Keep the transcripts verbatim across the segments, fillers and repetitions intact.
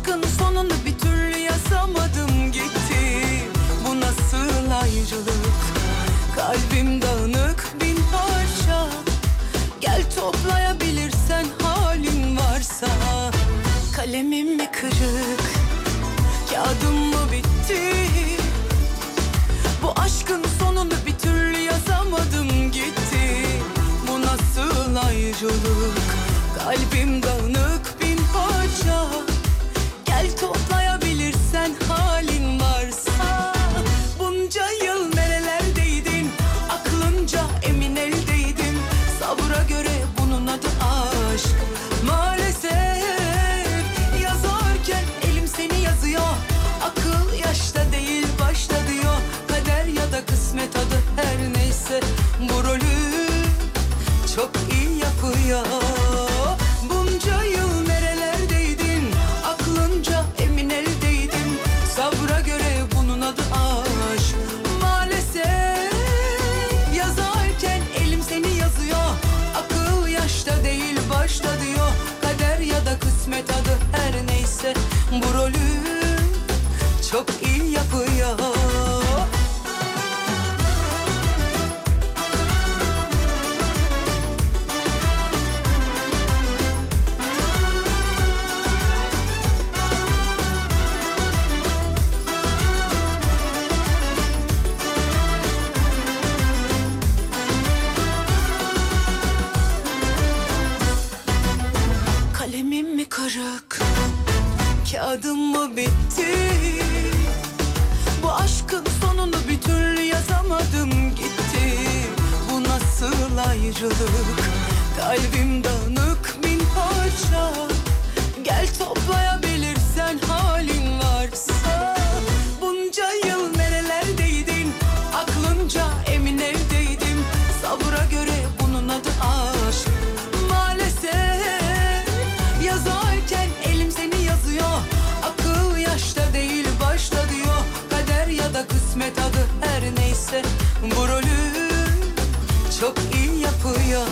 aşkın sonunu bir türlü yazamadım gitti. Bu nasıl ayrılık? Kalbim dağınık bin parça. Gel toplayabilirsen halin varsa. Kalemim mi kırık? Kağıdım mı bitti? Bu aşkın sonunu bir türlü yazamadım gitti. Bu nasıl ayrılık? Kalbim dağınık bin parça. Gel toplayabilirsen halin varsa. Bunca yıl nerelerdeydin? Aklınca emin eldeydin. Sabra göre bunun adı aşk. Maalesef yazarken elim seni yazıyor. Akıl yaşta değil başta diyor. Kader ya da kısmet adı her neyse. Bu rolü çok iyi yapıyor. Bunca yıl nerelerdeydin? Aklınca emin eldeydin. Sabra göre bunun adı aşk. Maalesef yazarken elim seni yazıyor. Akıl yaşta değil başta diyor. Kader ya da kısmet adı her neyse. Bu rolü çok iyi yapıyor. Kalemim mi kırık? Kağıdım mı bitti? Bu aşkın sonunu bir türlü yazamadım gitti. Bu nasıl ayrılık? Kalbim dağınık bin parça. Gel toplayabilirsen halin varsa. Bunca yıl nerelerdeydin? Aklınca emin evdeydim. Sabra göre bunun adı aşk. Maalesef yazarken elim seni yazıyor. Akıl yaşta değil başta diyor. Kader ya da kısmet adı her neyse. Bu rolü çok iyi yapıyor.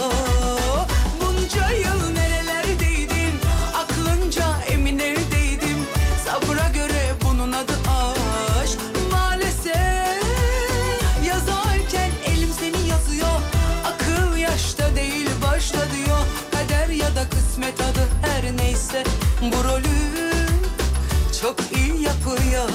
Bunca yıl nerelerdeydin? Aklınca emin evdeydim. Sabra göre bunun adı aşk. Maalesef yazarken elim seni yazıyor. Akıl yaşta değil başta diyor. Kader ya da kısmet adı her neyse. Bu rolü çok iyi yapıyor.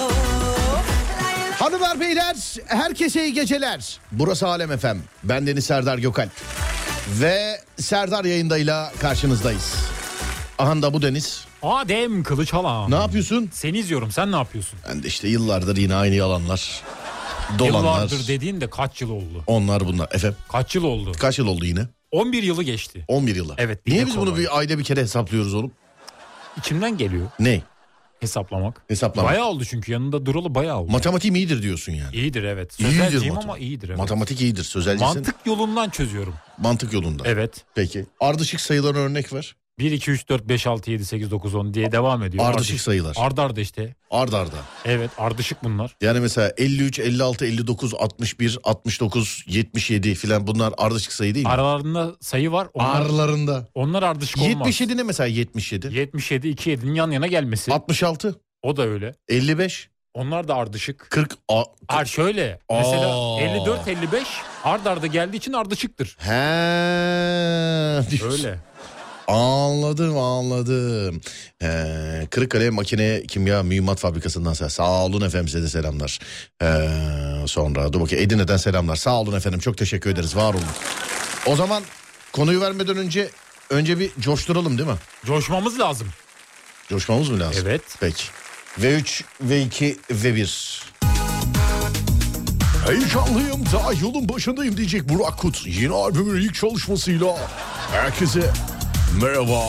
Hanımlar beyler, herkese iyi geceler. Burası Alem F M. Ben Deniz Serdar Gökalp. Ve Serdar yayındayla karşınızdayız. Aha da bu Deniz. Adem Kılıçalan. Ne yapıyorsun? Seni izliyorum, sen ne yapıyorsun? Ben de işte yıllardır yine aynı yalanlar. Dolanlar. Yıllardır dediğin de kaç yıl oldu? Onlar bunlar. Efendim? Kaç yıl oldu? Kaç yıl oldu yine? on bir yılı geçti. on bir yılı. Evet. Niye biz kolay. bunu bir ayda bir kere hesaplıyoruz oğlum? İçimden geliyor. Ne? Hesaplamak. Hesaplamak. Bayağı oldu çünkü yanında duralı bayağı oldu. Matematiğim iyidir diyorsun yani. İyidir evet. İyidir Sözelciyim matematik. ama iyidir evet. Matematik iyidir. Sözelcisin. Mantık yolundan çözüyorum. Mantık yolunda. Evet. Peki. Ardışık sayılara örnek ver. bir, iki, üç, dört, beş, altı, yedi, sekiz, dokuz, on diye devam ediyor. Ardışık, Ardışık sayılar. Ard arda işte. Ard arda. Evet ardışık bunlar. Yani mesela elli üç, elli altı, elli dokuz, altmış bir, altmış dokuz, yetmiş yedi filan bunlar ardışık sayı değil mi? Aralarında sayı var. Onlar, Aralarında. Onlar ardışık olmaz. yetmiş yedi ne mesela yetmiş yedi? yetmiş yedi, iki yedinin yan yana gelmesi. altmış altı. O da öyle. elli beş. Onlar da ardışık. kırk. A, Hayır şöyle. Mesela Aa. elli dört, elli beş ard arda geldiği için ardışıktır. He. Öyle. Anladım anladım. Ee, Kırıkkale Makine Kimya Mühimmat Fabrikası'ndan selam. Sağ olun efendim, size de selamlar. Ee, sonra dur bakayım, Edirne'den selamlar. Sağ olun efendim, çok teşekkür ederiz, var olun. O zaman konuyu vermeden önce önce bir coşturalım değil mi? Coşmamız lazım. Coşmamız mı lazım? Evet. Peki. V üç, V iki, V bir. Heyecanlıyım, daha yolun başındayım diyecek Burak Kut. Yeni albümün ilk çalışmasıyla herkese merhaba.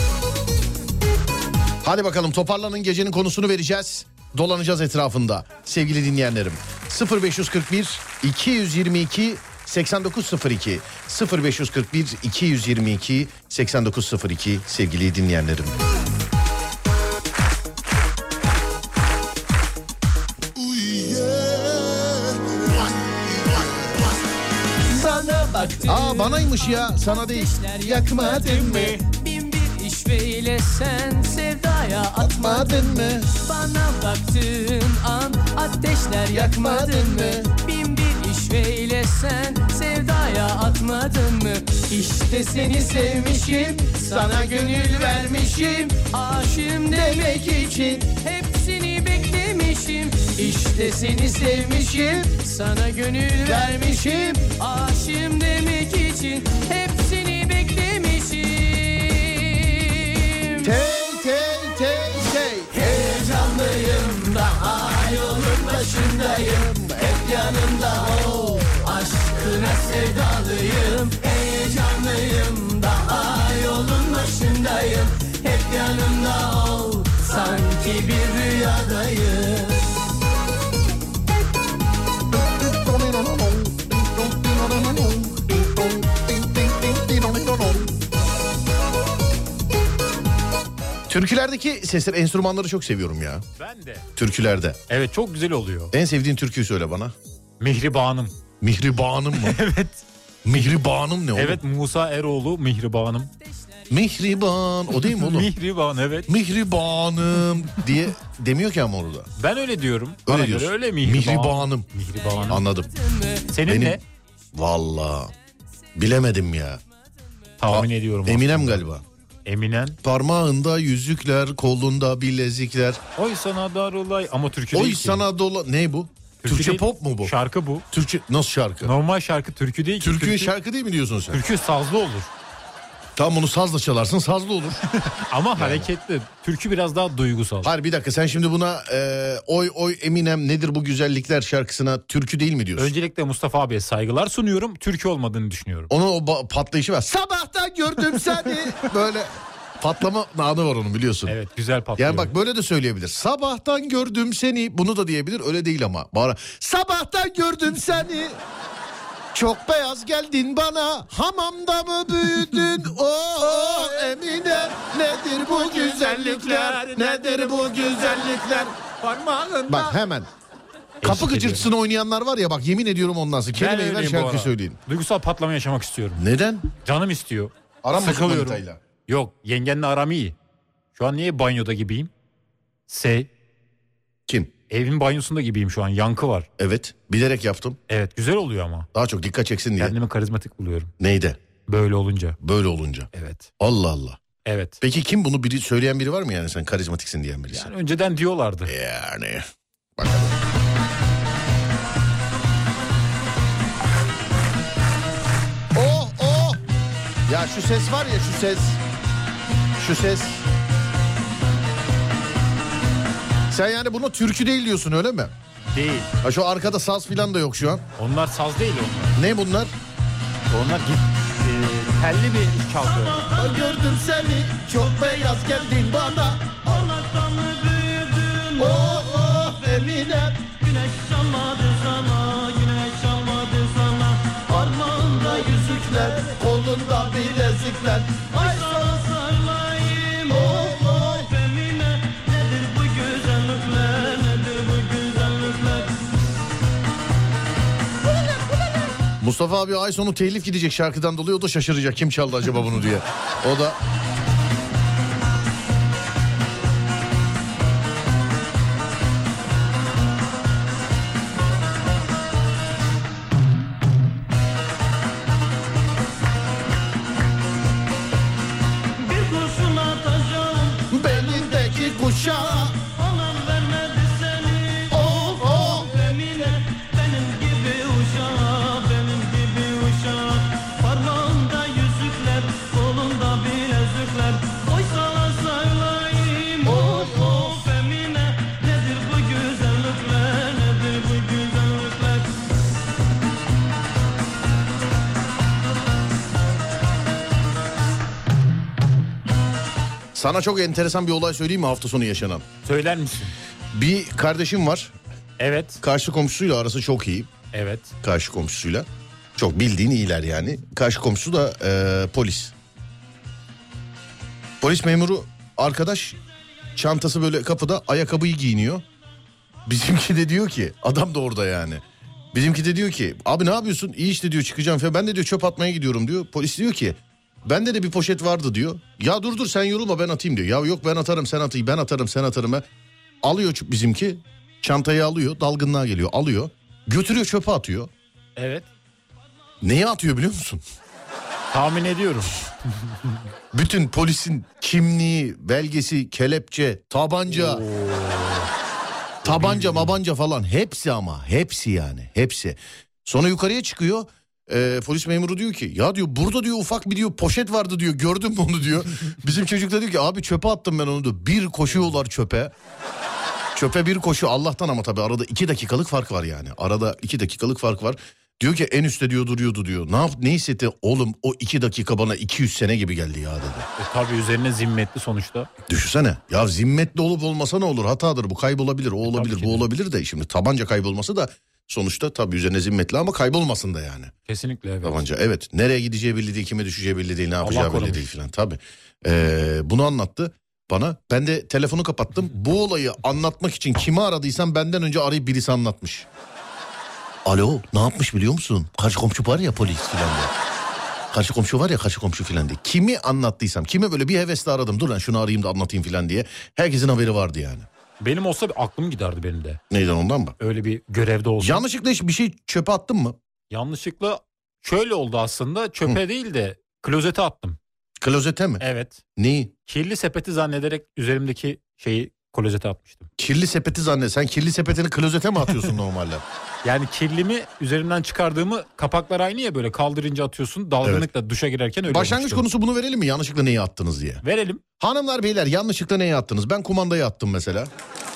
Hadi bakalım, toparlanın, gecenin konusunu vereceğiz. Dolanacağız etrafında sevgili dinleyenlerim. sıfır beş kırk bir iki yüz yirmi iki seksen dokuz sıfır iki sıfır beş kırk bir iki yüz yirmi iki seksen dokuz sıfır iki sevgili dinleyenlerim. Aa, banaymış ya, sana değil. Yakmadın mı? Bin bir işveyle sen sevdaya atma yapmadın mı? Bana baktığın an ateşler yakmadın mı? Bin bir işveyle sen sevdaya atmadın mı? İşte seni sevmişim, sana gönül vermişim. Aşığım demek için hepsini beklemişim. İşte seni sevmişim, sana gönül vermişim. Aşığım demek için hepsini beklemişim. Tey tey tey tey. Heyecanlıyım, daha yolun başındayım. Hep yanımda ol, aşkına sevdalıyım. Heyecanlıyım, daha yolun başındayım. Hep yanımda ol, sanki bir rüyadayım. Türkülerdeki sesler, enstrümanları çok seviyorum ya. Ben de. Türkülerde. Evet, çok güzel oluyor. En sevdiğin türküyü söyle bana. Mihribanım. Mihribanım mı? Evet. Mihribanım ne oğlum? Evet, Musa Eroğlu Mihribanım. Mihriban o değil mi oğlum? Mihriban, evet. Mihribanım diye demiyor ki ama orada. Ben öyle diyorum. Öyle Bana diyorsun. göre öyle Mihriban. Mihribanım. Mihribanım. Anladım. Senin Benim- ne? Vallahi bilemedim ya. Tahmin Pa- ediyorum. Eminem aslında. galiba. Eminem. Parmağında yüzükler, kolunda bilezikler. Oy sana darılay. Ama türkü Oy değil ki. sana dola... Ne bu? Türkü Türkçe değil. pop mu bu? Şarkı bu. Türkçe nasıl şarkı? Normal şarkı türkü değil ki. Türkü Türkü, şarkı değil mi diyorsun sen? türkü sazlı olur. Tam bunu sazla çalarsın, sazlı olur. Ama hareketli. Türkü biraz daha duygusal. Hayır bir dakika, sen şimdi buna e, oy oy Eminem nedir bu güzellikler şarkısına türkü değil mi diyorsun? Öncelikle Mustafa abiye saygılar sunuyorum. Türkü olmadığını düşünüyorum. Onun o ba- patlayışı var. Sabahtan gördüm seni. Böyle patlama anı var onun, biliyorsun. Evet, güzel patlıyor. Yani bak böyle de söyleyebilir. Sabahtan gördüm seni. Bunu da diyebilir. Öyle değil ama. Bağıra. Sabahtan gördüm seni. Çok beyaz geldin bana. Hamamda mı büyüdün? Oo Emine. Nedir bu güzellikler? Nedir bu güzellikler? Parmağında. Bak hemen. Kapı ediyorum. gıcırtısını oynayanlar var ya, bak yemin ediyorum ondan sonra. Ben Kelimeyi ver, öyleyim bu şarkı ara. söyleyin. Duygusal patlama yaşamak istiyorum. Neden? Canım istiyor. Aram Sıkılıyorum. manitayla. Yok, yengenle aram iyi. Şu an niye banyoda gibiyim? S. Kim? Evin banyosunda gibiyim şu an. Yankı var. Evet. Bilerek yaptım. Evet, güzel oluyor ama. Daha çok dikkat çeksin diye. Kendimi karizmatik buluyorum. Neydi? Böyle olunca. Böyle olunca. Evet. Allah Allah. Evet. Peki kim bunu biri söyleyen biri var mı, yani sen karizmatiksin diyen birisi? Yani önceden diyorlardı. Yani. Bakalım. Oh oh. Ya şu ses var ya, şu ses. Şu ses. Sen yani buna türkü değil diyorsun, öyle mi? Değil. Ha şu arkada saz filan da yok şu an. Onlar saz değil onlar. Ne bunlar? Onlar git, e, telli bir çalgı. Gördüm seni, çok beyaz geldin bana. Allah'tan mı büyüdün? Oh oh Emine. Güneş çalmadı sana, güneş çalmadı sana. Parmağında yüzükler, Kolunda bilezikler. ay sana sarılayım. Oh oh Emine, nedir bu güzellikler, nedir bu güzellikler? Mustafa abi ay sonu telif gidecek şarkıdan dolayı, o da şaşıracak. Kim çaldı acaba bunu diye. O da... Bir kurşun atacağım, Belindeki kuşağı. anam vermedi seni. Oh oh. Emine, benim gibi uşağı, benim gibi uşağı. Parmağında yüzükler, kolunda bilezikler. Oy sana sarılayım. Oh oh Emine, nedir bu güzellikler, nedir bu güzellikler? Sana çok enteresan bir olay söyleyeyim mi, hafta sonu yaşanan? Söyler misin? Bir kardeşim var. Evet. Karşı komşusuyla arası çok iyi. Evet. Karşı komşusuyla. Çok bildiğin iyiler yani. Karşı komşusu da e, polis. Polis memuru arkadaş, çantası böyle kapıda, ayakkabıyı giyiniyor. Bizimki de diyor ki, adam da orada yani. Bizimki de diyor ki, abi ne yapıyorsun? İyi işte diyor, çıkacağım falan. Ben de diyor çöp atmaya gidiyorum diyor. Polis diyor ki, Bende de bir poşet vardı diyor. Ya dur dur sen yorulma ben atayım diyor. Ya yok ben atarım sen atayım ben atarım sen atarım. Alıyor bizimki çantayı alıyor dalgınlığa geliyor alıyor. Götürüyor çöpe atıyor. Evet. Neye atıyor biliyor musun? Tahmin ediyorum. Bütün polisin kimliği, belgesi, kelepçe, tabanca... Tabanca mabanca falan hepsi ama hepsi yani hepsi. Sonra yukarıya çıkıyor e, polis memuru diyor ki ya diyor burada diyor ufak bir diyor poşet vardı diyor gördün mü onu diyor. Bizim çocuk da diyor ki abi çöpe attım ben onu diyor. Bir koşuyorlar çöpe. Çöpe bir koşu Allah'tan ama tabii arada iki dakikalık fark var yani. Arada iki dakikalık fark var. Diyor ki en üstte diyor duruyordu diyor. Ne yap ne hissetti oğlum o iki dakika bana iki yüz sene gibi geldi ya dedi. E, tabii üzerine zimmetli sonuçta. Düşünsene ya zimmetli olup olmasa ne olur hatadır bu kaybolabilir o olabilir bu olabilir de şimdi tabanca kaybolması da sonuçta tabii üzerine zimmetli ama kaybolmasın da yani. Kesinlikle evet. Tabanca evet nereye gideceği belli değil kime düşeceği belli değil ne yapacağı Allah belli korumuş. değil filan tabii. Ee, bunu anlattı bana ben de telefonu kapattım bu olayı anlatmak için kimi aradıysam benden önce arayıp birisi anlatmış. Alo ne yapmış biliyor musun? Karşı komşu var ya polis filan diye. Karşı komşu var ya karşı komşu filan diye. Kimi anlattıysam kime böyle bir hevesle aradım. Dur lan şunu arayayım da anlatayım filan diye. Herkesin haberi vardı yani. Benim olsa bir aklım giderdi benim de. Neyden ondan mı? Öyle bir görevde olsam. Yanlışlıkla hiç bir şey çöpe attın mı? Yanlışlıkla şöyle oldu aslında çöpe Hı. değil de klozete attım. Klozete mi? Evet. Neyi? Kirli sepeti zannederek üzerimdeki şeyi klozete atmıştım. Kirli sepeti zannet. Sen kirli sepetini klozete mi atıyorsun normalde? Yani kirlimi üzerimden çıkardığımı kapaklar aynı ya böyle kaldırınca atıyorsun dalgınlıkla evet. Duşa girerken öyle Başlangıç olmuştu. konusu bunu verelim mi? Yanlışlıkla neyi attınız diye. Verelim. Hanımlar beyler yanlışlıkla neyi attınız? Ben kumandayı attım mesela.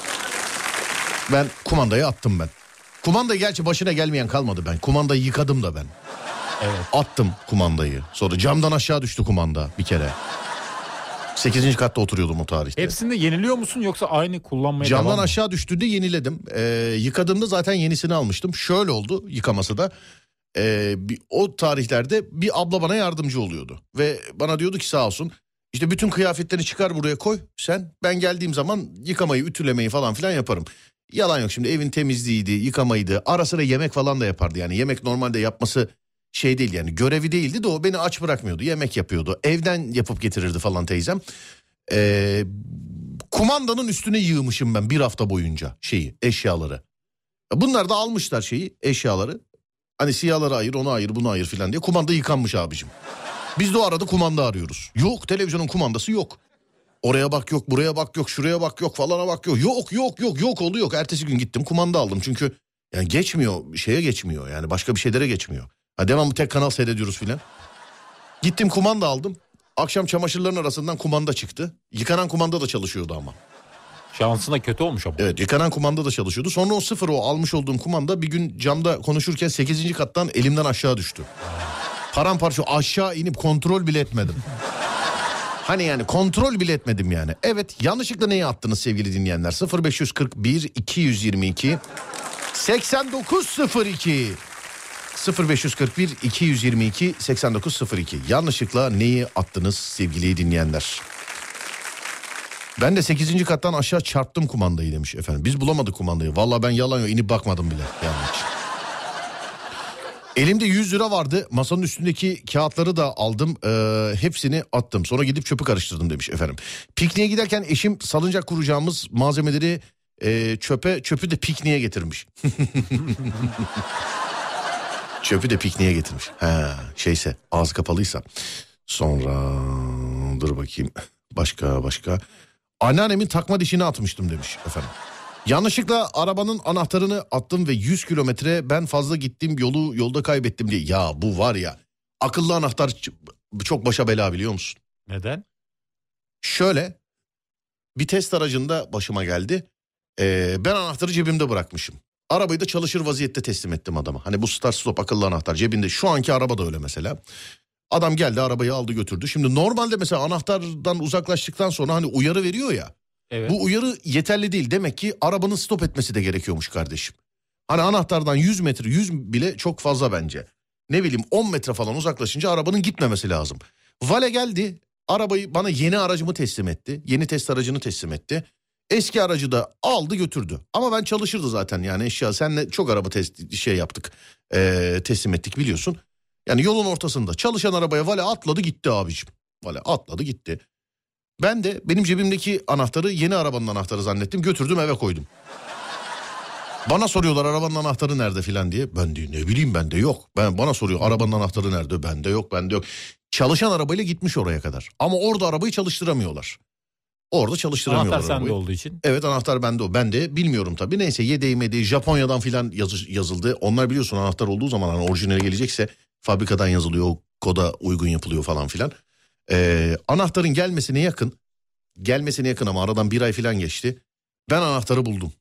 Ben kumandayı attım ben. Kumandayı gerçi başına gelmeyen kalmadı ben. Kumandayı yıkadım da ben. Evet. Attım kumandayı. Sonra camdan aşağı düştü kumanda bir kere. sekizinci katta oturuyordum o tarihte. Hepsinde yeniliyor musun yoksa aynı kullanmaya camdan devam mı? Aşağı düştüğünde yeniledim. Ee, yıkadığımda zaten yenisini almıştım. Şöyle oldu yıkaması da. Ee, bir, o tarihlerde bir abla bana yardımcı oluyordu. Ve bana diyordu ki sağ olsun. İşte bütün kıyafetlerini çıkar buraya koy sen. Ben geldiğim zaman yıkamayı, ütülemeyi falan filan yaparım. Yalan yok şimdi evin temizliğiydi, yıkamaydı. Ara sıra yemek falan da yapardı. Yani yemek normalde yapması şey değil yani görevi değildi de o beni aç bırakmıyordu. Yemek yapıyordu. Evden yapıp getirirdi falan teyzem. Ee, kumandanın üstüne yığmışım ben bir hafta boyunca şeyi, eşyaları. Bunlar da almışlar şeyi, eşyaları. Hani siyahları ayır, onu ayır, bunu ayır filan diye. Kumanda yıkanmış abicim. Biz de o arada kumanda arıyoruz. Yok televizyonun kumandası yok. Oraya bak yok, buraya bak yok, şuraya bak yok, falana bak yok. Yok yok yok yok oldu yok. Ertesi gün gittim kumanda aldım çünkü yani geçmiyor, şeye geçmiyor yani başka bir şeylere geçmiyor. Ha, devamlı tek kanal seyrediyoruz filan. Gittim kumanda aldım. Akşam çamaşırların arasından kumanda çıktı. Yıkanan kumanda da çalışıyordu ama. Şansına kötü olmuş ama. Evet yıkanan kumanda da çalışıyordu. Sonra o sıfır o almış olduğum kumanda bir gün camda konuşurken sekizinci kattan elimden aşağı düştü. Paramparça aşağı inip kontrol bile etmedim. Hani yani kontrol bile etmedim yani. Evet yanlışlıkla neyi attınız sevgili dinleyenler? sıfır beş kırk bir iki yüz yirmi iki seksen dokuz sıfır iki sıfır beş kırk bir iki yüz yirmi iki seksen dokuz sıfır iki yanlışlıkla neyi attınız sevgili dinleyenler? Ben de sekizinci kattan aşağı çarptım kumandayı demiş efendim. Biz bulamadık kumandayı. Vallahi ben yalan yok inip bakmadım bile. Yani hiç. Elimde yüz lira vardı. Masanın üstündeki kağıtları da aldım. Ee, hepsini attım. Sonra gidip çöpü karıştırdım demiş efendim. Pikniğe giderken eşim salıncak kuracağımız malzemeleri e, çöpe çöpü de pikniğe getirmiş. Çöpü de pikniğe getirmiş. Ha, şeyse ağzı kapalıysa. Sonra dur bakayım. Başka başka. Anneannemin takma dişini atmıştım demiş efendim. Yanlışlıkla arabanın anahtarını attım ve yüz kilometre ben fazla gittim yolu yolda kaybettim diye. Ya bu var ya akıllı anahtar çok başa bela biliyor musun? Neden? Şöyle bir test aracında başıma geldi. Ee, ben anahtarı cebimde bırakmışım. Arabayı da çalışır vaziyette teslim ettim adama. Hani bu start stop akıllı anahtar cebinde. Şu anki araba da öyle mesela. Adam geldi arabayı aldı götürdü. Şimdi normalde mesela anahtardan uzaklaştıktan sonra hani uyarı veriyor ya. Evet. Bu uyarı yeterli değil. Demek ki arabanın stop etmesi de gerekiyormuş kardeşim. Hani anahtardan yüz metre yüz bile çok fazla bence. Ne bileyim on metre falan uzaklaşınca arabanın gitmemesi lazım. Vale geldi arabayı bana yeni aracımı teslim etti. Yeni test aracını teslim etti. Eski aracı da aldı götürdü. Ama ben çalışırdı zaten yani eşya. Seninle çok araba test şey yaptık. Ee, teslim ettik biliyorsun. Yani yolun ortasında çalışan arabaya vale atladı gitti abicim. Vale atladı gitti. Ben de benim cebimdeki anahtarı yeni arabanın anahtarı zannettim, götürdüm eve koydum. Bana soruyorlar arabanın anahtarı nerede filan diye. Ben de ne bileyim, bende yok. Ben bana soruyor arabanın anahtarı nerede? Bende yok, bende yok. Çalışan arabayla gitmiş oraya kadar. Ama orada arabayı çalıştıramıyorlar. Orada çalıştıramıyorlar Anahtar arabayı. sende olduğu için. Evet, anahtar bende o. Ben de bilmiyorum tabii. Neyse, yedeği medeği Japonya'dan filan yazı, yazıldı. Onlar biliyorsun anahtar olduğu zaman hani orijinali gelecekse fabrikadan yazılıyor. O koda uygun yapılıyor falan filan. Ee, anahtarın gelmesine yakın. Gelmesine yakın ama aradan bir ay filan geçti. Ben anahtarı buldum.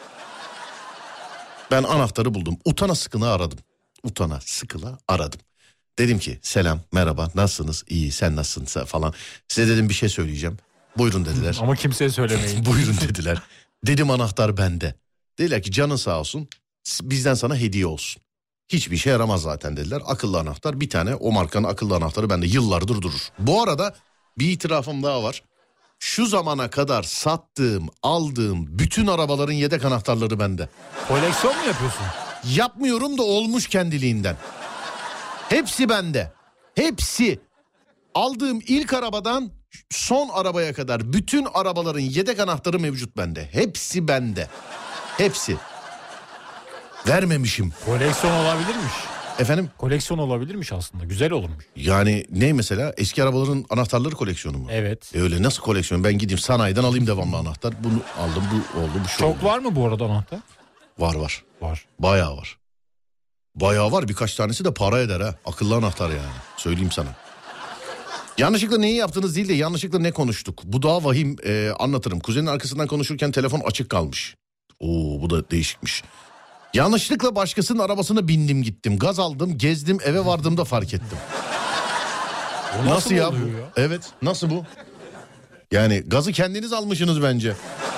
Ben anahtarı buldum. Utana sıkına aradım. Utana sıkıla aradım. Dedim ki selam, merhaba, nasılsınız? İyi, sen nasılsın falan. Size dedim bir şey söyleyeceğim. Buyurun dediler. Ama kimseye söylemeyin. Buyurun dediler. Dedim anahtar bende. Dediler ki canın sağ olsun, bizden sana hediye olsun. Hiçbir şey yaramaz zaten dediler. Akıllı anahtar bir tane, o markanın akıllı anahtarı bende yıllardır durur. Bu arada bir itirafım daha var. Şu zamana kadar sattığım, aldığım bütün arabaların yedek anahtarları bende. Koleksiyon mu yapıyorsun? Yapmıyorum da olmuş kendiliğinden. Hepsi bende. Hepsi. Aldığım ilk arabadan son arabaya kadar bütün arabaların yedek anahtarı mevcut bende. Hepsi bende. Hepsi. Vermemişim. Koleksiyon olabilirmiş. Efendim? Koleksiyon olabilirmiş aslında. Güzel olurmuş. Yani ne mesela? Eski arabaların anahtarları koleksiyonu mu? Evet. E öyle nasıl koleksiyon? Ben gideyim sanayiden alayım devamlı anahtar. Bunu aldım, bu oldu, bu şu Çok oldu. var mı bu arada anahtar? Var var. Var. Bayağı var. Bayağı var. Birkaç tanesi de para eder ha. Akıllı anahtar yani. Söyleyeyim sana. Yanlışlıkla neyi yaptınız değil de yanlışlıkla ne konuştuk? Bu daha vahim, e, anlatırım. Kuzenin arkasından konuşurken telefon açık kalmış. Oo, bu da değişikmiş. Yanlışlıkla başkasının arabasına bindim gittim. Gaz aldım, gezdim, eve vardığımda fark ettim. O nasıl, Nasıl ya bu? oluyor ya? Evet, nasıl bu? Yani gazı kendiniz almışsınız bence.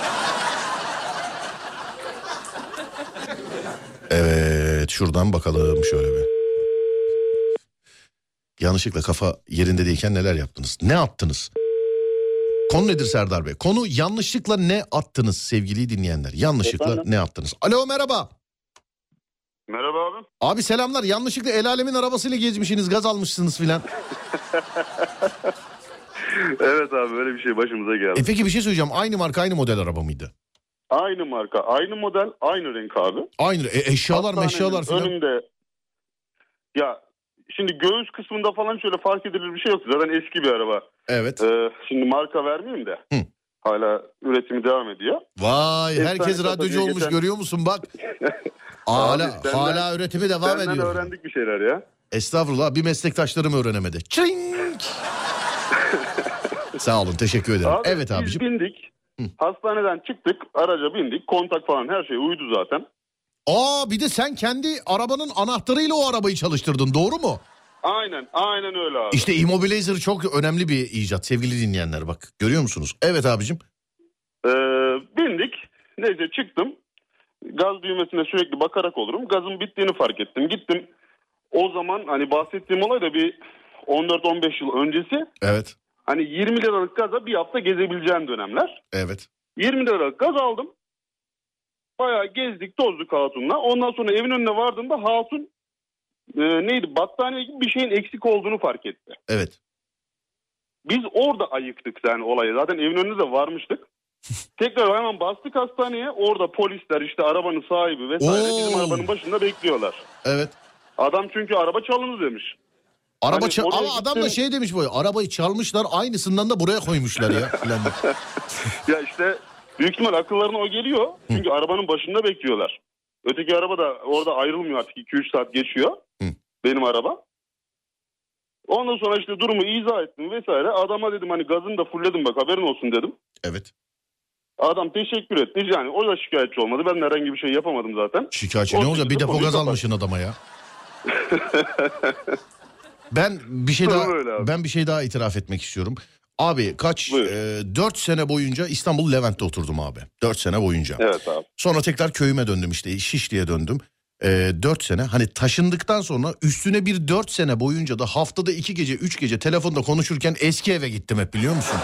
Evet, şuradan bakalım şöyle bir. Yanlışlıkla kafa yerinde değilken neler yaptınız? Ne attınız? Konu nedir Serdar Bey? Konu yanlışlıkla ne attınız sevgili dinleyenler? Yanlışlıkla Efendim? ne attınız? Alo, merhaba. Merhaba abi. Abi selamlar. Yanlışlıkla el alemin arabasıyla gezmişsiniz, gaz almışsınız filan. Evet abi, böyle bir şey başımıza geldi. E peki bir şey söyleyeceğim. Aynı marka, aynı model araba mıydı? Aynı marka, aynı model, aynı renk abi. Aynı. E, eşyalar Hastanenin meşyalar filan. önünde. Ya şimdi göğüs kısmında falan şöyle fark edilir bir şey yok. Zaten eski bir araba. Evet. Ee, şimdi marka vermeyeyim de. Hı. Hala üretimi devam ediyor. Vay, Efsane herkes radyocu satıcıya olmuş, geçen- görüyor musun bak. Hala, Abi, senden- hala üretimi devam Senden ediyor. öğrendik bir şeyler ya. Estağfurullah, bir meslektaşlarım öğrenemedi. Çring. Sağ olun, teşekkür ederim. Abi, Evet biz abicim. bindik. Hı. Hastaneden çıktık. Araca bindik. Kontak falan her şey uydu zaten. Aa, bir de sen kendi arabanın anahtarıyla o arabayı çalıştırdın, doğru mu? Aynen. Aynen öyle abi. İşte Immobilizer çok önemli bir icat sevgili dinleyenler, bak. Görüyor musunuz? Evet abicim. Ee, bindik. Neyse çıktım. Gaz düğmesine sürekli bakarak olurum. Gazın bittiğini fark ettim. Gittim. O zaman hani bahsettiğim olay da bir on dört on beş yıl öncesi. Evet. Hani yirmi liralık gaza bir hafta gezebileceğin dönemler. Evet. yirmi liralık gaz aldım. Bayağı gezdik tozduk hatunla. Ondan sonra evin önüne vardığımda hatun e, neydi battaniye gibi bir şeyin eksik olduğunu fark etti. Evet. Biz orada ayıktık yani olayı. Zaten evin önüne de varmıştık. Tekrar hemen bastık hastaneye. Orada polisler işte arabanın sahibi vesaire Oo. bizim arabanın başında bekliyorlar. Evet. Adam çünkü araba çalındı demiş. Araba Hani çal- oraya ama adam da gittim. şey demiş böyle, arabayı çalmışlar, aynısından da buraya koymuşlar ya. filan. Ya işte büyük ihtimal akıllarına o geliyor. Çünkü arabanın başında bekliyorlar. Öteki araba da orada ayrılmıyor artık, iki üç saat geçiyor. Hı. Benim araba. Ondan sonra işte durumu izah ettim vesaire. Adama dedim hani gazını da fullledim bak haberin olsun dedim. Evet. Adam teşekkür etti. Yani o da şikayetçi olmadı. Ben de herhangi bir şey yapamadım zaten. Şikayetçi O ne olacak? Bir şekilde depo konuyu gaz kapat. almışsın adama ya. Ben bir şey Durum daha öyle abi. ben bir şey daha itiraf etmek istiyorum. Abi kaç Buyur. e, dört sene boyunca İstanbul Levent'te oturdum abi. Dört sene boyunca. Evet abi. Sonra tekrar köyüme döndüm işte, Şişli'ye döndüm. E, dört sene hani taşındıktan sonra üstüne bir dört sene boyunca da haftada iki gece üç gece telefonda konuşurken eski eve gittim hep, biliyor musun?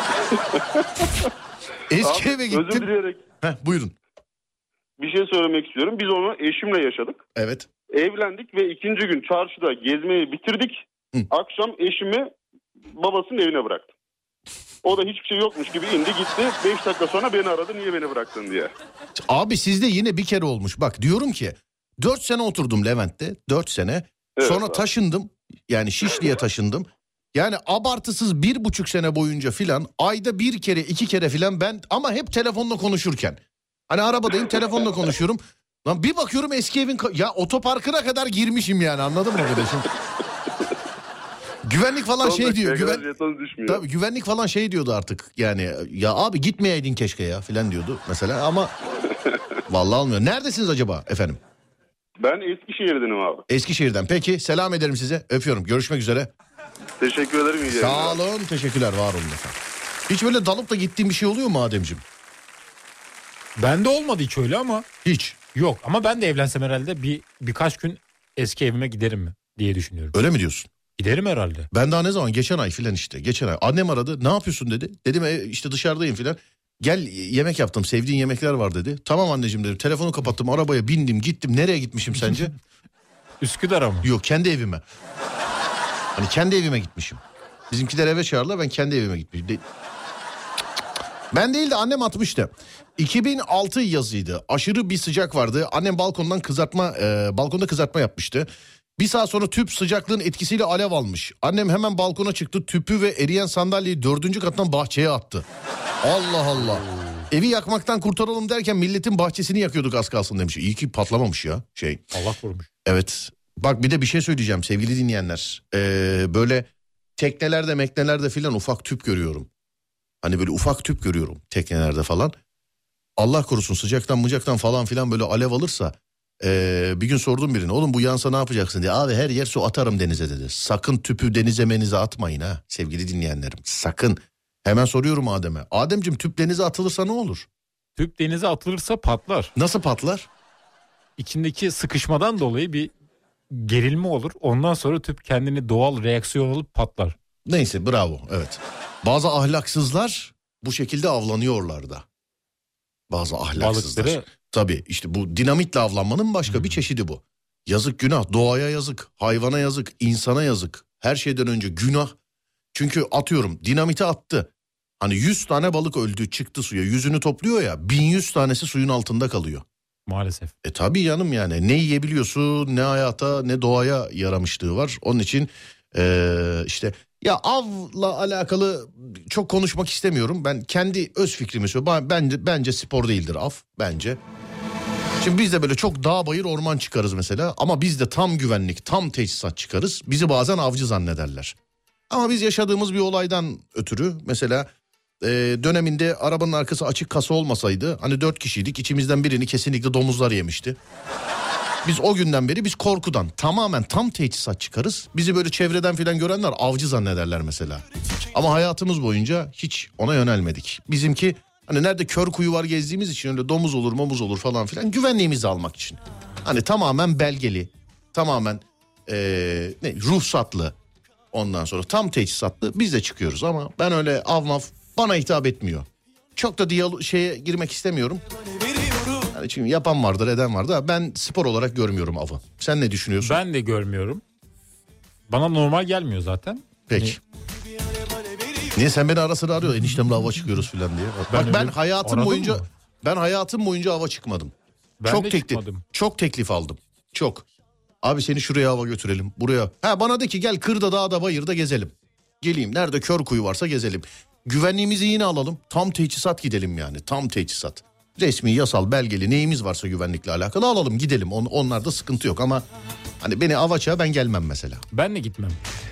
Eski Abi, eve özür gittim. dileyerek Heh, buyurun. bir şey söylemek istiyorum. Biz onu eşimle yaşadık. Evet. Evlendik ve ikinci gün çarşıda gezmeyi bitirdik. Hı. Akşam eşimi babasının evine bıraktım. O da hiçbir şey yokmuş gibi indi gitti. Beş dakika sonra beni aradı, niye beni bıraktın diye. Abi sizde yine bir kere olmuş. Bak diyorum ki dört sene oturdum Levent'te. Dört sene. Evet, Sonra abi. taşındım. Yani Şişli'ye taşındım. Yani abartısız bir buçuk sene boyunca filan ayda bir kere iki kere filan ben ama hep telefonla konuşurken. Hani arabadayım telefonla konuşuyorum. Lan bir bakıyorum eski evin ka- ya otoparkına kadar girmişim yani, anladın mı arkadaşım? Güvenlik falan Son şey diyor. dakikaya Güven... kadar jeton düşmüyor. Tabii güvenlik falan şey diyordu artık. Yani ya abi gitmeyeydin keşke ya filan diyordu mesela ama vallahi olmuyor. Neredesiniz acaba efendim? Ben Eskişehir'denim abi. Eskişehir'den. Peki selam ederim size. Öpüyorum. Görüşmek üzere. Teşekkür ederim. iyi Sağ yayınlar. olun. Teşekkürler. Var olun efendim. Hiç böyle dalıp da gittiğin bir şey oluyor mu Ademciğim? Bende olmadı hiç öyle ama. Hiç. Yok ama ben de evlensem herhalde bir birkaç gün eski evime giderim mi diye düşünüyorum. Öyle mi diyorsun? Giderim herhalde. Ben daha ne zaman? Geçen ay filan işte. Geçen ay. Annem aradı. Ne yapıyorsun dedi. Dedim e, işte dışarıdayım filan. Gel yemek yaptım. Sevdiğin yemekler var dedi. Tamam anneciğim dedim. Telefonu kapattım. Arabaya bindim gittim. Nereye gitmişim sence? Üsküdar'a mı? Yok, kendi evime. Hani kendi evime gitmişim. Bizimkiler eve çağırdılar, ben kendi evime gitmişim. De- ben değil de annem atmıştı. iki bin altı yazıydı. Aşırı bir sıcak vardı. Annem balkondan kızartma, e, balkonda kızartma yapmıştı. Bir saat sonra tüp sıcaklığın etkisiyle alev almış. Annem hemen balkona çıktı. Tüpü ve eriyen sandalyeyi dördüncü kattan bahçeye attı. Allah Allah. Evi yakmaktan kurtaralım derken milletin bahçesini yakıyorduk az kalsın demiş. İyi ki patlamamış ya şey. Allah korumuş. Evet. Bak bir de bir şey söyleyeceğim sevgili dinleyenler. Ee, böyle teknelerde meknelerde filan ufak tüp görüyorum. Hani böyle ufak tüp görüyorum teknelerde falan. Allah korusun sıcaktan mıcaktan falan filan böyle alev alırsa. Ee, bir gün sordum birine, oğlum bu yansa ne yapacaksın diye. Abi her yer su, atarım denize dedi. Sakın tüpü denize menize atmayın ha sevgili dinleyenlerim. Sakın. Hemen soruyorum Adem'e. Ademciğim tüp denize atılırsa ne olur? Tüp denize atılırsa patlar. Nasıl patlar? İçindeki sıkışmadan dolayı bir gerilme olur. Ondan sonra tüp kendini doğal reaksiyon alıp patlar. Neyse bravo, evet. Bazı ahlaksızlar bu şekilde avlanıyorlar da. Bazı ahlaksızlar. Balıkları... Tabii işte bu dinamitle avlanmanın başka hmm. bir çeşidi bu. Yazık günah, doğaya yazık, hayvana yazık, insana yazık. Her şeyden önce günah. Çünkü atıyorum dinamiti attı. Hani yüz tane balık öldü çıktı suya, yüzünü topluyor ya, bin yüz tanesi suyun altında kalıyor. Maalesef. E tabii yanım yani ne yiyebiliyorsun, ne hayata ne doğaya yaramışlığı var. Onun için ee, işte ya avla alakalı çok konuşmak istemiyorum. Ben kendi öz fikrimi söylüyorum. Bence, bence spor değildir av bence. Şimdi biz de böyle çok dağ bayır orman çıkarız mesela. Ama biz de tam güvenlik, tam teçhizat çıkarız. Bizi bazen avcı zannederler. Ama biz yaşadığımız bir olaydan ötürü mesela e, döneminde arabanın arkası açık kasa olmasaydı hani dört kişiydik, içimizden birini kesinlikle domuzlar yemişti. Biz o günden beri biz korkudan tamamen tam teçhizat çıkarız. Bizi böyle çevreden filan görenler avcı zannederler mesela. Ama hayatımız boyunca hiç ona yönelmedik. Bizimki hani nerede kör kuyu var gezdiğimiz için öyle domuz olur momuz olur falan filan güvenliğimizi almak için. Hani tamamen belgeli, tamamen ee, ne ruhsatlı, ondan sonra tam teçhizatlı biz de çıkıyoruz. Ama ben öyle av mav bana hitap etmiyor. Çok da diyalog şeye girmek istemiyorum. Yani çünkü yapan vardır, eden vardır. Ben spor olarak görmüyorum avı. Sen ne düşünüyorsun? Ben de görmüyorum. Bana normal gelmiyor zaten. Peki. Hani... Niye sen beni ara sıra arıyor? Eniştemle ava çıkıyoruz falan diye. Ben Bak ben hayatım boyunca mı? ben hayatım boyunca ava çıkmadım. Ben çok de teklif, çıkmadım. Çok teklif aldım. Çok. Abi seni şuraya hava götürelim. Buraya. Ha bana de ki gel kırda dağda bayırda gezelim. Geleyim. Nerede kör kuyu varsa gezelim. Güvenliğimizi yine alalım. Tam teçhizat gidelim yani. Tam teçhizat. Resmi, yasal, belgeli neyimiz varsa güvenlikle alakalı alalım gidelim. On, onlarda sıkıntı yok ama hani beni avaça ben gelmem mesela. Ben de gitmem.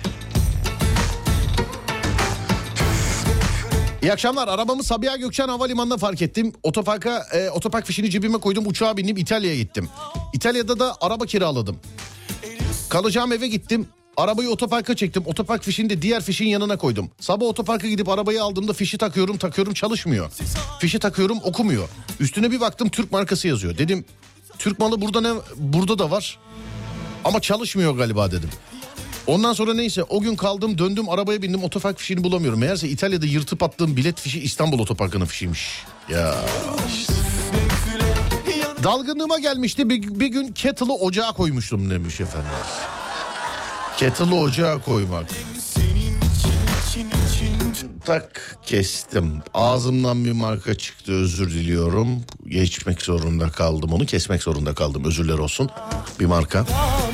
İyi akşamlar. Arabamı Sabiha Gökçen Havalimanı'nda fark ettim. Otoparka, e, otopark fişini cebime koydum. Uçağa bindim. İtalya'ya gittim. İtalya'da da araba kiraladım. Kalacağım eve gittim. Arabayı otoparka çektim. Otopark fişini de diğer fişin yanına koydum. Sabah otoparka gidip arabayı aldığımda fişi takıyorum takıyorum çalışmıyor. Fişi takıyorum okumuyor. Üstüne bir baktım Türk markası yazıyor. Dedim Türk malı burada ne burada da var. Ama çalışmıyor galiba dedim. Ondan sonra neyse o gün kaldım, döndüm arabaya bindim, otopark fişini bulamıyorum. Meğerse İtalya'da yırtıp attığım bilet fişi İstanbul Otoparkı'nın fişiymiş. Ya işte. Dalgınlığıma gelmişti bir, bir gün kettle'ı ocağa koymuştum demiş efendim. Kettle'ı ocağa koymak. Tak kestim. Ağzımdan bir marka çıktı, özür diliyorum. Geçmek zorunda kaldım onu, kesmek zorunda kaldım, özürler olsun. Bir marka.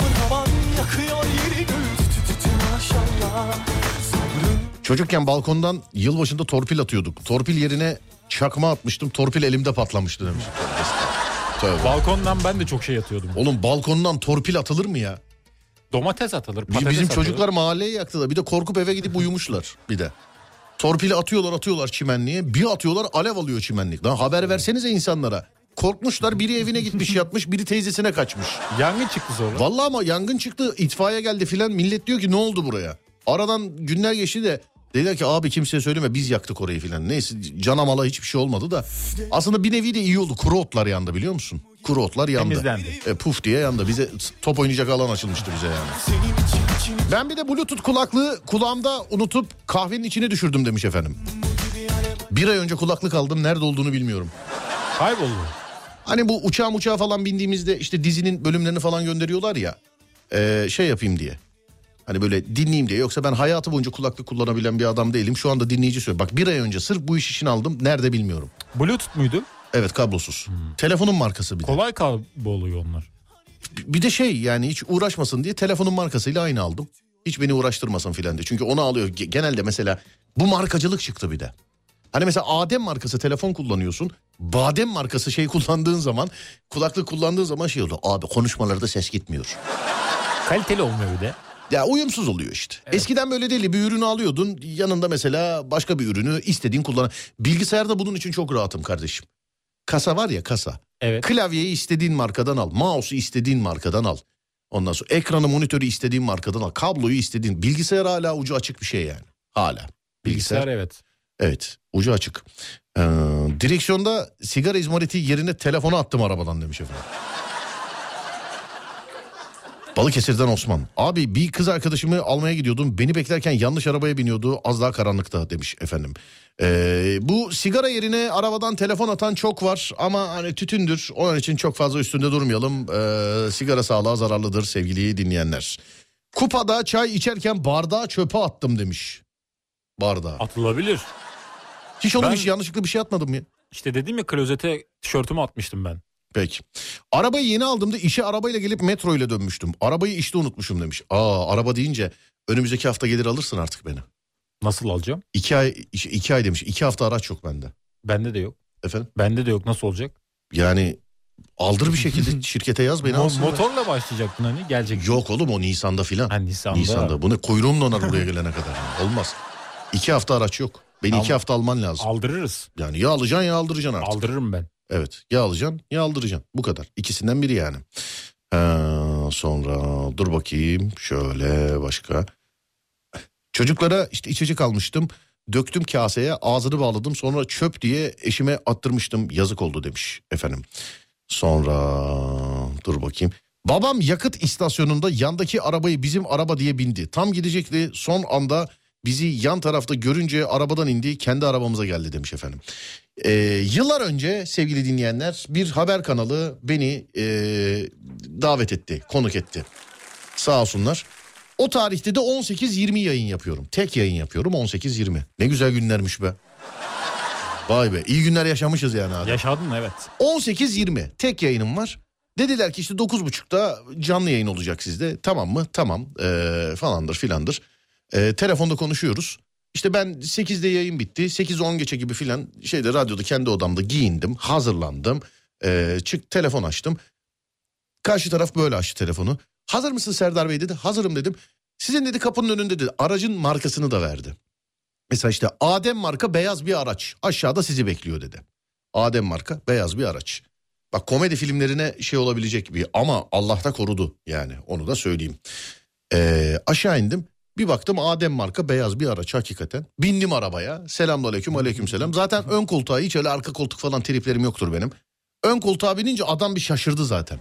Çocukken balkondan yılbaşında torpil atıyorduk. Torpil yerine çakma atmıştım. Torpil elimde patlamıştı demiş. Tövbe. Balkondan ben de çok şey atıyordum. Oğlum balkondan torpil atılır mı ya? Domates atılır, patates Bizim atılır. çocuklar mahalleyi yaktılar. Bir de korkup eve gidip uyumuşlar bir de. Torpili atıyorlar atıyorlar çimenliğe. Bir atıyorlar alev alıyor çimenlik. Lan haber versenize insanlara. Korkmuşlar, biri evine gitmiş yatmış, biri teyzesine kaçmış. Yangın çıktı sonra. Vallahi ama yangın çıktı, itfaiye geldi filan. Millet diyor ki ne oldu buraya? Aradan günler geçti de dediler ki abi kimseye söyleme, biz yaktık orayı filan. Neyse cana mala hiçbir şey olmadı da. Aslında bir nevi de iyi oldu. Kuru otlar yandı biliyor musun? Kuru otlar yandı. Temizlendi. E, puf diye yandı. Bize top oynayacak alan açılmıştı bize yani. Ben bir de Bluetooth kulaklığı kulağımda unutup kahvenin içine düşürdüm demiş efendim. Bir ay önce kulaklık aldım, nerede olduğunu bilmiyorum. Kayboldu. Hani bu uçağa uçağa falan bindiğimizde işte dizinin bölümlerini falan gönderiyorlar ya. E, şey yapayım diye. Hani böyle dinleyeyim diye. Yoksa ben hayatı boyunca kulaklık kullanabilen bir adam değilim. Şu anda dinleyici söylüyor. Bak bir ay önce sırf bu iş için aldım. Nerede bilmiyorum. Bluetooth muydu? Evet, kablosuz. Hmm. Telefonun markası bir de. Kolay kayboluyor onlar. Bir de şey yani hiç uğraşmasın diye telefonun markasıyla aynı aldım. Hiç beni uğraştırmasın filan diye. Çünkü onu alıyor. Genelde mesela bu markacılık çıktı bir de. Hani mesela Adem markası telefon kullanıyorsun. Badem markası şey kullandığın zaman, kulaklık kullandığın zaman şey oluyor. Abi konuşmalarda ses gitmiyor. Kaliteli olmuyor bir de. Ya uyumsuz oluyor işte. Evet. Eskiden böyle değil, bir ürünü alıyordun, yanında mesela başka bir ürünü istediğin kullan. Bilgisayarda bunun için çok rahatım kardeşim. Kasa var ya, kasa. Evet. Klavyeyi istediğin markadan al. Mouse'u istediğin markadan al. Ondan sonra ekranı, monitörü istediğin markadan al. Kabloyu istediğin. Bilgisayar hala ucu açık bir şey yani. Hala. Bilgisayar, Bilgisayar evet. Evet, ucu açık. Ee, direksiyonda sigara izmariti yerine telefonu attım arabadan demiş efendim. Balıkesir'den Osman. Abi bir kız arkadaşımı almaya gidiyordum. Beni beklerken yanlış arabaya biniyordu. Az daha karanlıkta demiş efendim. Ee, bu sigara yerine arabadan telefon atan çok var. Ama hani tütündür. Onun için çok fazla üstünde durmayalım. Ee, sigara sağlığa zararlıdır sevgili dinleyenler. Kupada çay içerken bardağı çöpe attım demiş. Bardağı. Atılabilir. Hiç oğlum Ben- hiç yanlışlıkla bir şey atmadım ya. İşte dedim ya, klozete tişörtümü atmıştım ben. Peki. Arabayı yeni aldığımda işe arabayla gelip metro ile dönmüştüm. Arabayı işte unutmuşum demiş. Aa, araba deyince önümüzdeki hafta gelir alırsın artık beni. Nasıl alacağım? İki ay, iki ay demiş. İki hafta araç yok bende. Bende de yok. Efendim? Bende de yok. Nasıl olacak? Yani aldır bir şekilde şirkete yaz beni Mo- alsınlar. motorla başlayacaktın hani, gelecek. Yok oğlum, o Nisan'da filan. Ha, Nisan'da. Nisan'da. Bu ne, kuyruğum donar buraya gelene kadar. Yani. Olmaz. İki hafta araç yok. Beni Tamam. iki hafta alman lazım. Aldırırız. Yani ya alacaksın ya aldıracaksın artık. Aldırırım ben. Evet, ya alacaksın ya aldıracaksın. Bu kadar. İkisinden biri yani. Ee, sonra dur bakayım şöyle başka. Çocuklara işte içecek almıştım. Döktüm kaseye, ağzını bağladım. Sonra çöp diye eşime attırmıştım. Yazık oldu demiş efendim. Sonra dur bakayım. Babam yakıt istasyonunda yandaki arabayı bizim araba diye bindi. Tam gidecekti, son anda bizi yan tarafta görünce arabadan indi. Kendi arabamıza geldi demiş efendim. Ee, yıllar önce sevgili dinleyenler bir haber kanalı beni e, davet etti, konuk etti. Sağ olsunlar. O tarihte de on sekiz yirmi yayın yapıyorum. Tek yayın yapıyorum on sekiz yirmi. Ne güzel günlermiş be. Vay be, iyi günler yaşamışız yani abi. Yaşadın evet. on sekiz yirmi tek yayınım var. Dediler ki işte dokuz buçukta canlı yayın olacak sizde. Tamam mı? Tamam ee, falandır filandır. Ee, telefonda konuşuyoruz. İşte ben sekizde yayın bitti. sekiz on geçe gibi filan şeyde radyoda kendi odamda giyindim. Hazırlandım. Ee, çık telefon açtım. Karşı taraf böyle açtı telefonu. Hazır mısın Serdar Bey dedi. Hazırım dedim. Sizin dedi kapının önünde dedi. Aracın markasını da verdi. Mesela işte Adem marka beyaz bir araç. Aşağıda sizi bekliyor dedi. Adem marka beyaz bir araç. Bak komedi filmlerine şey olabilecek gibi ama Allah da korudu yani, onu da söyleyeyim. Ee, aşağı indim. Bir baktım Adem marka beyaz bir araç hakikaten. Bindim arabaya. Selamünaleyküm, aleykümselam. Zaten ön koltuğa hiç öyle arka koltuk falan triplerim yoktur benim. Ön koltuğa binince adam bir şaşırdı zaten.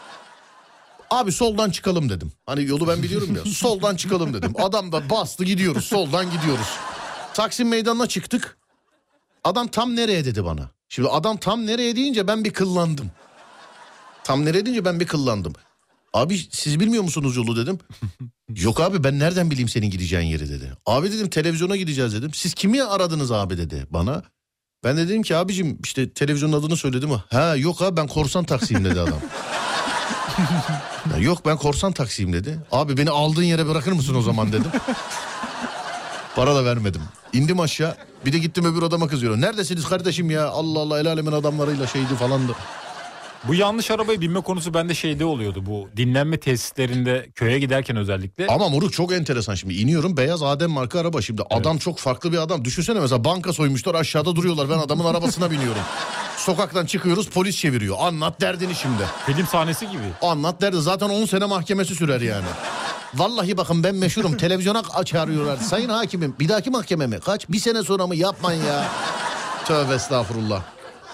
Abi soldan çıkalım dedim. Hani yolu ben biliyorum ya. Soldan çıkalım dedim. Adam da bastı, gidiyoruz. Soldan gidiyoruz. Taksim Meydanı'na çıktık. Adam tam nereye dedi bana. Şimdi adam tam nereye deyince ben bir kıllandım. Tam nereye deyince ben bir kıllandım. Abi siz bilmiyor musunuz yolu dedim. Yok abi ben nereden bileyim senin gideceğin yeri dedi. Abi dedim televizyona gideceğiz dedim. Siz kimi aradınız abi dedi bana. Ben de dedim ki abicim işte televizyonun adını söyledim. Ha yok abi ben korsan taksiyim dedi adam. Ya, yok ben korsan taksiyim dedi. Abi beni aldığın yere bırakır mısın o zaman dedim. Para da vermedim. İndim aşağı. Bir de gittim öbür adama kızıyorum. Neredesiniz kardeşim ya? Allah Allah el alemin adamlarıyla şeydi falandı. Bu yanlış arabaya binme konusu bende şeyde oluyordu. Bu dinlenme tesislerinde köye giderken özellikle. Ama moruk çok enteresan şimdi. İniyorum beyaz Adem marka araba şimdi. Evet. Adam çok farklı bir adam. Düşünsene mesela banka soymuşlar aşağıda duruyorlar. Ben adamın arabasına biniyorum. Sokaktan çıkıyoruz polis çeviriyor. Anlat derdini şimdi. Film sahnesi gibi. Anlat derdi. Zaten on sene mahkemesi sürer yani. Vallahi bakın ben meşhurum. Televizyona çağırıyorlar. Sayın hakimim bir dahaki mahkeme mi? Kaç? Bir sene sonra mı? Yapmayın ya. Tövbe estağfurullah.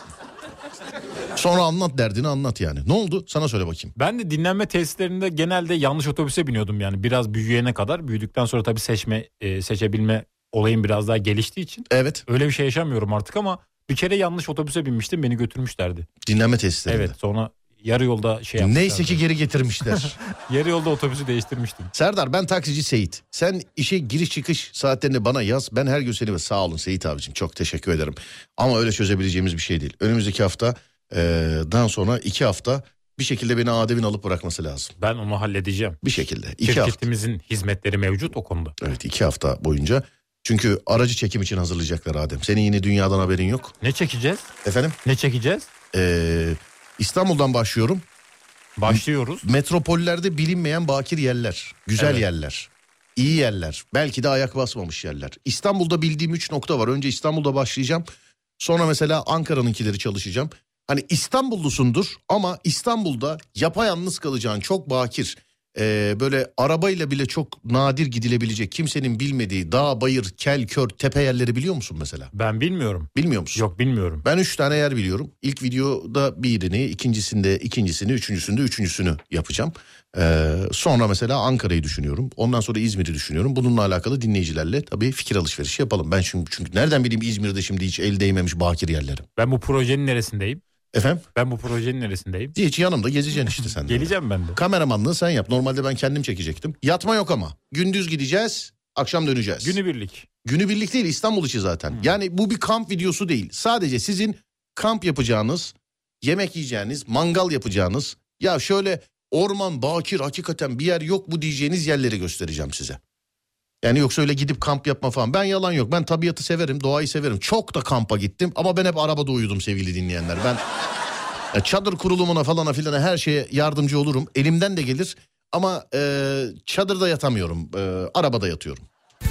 Sonra anlat derdini anlat yani. Ne oldu? Sana söyle bakayım. Ben de dinlenme tesislerinde genelde yanlış otobüse biniyordum yani. Biraz büyüyene kadar. Büyüdükten sonra tabii seçme, e, seçebilme olayım biraz daha geliştiği için. Evet. Öyle bir şey yaşamıyorum artık ama bir kere yanlış otobüse binmiştim. Beni götürmüşlerdi. Dinlenme tesislerinde. Evet, sonra yarı yolda şey yapmışlardı. Neyse ki geri getirmişler. Yarı yolda otobüsü değiştirmiştim. Serdar ben taksici Seyit. Sen işe giriş çıkış saatlerini bana yaz. Ben her gün seni... Sağ olun Seyit abicim, çok teşekkür ederim. Ama öyle çözebileceğimiz bir şey değil. Önümüzdeki hafta e, daha sonra iki hafta bir şekilde beni Adem'in alıp bırakması lazım. Ben onu halledeceğim. Bir şekilde. İki Şirketimizin hafta. hizmetleri mevcut o konuda. Evet, iki hafta boyunca. Çünkü aracı çekim için hazırlayacaklar Adem. Senin yine dünyadan haberin yok. Ne çekeceğiz? Efendim? Ne çekeceğiz? Ee, İstanbul'dan başlıyorum. Başlıyoruz. Metropollerde bilinmeyen bakir yerler. Güzel evet. yerler. İyi yerler. Belki de ayak basmamış yerler. İstanbul'da bildiğim üç nokta var. Önce İstanbul'da başlayacağım. Sonra mesela Ankara'nınkileri çalışacağım. Hani İstanbullusundur ama İstanbul'da yapayalnız kalacağın çok bakir, e, böyle arabayla bile çok nadir gidilebilecek, kimsenin bilmediği dağ, bayır, kel, kör, tepe yerleri biliyor musun mesela? Ben bilmiyorum. Bilmiyor musun? Yok, bilmiyorum. Ben üç tane yer biliyorum. İlk videoda birini, ikincisinde ikincisini, üçüncüsünde üçüncüsünü yapacağım. Ee, sonra mesela Ankara'yı düşünüyorum. Ondan sonra İzmir'i düşünüyorum. Bununla alakalı dinleyicilerle tabii fikir alışverişi yapalım. Ben çünkü, çünkü nereden bileyim İzmir'de şimdi hiç el değmemiş bakir yerleri. Ben bu projenin neresindeyim? Efendim? Ben bu projenin neresindeyim? Hiç yanımda gezeceksin işte sen de. Geleceğim ben de. Kameramanlığı sen yap. Normalde ben kendim çekecektim. Yatma yok ama. Gündüz gideceğiz, akşam döneceğiz. Günübirlik. Günübirlik değil, İstanbul içi zaten. Hmm. Yani bu bir kamp videosu değil. Sadece sizin kamp yapacağınız, yemek yiyeceğiniz, mangal yapacağınız, ya şöyle orman, bakir, hakikaten bir yer yok bu diyeceğiniz yerleri göstereceğim size. Yani yoksa öyle gidip kamp yapma falan. Ben yalan yok. Ben tabiatı severim, doğayı severim. Çok da kampa gittim ama ben hep arabada uyudum sevgili dinleyenler. Ben ya çadır kurulumuna falana filana her şeye yardımcı olurum. Elimden de gelir ama e, çadırda yatamıyorum. E, arabada yatıyorum.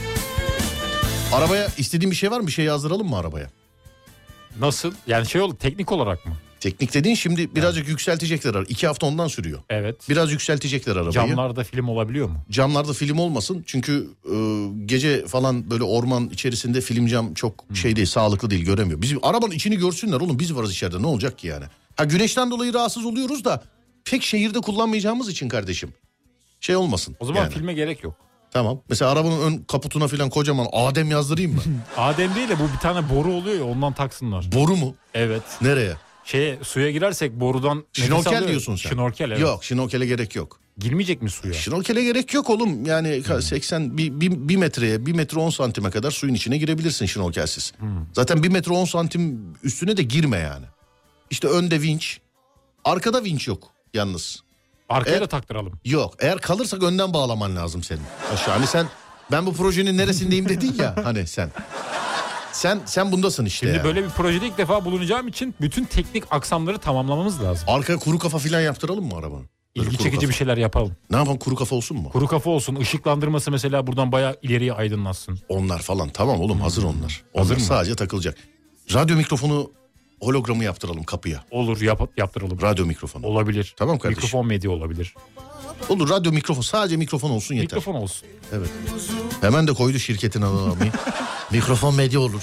Arabaya istediğin bir şey var mı? Bir şey yazdıralım mı arabaya? Nasıl? Yani şey olur, teknik olarak mı? Teknik dediğin şimdi birazcık evet. yükseltecekler. İki hafta ondan sürüyor. Evet. Biraz yükseltecekler arabayı. Camlarda film olabiliyor mu? Camlarda film olmasın. Çünkü e, gece falan böyle orman içerisinde film cam çok hmm. şey değil, sağlıklı değil, göremiyor. Bizim arabanın içini görsünler oğlum, biz varız içeride, ne olacak ki yani? Ha güneşten dolayı rahatsız oluyoruz da pek şehirde kullanmayacağımız için kardeşim. Şey olmasın. O zaman yani. filme gerek yok. Tamam. Mesela arabanın ön kaputuna falan kocaman Adem yazdırayım mı? Adem değil de bu bir tane boru oluyor ya, ondan taksınlar. Boru mu? Evet. Nereye? Şeye, suya girersek borudan... Şnorkel diyorsun sen. Şnorkel, evet. Yok, şnorkele gerek yok. Girmeyecek mi suya? Şnorkele gerek yok oğlum. Yani hmm. seksen bir, bir, bir metreye, bir metre on santime kadar suyun içine girebilirsin şnorkelsiz. Hmm. Zaten bir metre on santim üstüne de girme yani. İşte önde vinç, arkada vinç yok yalnız. Arkaya eğer, da taktıralım. Yok, eğer kalırsak önden bağlaman lazım senin. Aşağı hani sen, ben bu projenin neresindeyim dedin ya hani sen. Sen sen bundasın işte. Şimdi yani. Böyle bir projede ilk defa bulunacağım için bütün teknik aksamları tamamlamamız lazım. Arkaya kuru kafa falan yaptıralım mı arabanın? İlgi çekici kafa. Bir şeyler yapalım. Ne yapalım, kuru kafa olsun mu? Kuru kafa olsun. Işıklandırması mesela buradan bayağı ileriye aydınlatsın. Onlar falan tamam oğlum, hazır onlar. Hazır onlar mı? Sadece takılacak. Radyo mikrofonu hologramı yaptıralım kapıya. Olur, yap, yaptıralım. Radyo mikrofonu. Olabilir. Tamam kardeşim. Mikrofon medya olabilir. Olur, radyo mikrofon, sadece mikrofon olsun yeter. Mikrofon olsun. Evet. Hemen de koydu şirketin adını. Mikrofon medya olur.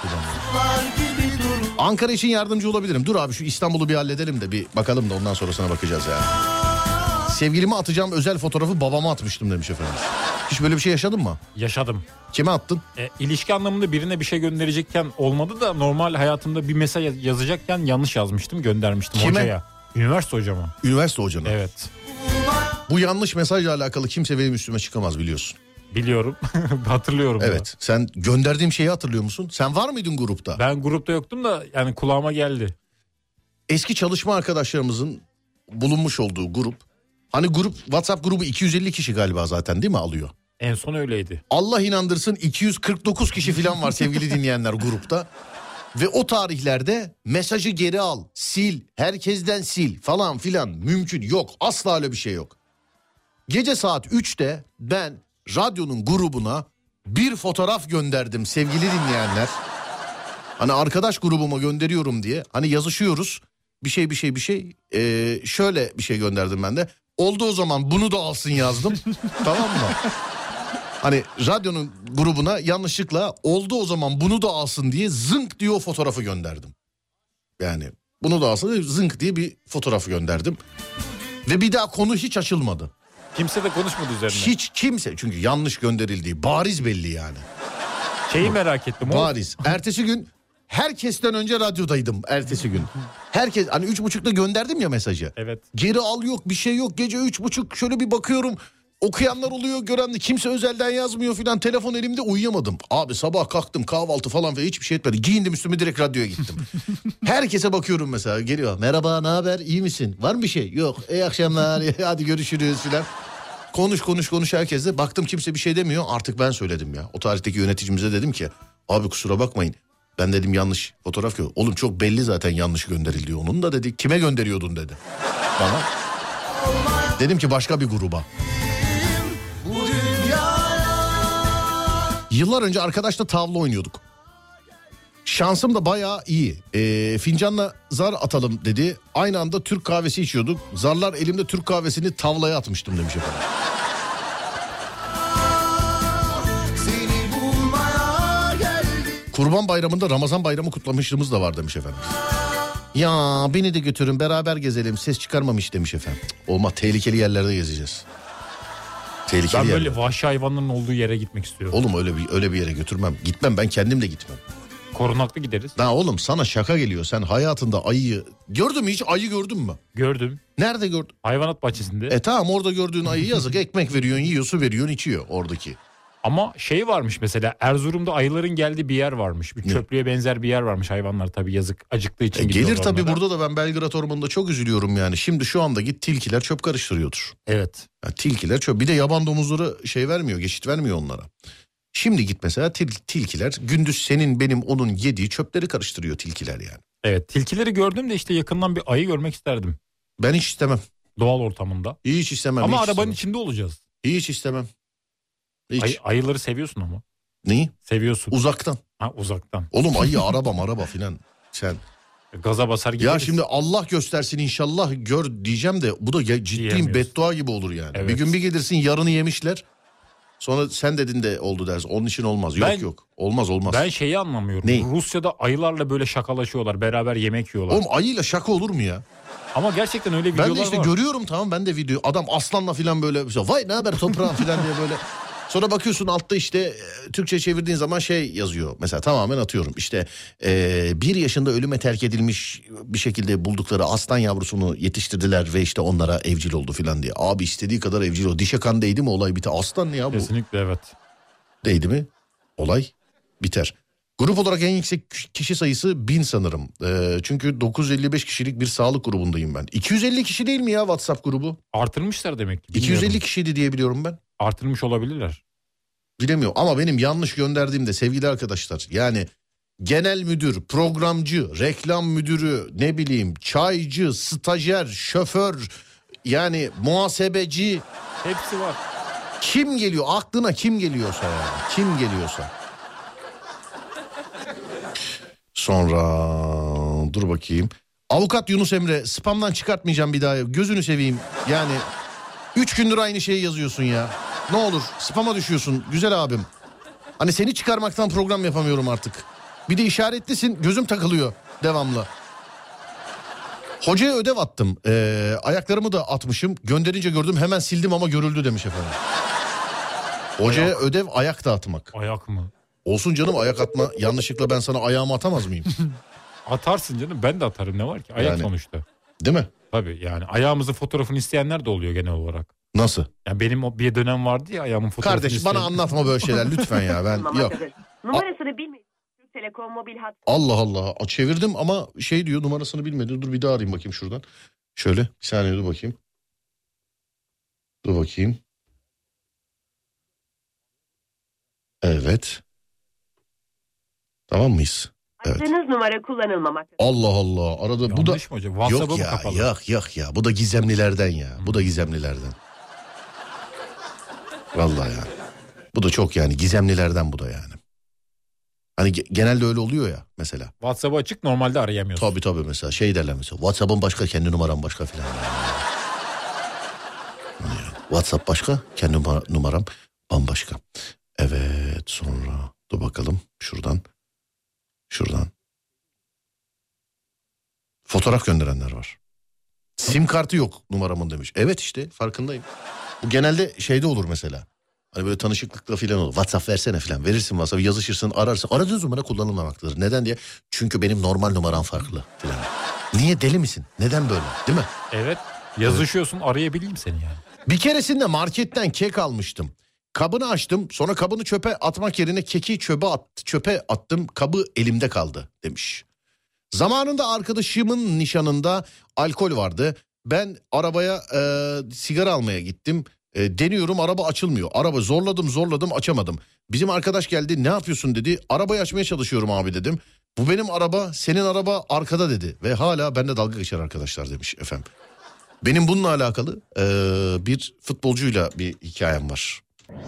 Ankara için yardımcı olabilirim. Dur abi şu İstanbul'u bir halledelim de bir bakalım da ondan sonrasına bakacağız ya. Sevgilime atacağım özel fotoğrafı babama atmıştım demiş efendim. Hiç böyle bir şey yaşadın mı? Yaşadım. Kime attın? E, ilişki anlamında birine bir şey gönderecekken olmadı da normal hayatımda bir mesaj yazacakken yanlış yazmıştım, göndermiştim Kime? hocaya. Üniversite hocama. Üniversite hocana. Evet. Bu yanlış mesajla alakalı kimse benim üstüme çıkamaz biliyorsun. Biliyorum. Hatırlıyorum. Evet. Da. Sen gönderdiğim şeyi hatırlıyor musun? Sen var mıydın grupta? Ben grupta yoktum da yani kulağıma geldi. Eski çalışma arkadaşlarımızın bulunmuş olduğu grup. Hani grup, WhatsApp grubu iki yüz elli kişi galiba zaten değil mi alıyor? En son öyleydi. Allah inandırsın iki yüz kırk dokuz kişi falan var sevgili dinleyenler grupta. Ve o tarihlerde mesajı geri al, sil, herkesten sil falan filan mümkün yok. Asla öyle bir şey yok. Gece saat üçte ben radyonun grubuna bir fotoğraf gönderdim sevgili dinleyenler. Hani arkadaş grubuma gönderiyorum diye. Hani yazışıyoruz. Bir şey bir şey bir şey. Ee, şöyle bir şey gönderdim ben de. Oldu o zaman bunu da alsın yazdım. Tamam mı? Hani radyonun grubuna yanlışlıkla oldu o zaman bunu da alsın diye zınk diye o fotoğrafı gönderdim. Yani bunu da alsın diye zınk diye bir fotoğrafı gönderdim. Ve bir daha konu hiç açılmadı. Kimse de konuşmadı üzerine. Hiç kimse, çünkü yanlış gönderildiği bariz belli yani. Şeyi merak ettim. O... Bariz. Ertesi gün herkesten önce radyodaydım ertesi gün. Herkes hani üç buçukta gönderdim ya mesajı. Evet. Geri al yok bir şey yok, gece üç buçuk şöyle bir bakıyorum. Okuyanlar oluyor, gören de kimse özelden yazmıyor filan, telefon elimde, uyuyamadım. Abi sabah kalktım kahvaltı falan ve hiçbir şey etmedi. Giyindim üstüme direkt radyoya gittim. Herkese bakıyorum mesela, geliyor. Merhaba, ne haber, iyi misin? Var mı bir şey? Yok. İyi akşamlar, hadi görüşürüz filan. Konuş konuş konuş herkese. Baktım kimse bir şey demiyor, artık ben söyledim ya. O tarihteki yöneticimize dedim ki abi kusura bakmayın. Ben dedim yanlış fotoğraf gö. Oğlum çok belli zaten yanlış gönderildi. Onun da dedi kime gönderiyordun dedi bana. Dedim ki başka bir gruba. Yıllar önce arkadaşla tavla oynuyorduk. Şansım da bayağı iyi. E, fincanla zar atalım dedi. Aynı anda Türk kahvesi içiyorduk. Zarlar elimde, Türk kahvesini tavlaya atmıştım demiş efendim. Kurban Bayramı'nda Ramazan Bayramı kutlamışlığımız da var demiş efendim. Ya beni de götürün beraber gezelim, ses çıkarmamış demiş efendim. Olmaz, tehlikeli yerlerde gezeceğiz. Tehlikeli ben böyle yerler. vahşi hayvanların olduğu yere gitmek istiyorum. Oğlum öyle bir öyle bir yere götürmem. Gitmem, ben kendim de gitmem. Korunaklı gideriz. Daha oğlum sana şaka geliyor. Sen hayatında ayıyı gördün mü hiç? Ayı gördün mü? Gördüm. Nerede gördün? Hayvanat bahçesinde. E tamam, orada gördüğün ayı yazık. Ekmek veriyorsun, yiyor, su veriyorsun, içiyor oradaki. Ama şey varmış mesela, Erzurum'da ayıların geldiği bir yer varmış. Bir Ne? çöplüğe benzer bir yer varmış, hayvanlar tabii yazık acıktığı için. E gelir gidiyorlar tabii, onlara. burada da ben Belgrad Ormanı'nda çok üzülüyorum yani. Şimdi şu anda git, tilkiler çöp karıştırıyordur. Evet. Ya tilkiler çöp. Bir de yaban domuzları şey vermiyor, geçit vermiyor onlara. Şimdi git mesela til, tilkiler gündüz senin benim onun yediği çöpleri karıştırıyor tilkiler yani. Evet, tilkileri gördüm de işte yakından bir ayı görmek isterdim. Ben hiç istemem. Doğal ortamında. Hiç istemem. Ama hiç arabanın istemem. içinde olacağız. Hiç istemem. Hiç. Ay, ayıları seviyorsun ama. Neyi? Seviyorsun. Uzaktan. Ha, uzaktan. Oğlum ayı araba maraba filan. Sen. Gaza basar gideriz. Ya şimdi Allah göstersin inşallah gör diyeceğim de bu da ya ciddiyim Diyemiyorsun. beddua gibi olur yani. Evet. Bir gün bir gelirsin yarını yemişler. Sonra sen dedin de oldu dersin. Onun için olmaz. Yok Ben- yok. Olmaz olmaz. Ben şeyi anlamıyorum. Neyi? Rusya'da ayılarla böyle şakalaşıyorlar. Beraber yemek yiyorlar. Oğlum ayıyla şaka olur mu ya? Ama gerçekten öyle videolar Ben de işte var. görüyorum, tamam, ben de video. Adam aslanla filan böyle vay ne haber toprağım filan diye böyle. Sonra bakıyorsun altta işte e, Türkçe çevirdiğin zaman şey yazıyor. Mesela tamamen atıyorum işte e, bir yaşında ölüme terk edilmiş bir şekilde buldukları aslan yavrusunu yetiştirdiler ve işte onlara evcil oldu filan diye. Abi istediği kadar evcil oldu. Dişe kan değdi mi olay biter. Aslan ne ya bu? Kesinlikle evet. Değdi mi olay biter. Grup olarak en yüksek kişi sayısı bin sanırım. E, çünkü dokuz yüz elli beş kişilik bir sağlık grubundayım ben. iki yüz elli kişi değil mi ya WhatsApp grubu? Artırmışlar demek ki. iki yüz elli bilmiyorum. kişiydi diye biliyorum ben. Artırmış olabilirler. Bilemiyorum ama benim yanlış gönderdiğimde sevgili arkadaşlar, yani genel müdür, programcı, reklam müdürü, ne bileyim çaycı, stajyer, şoför, yani muhasebeci, Hepsi var. kim geliyor aklına, kim geliyorsa yani, kim geliyorsa. Sonra dur bakayım. Avukat Yunus Emre, spamdan çıkartmayacağım bir daha, gözünü seveyim yani. Üç gündür aynı şeyi yazıyorsun ya. Ne olur spama düşüyorsun güzel abim. Hani seni çıkarmaktan program yapamıyorum artık. Bir de işaretlisin, gözüm takılıyor devamlı. Hocaya ödev attım. Ee, ayaklarımı da atmışım. Gönderince gördüm, hemen sildim ama görüldü demiş efendim. Hocaya Ayak. ödev ayak dağıtmak. Ayak mı? Olsun canım, ayak atma. Yanlışlıkla ben sana ayağımı atamaz mıyım? Atarsın canım, ben de atarım, ne var ki? Ayak Yani. sonuçta. Değil mi? Tabii yani ayağımızın fotoğrafını isteyenler de oluyor genel olarak. Nasıl? Yani benim o bir dönem vardı ya ayağımın fotoğrafını Kardeş isteyen. bana anlatma böyle şeyler lütfen ya. Ben yok. Numarasını bilmeyin. Türk Telekom mobil hat. Allah Allah. Çevirdim ama şey diyor, numarasını bilmedi. Dur bir daha arayayım bakayım şuradan. Şöyle bir saniye dur bakayım. Dur bakayım. Evet. Tamam mıyız? Evet. Aradığınız numara kullanılmamaktadır. Allah Allah. Arada bu da Yanlış mı hocam? WhatsApp'a yok mı ya, kapalı? yok yok ya. Bu da gizemlilerden ya. Bu da gizemlilerden. Vallahi ya. Bu da çok yani gizemlilerden bu da yani. Hani ge- genelde öyle oluyor ya mesela. WhatsApp'ı açık normalde arayamıyorsun. Tabii tabii mesela şey derler mesela. WhatsApp'ın başka, kendi numaram başka filan. Yani. Yani WhatsApp başka, kendi numara- numaram bambaşka. Evet, sonra dur bakalım şuradan. Şuradan. Fotoğraf gönderenler var. Sim kartı yok numaramın demiş. Evet işte farkındayım. Bu genelde şeyde olur mesela. Hani böyle tanışıklıkla filan olur. WhatsApp versene filan. Verirsin WhatsApp, yazışırsın, ararsın. Aradığınız numara kullanılmamaktadır. Neden diye? Çünkü benim normal numaram farklı filan. Niye, deli misin? Neden böyle? Değil mi? Evet. Yazışıyorsun, arayabileyim seni yani. Bir keresinde marketten kek almıştım. Kabını açtım, sonra kabını çöpe atmak yerine keki çöpe, at, çöpe attım. Kabı elimde kaldı demiş. Zamanında arkadaşımın nişanında alkol vardı. Ben arabaya e, sigara almaya gittim. E, deniyorum, araba açılmıyor. Araba zorladım zorladım açamadım. Bizim arkadaş geldi, ne yapıyorsun dedi. Arabayı açmaya çalışıyorum abi dedim. Bu benim araba, senin araba arkada dedi. Ve hala bende dalga geçer arkadaşlar demiş efendim. Benim bununla alakalı e, bir futbolcuyla bir hikayem var.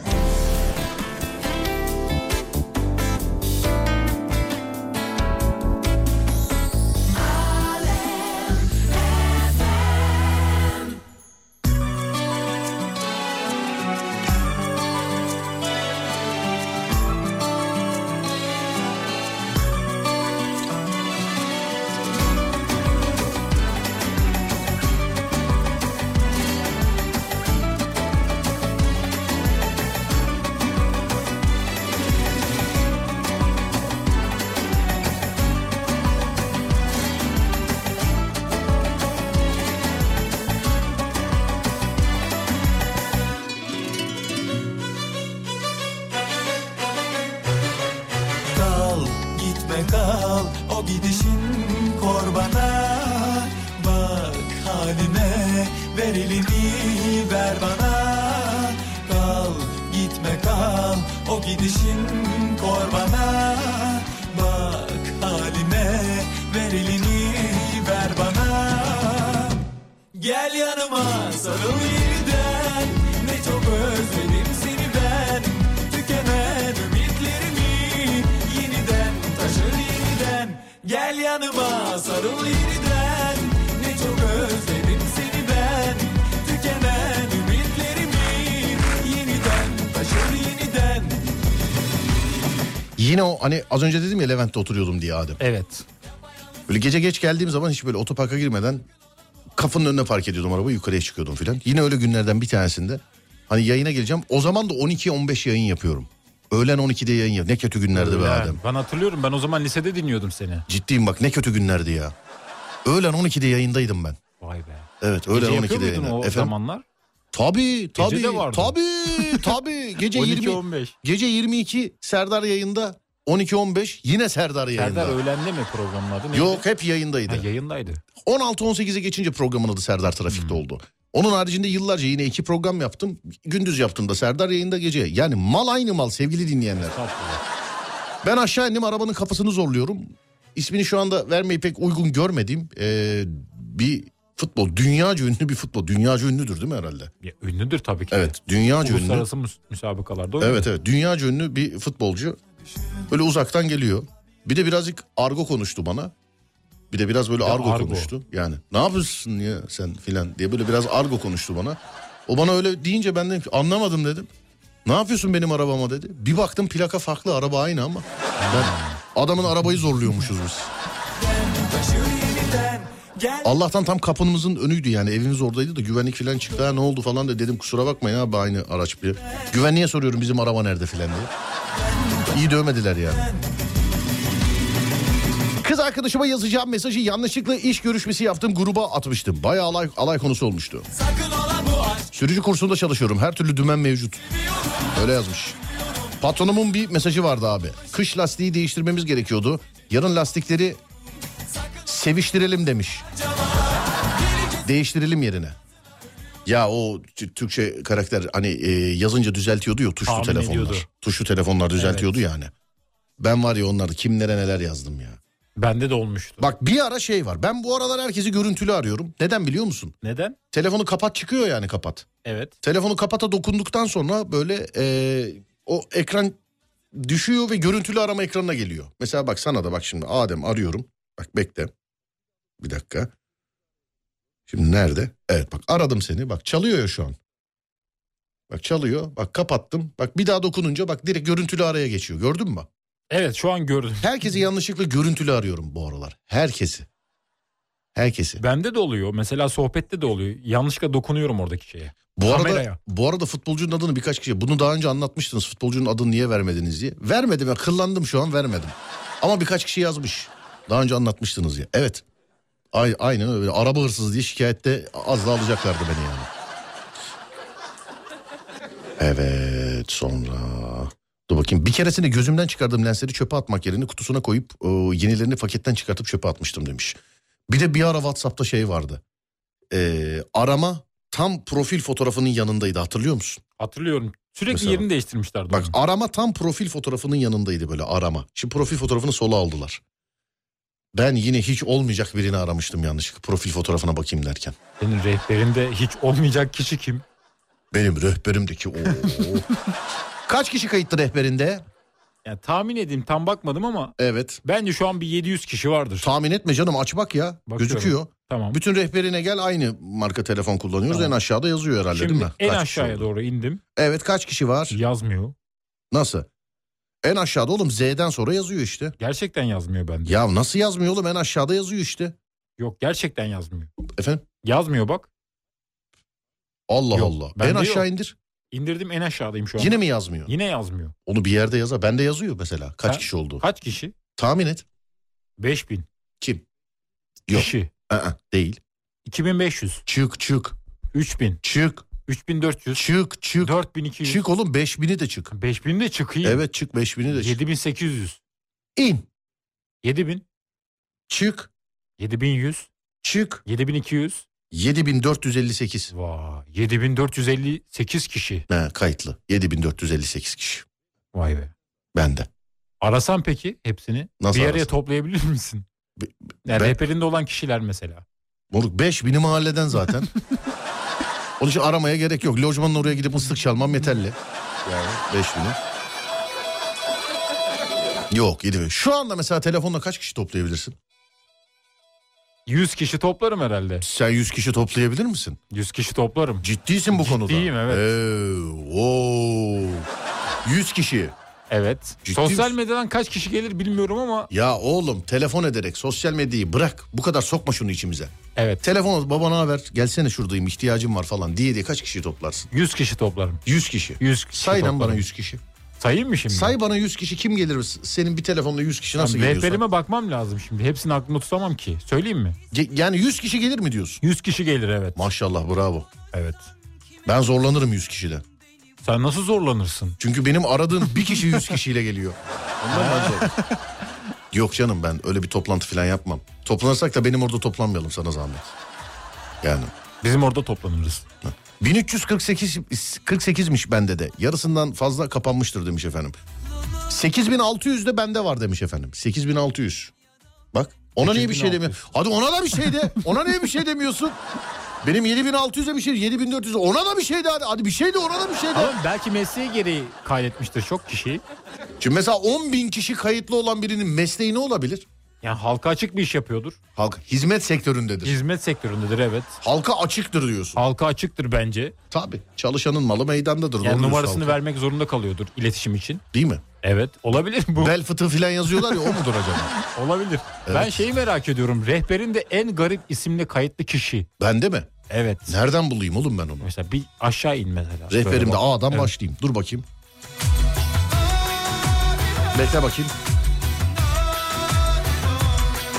Kal, gitme kal, o gidişin kor bana. Bak halime, ver elini ver bana. Kal, gitme kal, o gidişin kor bana. Bak halime, ver elini ver bana. Gel yanıma, sarıl yeniden. Ne çok özledim seni ben. Tükenen ümitlerimi yeniden taşır yeniden. Gel yanıma, sarıl yeniden. Ne çok özledim seni ben. Tükenen ümitlerimi yeniden taşır yeniden. Yine o hani az önce dedim ya Levent'te oturuyordum diye Adem. Evet. Böyle gece geç geldiğim zaman hiç böyle otoparka girmeden kapının önüne park ediyordum arabayı, yukarıya çıkıyordum filan. Yine öyle günlerden bir tanesinde hani yayına geleceğim. O zaman da on iki on beş yayın yapıyorum. Öğlen on ikide yayın yap. Ne kötü günlerdi be Yani Adem. ben hatırlıyorum, ben o zaman lisede dinliyordum seni. Ciddiyim bak, ne kötü günlerdi ya. Öğlen on ikide yayındaydım ben. Vay be. Evet, öğlen Gece on yapıyor ikide muydun yayında. o Efendim? zamanlar? Tabii tabii de vardı. tabii tabii. Gece on iki yirmi on beş. gece yirmi iki Serdar yayında, on iki on beş yine Serdar yayında. Serdar öğlende mi programın adı? Neydi? Yok, hep yayındaydı. Ha, yayındaydı. on altı on sekize geçince programın adı Serdar Trafik'te oldu. Onun haricinde yıllarca yine iki program yaptım. Gündüz yaptım da Serdar yayında, gece. Yani mal aynı mal sevgili dinleyenler. Ben aşağı indim, arabanın kapısını zorluyorum. İsmini şu anda vermeyi pek uygun görmediğim ee, bir futbol. Dünyaca ünlü bir futbol. Dünyaca ünlüdür değil mi herhalde? Ya, ünlüdür tabii ki. Evet, dünyaca ünlü. Uluslararası müs- müsabakalarda oynuyor. Evet evet, dünyaca ünlü bir futbolcu. Böyle uzaktan geliyor. Bir de birazcık argo konuştu bana. Bir de biraz böyle Ya argo, argo. konuştu. Yani ne yapıyorsun ya sen filan diye böyle biraz argo konuştu bana. O bana öyle deyince ben dedim ki anlamadım dedim. Ne yapıyorsun benim arabama dedi. Bir baktım plaka farklı, araba aynı ama. Ben, adamın arabayı zorluyormuşuz biz. Allah'tan tam kapımızın önüydü yani, evimiz oradaydı da güvenlik filan çıktı. Ha, ne oldu falan da dedim, kusura bakmayın abi, aynı araç bir. Güvenliğe soruyorum bizim araba nerede filan diye. İyi dövmediler yani. Kız arkadaşıma yazacağım mesajı yanlışlıkla iş görüşmesi yaptığım gruba atmıştım. Bayağı alay, alay konusu olmuştu. Sürücü kursunda çalışıyorum. Her türlü dümen mevcut. Öyle yazmış. Patronumun bir mesajı vardı abi. Kış lastiği değiştirmemiz gerekiyordu. Yarın lastikleri seviştirelim demiş. Değiştirelim yerine. Ya o Türkçe karakter hani e, yazınca düzeltiyordu ya tuşlu Tahmin telefonlar. ediyordu. Tuşlu telefonlar düzeltiyordu Evet. yani. Ben var ya onlarda kimlere neler yazdım ya. Bende de olmuştu. Bak bir ara şey var. Ben bu aralar herkesi görüntülü arıyorum. Neden biliyor musun? Neden? Telefonu kapat çıkıyor yani kapat. Evet. Telefonu kapata dokunduktan sonra böyle e, o ekran düşüyor ve görüntülü arama ekranına geliyor. Mesela bak sana da bak şimdi Adem arıyorum. Bak bekle. Bir dakika. Şimdi nerede? Evet bak aradım seni. Bak çalıyor ya şu an. Bak çalıyor. Bak kapattım. Bak bir daha dokununca bak direkt görüntülü araya geçiyor. Gördün mü? Evet şu an gördüm. Herkesi yanlışlıkla görüntülü arıyorum bu aralar. Herkesi. Herkesi. Bende de oluyor. Mesela sohbette de oluyor. Yanlışlıkla dokunuyorum oradaki şeye. Bu arada, Kameraya. bu arada futbolcunun adını birkaç kişi... Bunu daha önce anlatmıştınız. Futbolcunun adını niye vermediniz diye. Vermedim ya. Kıllandım şu an vermedim. Ama birkaç kişi yazmış. Daha önce anlatmıştınız ya. Evet. Ay, aynen öyle. Araba hırsızı diye şikayette az da alacaklardı beni yani. Evet sonra... Dur bakayım. Bir keresinde gözümden çıkardığım lensleri çöpe atmak yerine kutusuna koyup e, yenilerini paketten çıkartıp çöpe atmıştım demiş. Bir de bir ara WhatsApp'ta şey vardı. E, arama tam profil fotoğrafının yanındaydı, hatırlıyor musun? Hatırlıyorum. Sürekli Mesela- yerini değiştirmişlerdi. Bak onun. arama tam profil fotoğrafının yanındaydı böyle arama. Şimdi profil fotoğrafını sola aldılar. Ben yine hiç olmayacak birini aramıştım yanlışlıkla profil fotoğrafına bakayım derken. Senin rehberinde hiç olmayacak kişi kim? Benim rehberimdeki o. Kaç kişi kayıtlı rehberinde? Yani tahmin edeyim, tam bakmadım ama Evet. bence şu an bir yedi yüz kişi vardır. Tahmin etme canım, aç bak ya. Bakıyorum. Gözüküyor. Tamam. Bütün rehberine gel, aynı marka telefon kullanıyoruz. Tamam. En aşağıda yazıyor herhalde Şimdi değil mi? en Kaç kişi aşağıya oldu? doğru indim. Evet, kaç kişi var? Yazmıyor. Nasıl? En aşağıda oğlum, Z'den sonra yazıyor işte. Gerçekten yazmıyor bende. Ya nasıl yazmıyor oğlum, en aşağıda yazıyor işte. Yok, gerçekten yazmıyor. Efendim? Yazmıyor bak. Allah Yok, Allah. bende En aşağı yok. indir. İndirdim, en aşağıdayım şu an. Yine mi yazmıyor? Yine yazmıyor. Onu bir yerde yazar. Bende yazıyor mesela. Kaç Ha? kişi oldu? Kaç kişi? Tahmin et. beş bin. Kim? Yok. Kişi. Aa, değil. iki bin beş yüz. Çık çık. üç bin. Çık. üç bin dört yüz. Çık çık. dört bin iki yüz. Çık oğlum, beş bini de çık. beş bin de çıkayım. Evet çık, beş bini de çık. yedi bin sekiz yüz. İn. yedi bin. Çık. yedi bin yüz. Çık. yedi bin iki yüz. yedi bin dört yüz elli sekiz. Vay. yedi bin dört yüz elli sekiz kişi. He, kayıtlı. yedi bin dört yüz elli sekiz kişi. Vay be. Bende. Arasam peki hepsini? Nasıl bir araya arasam? toplayabilir misin? Be- Yani ben- rehberinde olan kişiler mesela. Moruk, beş bini mahalleden zaten. Onun için aramaya gerek yok. Lojmanın oraya gidip ıslık çalmam yeterli. Yani beş bini. Yok, yedi bin. Şu anda mesela telefonla kaç kişi toplayabilirsin? yüz kişi toplarım herhalde. Sen yüz kişi toplayabilir misin? yüz kişi toplarım. Ciddisin bu konuda. Ciddiyim, evet. Ee, oo. yüz kişi. Evet. Ciddi Sosyal misin? medyadan kaç kişi gelir bilmiyorum ama Ya oğlum, telefon ederek sosyal medyayı bırak. Bu kadar sokma şunu içimize. evet. Telefon babana haber, gelsene şuradayım, ihtiyacım var falan diye diye kaç kişi toplarsın? yüz kişi toplarım. yüz kişi. yüz kişi Say lan toplarım. bana yüz kişi. Sayayım mı şimdi? Say bana yüz kişi, kim gelir? Senin bir telefonla yüz kişi nasıl Tamam, geliyorsa. rehberime bakmam lazım şimdi. Hepsini aklımda tutamam ki. Söyleyeyim mi? Ge- Yani yüz kişi gelir mi diyorsun? yüz kişi gelir, evet. Maşallah, bravo. Evet. Ben zorlanırım yüz kişiden. Sen nasıl zorlanırsın? Çünkü benim aradığım bir kişi yüz kişiyle geliyor. Ondan ben zor. Yok canım, ben öyle bir toplantı falan yapmam. Toplanırsak da benim orada toplanmayalım, sana zahmet. Yani. Bizim orada toplanırız. bin üç yüz kırk sekiz kırk sekizmiş bende de. Yarısından fazla kapanmıştır demiş efendim. sekiz bin altı yüz de bende var demiş efendim. sekiz bin altı yüz. Bak, ona niye bir şey sekiz bin altı yüz. demiyor? Hadi ona da bir şey de. Ona niye bir şey demiyorsun? Benim yedi bin altı yüze bir şey, yedi bin dört yüze ona da bir şey de hadi. Hadi bir şey de, ona da bir şey de. Ama belki mesleği gereği kaydetmiştir çok kişi. Şimdi mesela on bin kişi kayıtlı olan birinin mesleği ne olabilir? Yani halka açık bir iş yapıyordur. Halk hizmet sektöründedir. Hizmet sektöründedir, evet. Halka açıktır diyorsun. Halka açıktır bence. Tabii. Çalışanın malı meydandadır. Yani Doğru diyorsun numarasını halka. vermek zorunda kalıyordur iletişim için. Değil mi? Evet, olabilir bu. Bel fıtığı falan yazıyorlar ya, o mudur acaba? Olabilir. Evet. Ben şeyi merak ediyorum. Rehberinde en garip isimle kayıtlı kişi. Bende mi? Evet. Nereden bulayım oğlum ben onu? Mesela bir aşağı in mesela. Rehberimde Böyle bak. A'dan Evet. başlayayım. Dur bakayım. Bekle bakayım.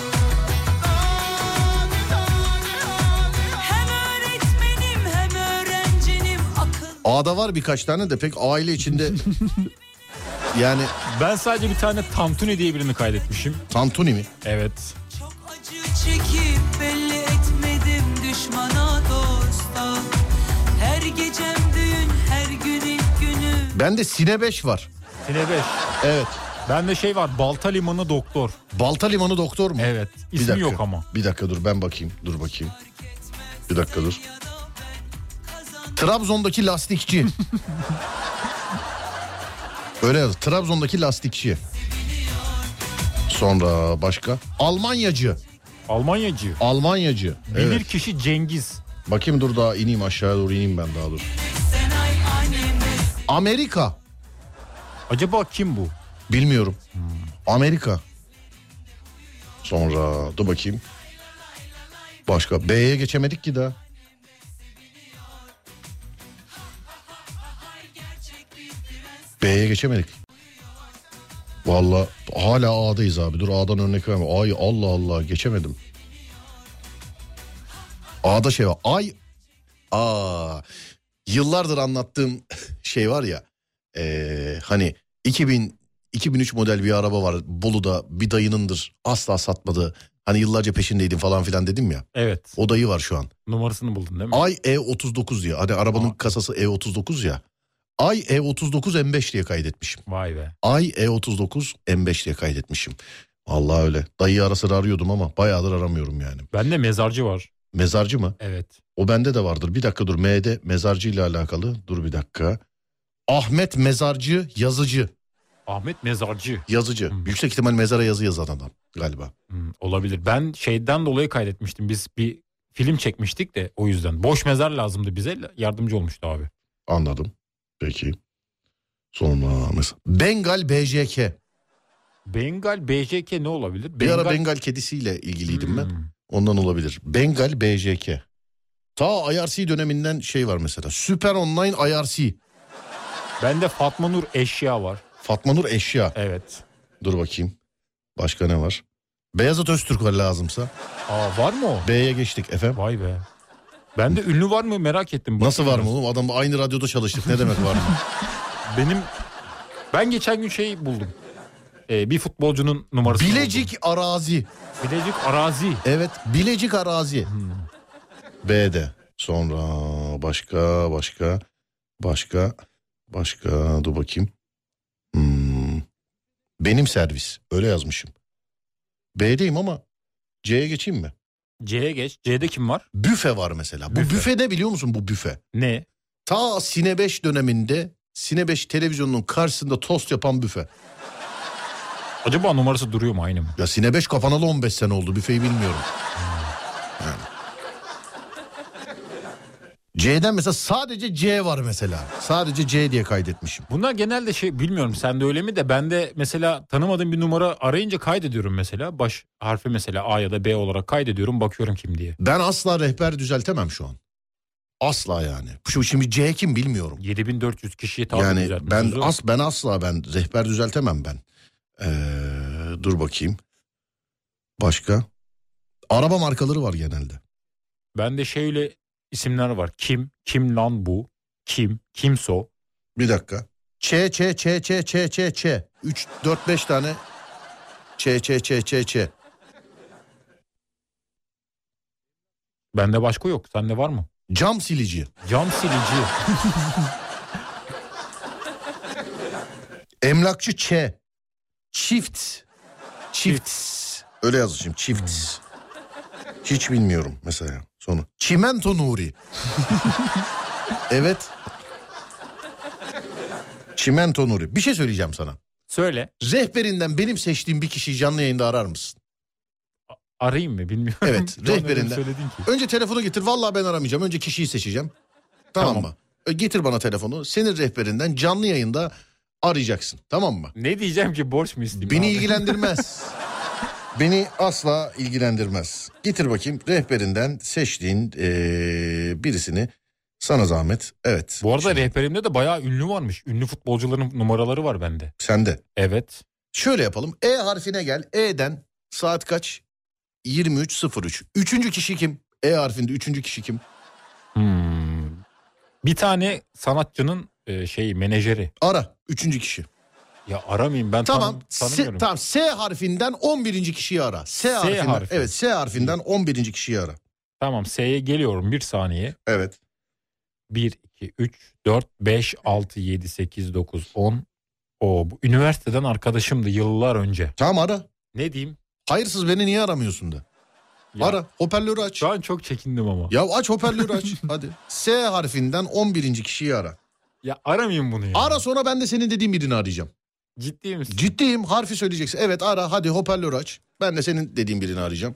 A'da var birkaç tane de pek aile içinde yani. Ben sadece bir tane Tantuni diye birini kaydetmişim. Tantuni mi? Evet. Çok acı çekip belli etmedim düşmana dosta. Her gecem düğün, her gün ilk günü. Bende Sine beş var. Sine beş. Evet. Bende şey var, Balta Limanı Doktor. Balta Limanı Doktor mu? Evet. Bir İsmi dakika, yok ama. Bir dakika dur ben bakayım. Dur bakayım. Bir dakika dur. Trabzon'daki lastikçi. Öyle yaz. Trabzon'daki lastikçi. Sonra başka? Almanyacı. Almanyacı. Almanyacı. Bilir Evet. kişi Cengiz. Bakayım dur daha ineyim aşağıya doğru ineyim ben daha dur. Amerika. Acaba kim bu? Bilmiyorum. Hmm. Amerika. Sonra dur bakayım. Başka. B'ye geçemedik ki daha. B'ye geçemedik. Vallahi hala A'dayız abi. Dur A'dan örnek verme. Ay Allah Allah geçemedim. A'da şey var. Ay. Aa. Yıllardır anlattığım şey var ya. Ee, hani iki bin iki bin üç model bir araba var. Bolu'da bir dayınındır. Asla satmadı. Hani yıllarca peşindeydim falan filan dedim ya. Evet. O dayı var şu an. Numarasını buldun değil mi? Ay E otuz dokuz diye. Hani arabanın Aa. kasası E otuz dokuz ya. Ay E otuz dokuz M beş diye kaydetmişim. Vay be. Ay E otuz dokuz M beş diye kaydetmişim. Vallahi öyle. Dayıyı ara sıra arıyordum ama bayağıdır aramıyorum yani. Bende mezarcı var. Mezarcı mı? Evet. O bende de vardır. Bir dakika dur. M'de mezarcı ile alakalı. Dur bir dakika. Ahmet Mezarcı Yazıcı. Ahmet Mezarcı. Yazıcı. Hmm. Yüksek ihtimal mezara yazı yazan adam galiba. Hmm, olabilir. Ben şeyden dolayı kaydetmiştim. Biz bir film çekmiştik de o yüzden. Boş mezar lazımdı bize. Yardımcı olmuştu abi. Anladım. Peki. Sonra mesela Bengal B J K. Bengal B J K ne olabilir? Bir Bengal... ara Bengal kedisiyle ilgiliydim hmm. ben. Ondan olabilir. Bengal B J K. Ta I R C döneminden şey var mesela. Süper Online I R C. Bende Fatma Nur Eşya var. Fatma Nur Eşya. Evet. Dur bakayım. Başka ne var? Beyazıt Öztürk var lazımsa. Aa var mı o? B'ye geçtik efendim. Vay be. Bende ünlü var mı merak ettim. Nasıl var mı oğlum? Adamla aynı radyoda çalıştık. Ne demek var mı? Benim ben geçen gün şey buldum. Ee, bir futbolcunun numarası. Bilecik buldum. Arazi. Bilecik Arazi. Evet, Bilecik Arazi. Hmm. B'de. Sonra başka başka başka başka dur bakayım. Hmm. Benim servis. Öyle yazmışım. B'deyim ama C'ye geçeyim mi? C'ye geç. C'de kim var? Büfe var mesela. Büfe. Bu büfe ne biliyor musun bu büfe? Ne? Ta Sine beş döneminde Sine beş televizyonunun karşısında tost yapan büfe. Acaba numarası duruyor mu aynı mı? Ya Sine beş kapanalı on beş sene oldu. Büfeyi bilmiyorum. Yani. C'den mesela sadece C var mesela. Sadece C diye kaydetmişim. Bunlar genelde şey bilmiyorum sende öyle mi de ben de mesela tanımadığım bir numara arayınca kaydediyorum mesela. Baş harfi mesela A ya da B olarak kaydediyorum bakıyorum kim diye. Ben asla rehber düzeltemem şu an. Asla yani. Şu şimdi C kim bilmiyorum. yedi bin dört yüz kişiye tabi yani düzeltmiş. ben as ben asla ben rehber düzeltemem ben. Ee, dur bakayım. Başka? Araba markaları var genelde. Bende şöyle isimler var. Kim, kim lan bu? Kim, kimso? Bir dakika. Ç, Ç, Ç, Ç, Ç, Ç, Ç. üç, dört, beş tane. Ç, Ç, Ç, Ç, Ç. Bende başka yok. Sende var mı? Cam silici. Cam silici. Emlakçı Ç. Çift. Çift. Öyle yazmışım. Çift. Hmm. Hiç bilmiyorum mesela. Sonu. Çimento Nuri. Evet. Çimento Nuri. Bir şey söyleyeceğim sana. Söyle. Rehberinden benim seçtiğim bir kişiyi canlı yayında arar mısın? Arayayım mı bilmiyorum. Evet rehberinden. Önce telefonu getir. Vallahi ben aramayacağım. Önce kişiyi seçeceğim. Tamam, tamam mı? Getir bana telefonu. Senin rehberinden canlı yayında arayacaksın. Tamam mı? Ne diyeceğim ki borç mu isteyeyim? Beni abi? ilgilendirmez. Beni asla ilgilendirmez. Getir bakayım rehberinden seçtiğin ee, birisini sana zahmet. Evet. Bu arada şimdi. Rehberimde de bayağı ünlü varmış. Ünlü futbolcuların numaraları var bende. Sende. Evet. Şöyle yapalım. E harfine gel. E'den saat kaç? yirmi üç sıfır üç. Üçüncü kişi kim? E harfinde üçüncü kişi kim? Hmm. Bir tane sanatçının e, şeyi menajeri. Ara. Üçüncü kişi. Ya aramayayım ben Tamam. tanım, S, tanımıyorum. tamam. S harfinden on birinci kişiyi ara. S, harfinden. harfi. Evet, S harfinden on birinci kişiyi ara. Tamam S'ye geliyorum bir saniye. Evet. bir, iki, üç, dört, beş, altı, yedi, sekiz, dokuz, on. O bu üniversiteden arkadaşımdı yıllar önce. Tamam ara. Ne diyeyim? Hayırsız beni niye aramıyorsun da? Ya, Ara. Hoparlörü aç. Şu an çok çekindim ama. Ya aç hoparlörü aç. Hadi. S harfinden on birinci kişiyi ara. Ya aramayayım bunu ya. Ara, sonra ben de senin dediğin birini arayacağım. Ciddi misin? Ciddiyim, harfi söyleyeceksin. Evet ara, hadi hoparlörü aç. Ben de senin dediğin birini arayacağım.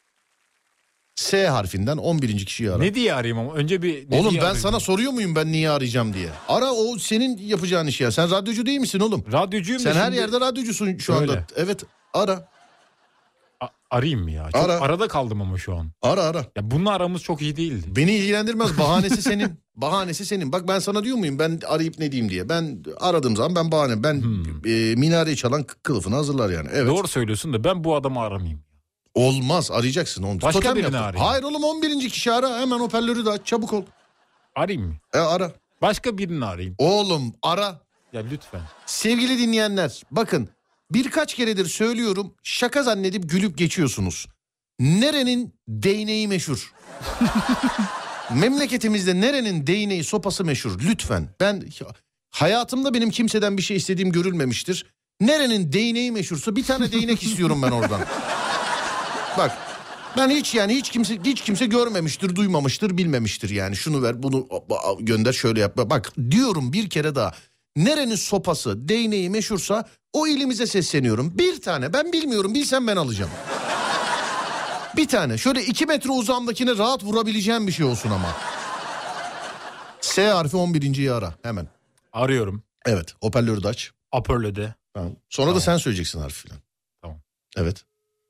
S harfinden on birinci kişiyi ara. Ne diye arayayım ama? Önce bir... ne Oğlum diye ben arayayım? sana soruyor muyum ben niye arayacağım diye? Ara, o senin yapacağın iş ya. Sen radyocu değil misin oğlum? Radyocuyum Sen da her şimdi- yerde radyocusun şu anda. Öyle. Evet, ara. A- arayayım mı ya? Çok Ara. arada kaldım ama şu an. Ara ara. Ya bununla aramız çok iyi değildi. Beni ilgilendirmez. Bahanesi senin. Bahanesi senin. Bak ben sana diyor muyum ben arayıp ne diyeyim diye. Ben aradığım zaman ben bahane. Ben Hmm. e, minareyi çalan kılıfını hazırlar yani. Evet. Doğru söylüyorsun da ben bu adamı aramayayım. Olmaz, arayacaksın onu. Başka Totem birini yaptın. arayayım. Hayır oğlum, on birinci kişi ara. Hemen hoparlörü de aç, çabuk ol. Arayayım mı? E, ara. Başka birini arayayım. Oğlum ara. Ya lütfen. Sevgili dinleyenler, bakın birkaç keredir söylüyorum, şaka zannedip gülüp geçiyorsunuz. Nerenin değneği meşhur? Memleketimizde nerenin değneği sopası meşhur? Lütfen. Ben hayatımda benim kimseden bir şey istediğim görülmemiştir. Nerenin değneği meşhursa bir tane değnek istiyorum ben oradan. Bak ben hiç yani hiç kimse hiç kimse görmemiştir, duymamıştır, bilmemiştir yani. Şunu ver, bunu gönder, şöyle yap. Bak diyorum bir kere daha. Nerenin sopası, değneği meşhursa o ilimize sesleniyorum. Bir tane, ben bilmiyorum, bilsem ben alacağım. Bir tane şöyle iki metre uzamdakine rahat vurabileceğim bir şey olsun ama. S harfi on birinciyi ara hemen. Arıyorum. Evet, hoparlörü de aç. Apörlö'de. Tamam. Sonra Tamam. da sen söyleyeceksin harfi falan. Tamam. Evet.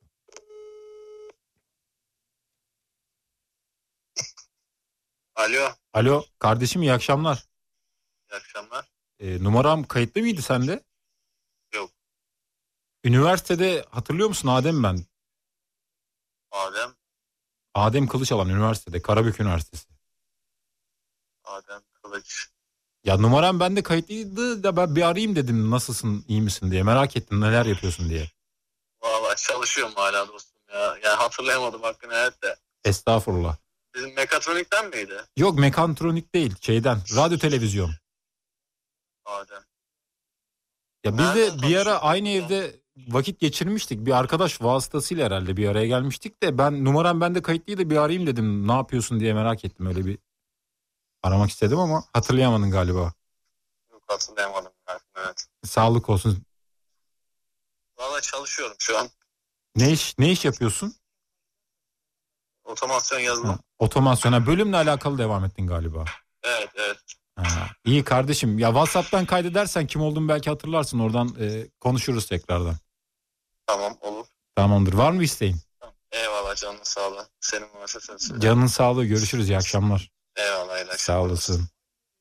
Alo, Alo kardeşim iyi akşamlar. iyi akşamlar. Ee, numaram kayıtlı mıydı sende? Yok. Üniversitede hatırlıyor musun Adem ben? Adem, Adem Kılıçalan üniversitede. Karabük Üniversitesi. Adem Kılıç. Ya numaram bende kayıtlıydı da ben bir arayayım dedim nasılsın iyi misin diye. Merak ettim neler yapıyorsun diye. Valla çalışıyorum hala dostum ya. Yani hatırlayamadım hakkını evet de. Estağfurullah. Bizim mekatronikten miydi? Yok mekantronik değil şeyden radyo televizyon. Adem. Ya biz Nereden de bir ara tanışıyorsun aynı ya? evde vakit geçirmiştik. Bir arkadaş vasıtasıyla herhalde bir araya gelmiştik de ben numaram bende kayıtlıydı bir arayayım dedim. Ne yapıyorsun diye merak ettim öyle bir aramak istedim ama hatırlayamadın galiba. Yok hatırlayamadım. Evet. Sağlık olsun. Valla çalışıyorum şu an. Ne iş ne iş yapıyorsun? Otomasyon yazılım. Ha, otomasyona bölümle alakalı devam ettin galiba. Evet evet. Ha, iyi kardeşim. Ya WhatsApp'tan kaydedersen kim olduğumu belki hatırlarsın. Oradan e, konuşuruz tekrardan. Tamam olur. Tamamdır. Var mı isteğin? Tamam. Eyvallah canını sağ ol. Senin varsa sen söyle. Canın sağlığı. Görüşürüz. İyi akşamlar. Eyvallah. iyi Sağ akşamlar. olasın.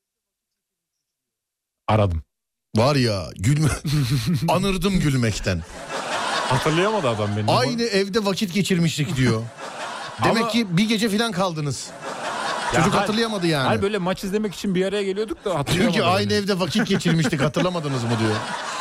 Aradım. Var ya gülme. Anırdım gülmekten. Hatırlayamadı adam beni. Aynı evde vakit geçirmiştik diyor. Demek Ama- ki bir gece falan kaldınız. Ya Çocuk her- hatırlayamadı yani. Her böyle maç izlemek için bir araya geliyorduk da Diyor hatırlayamadı. ki aynı beni. evde vakit geçirmiştik, hatırlamadınız mı diyor.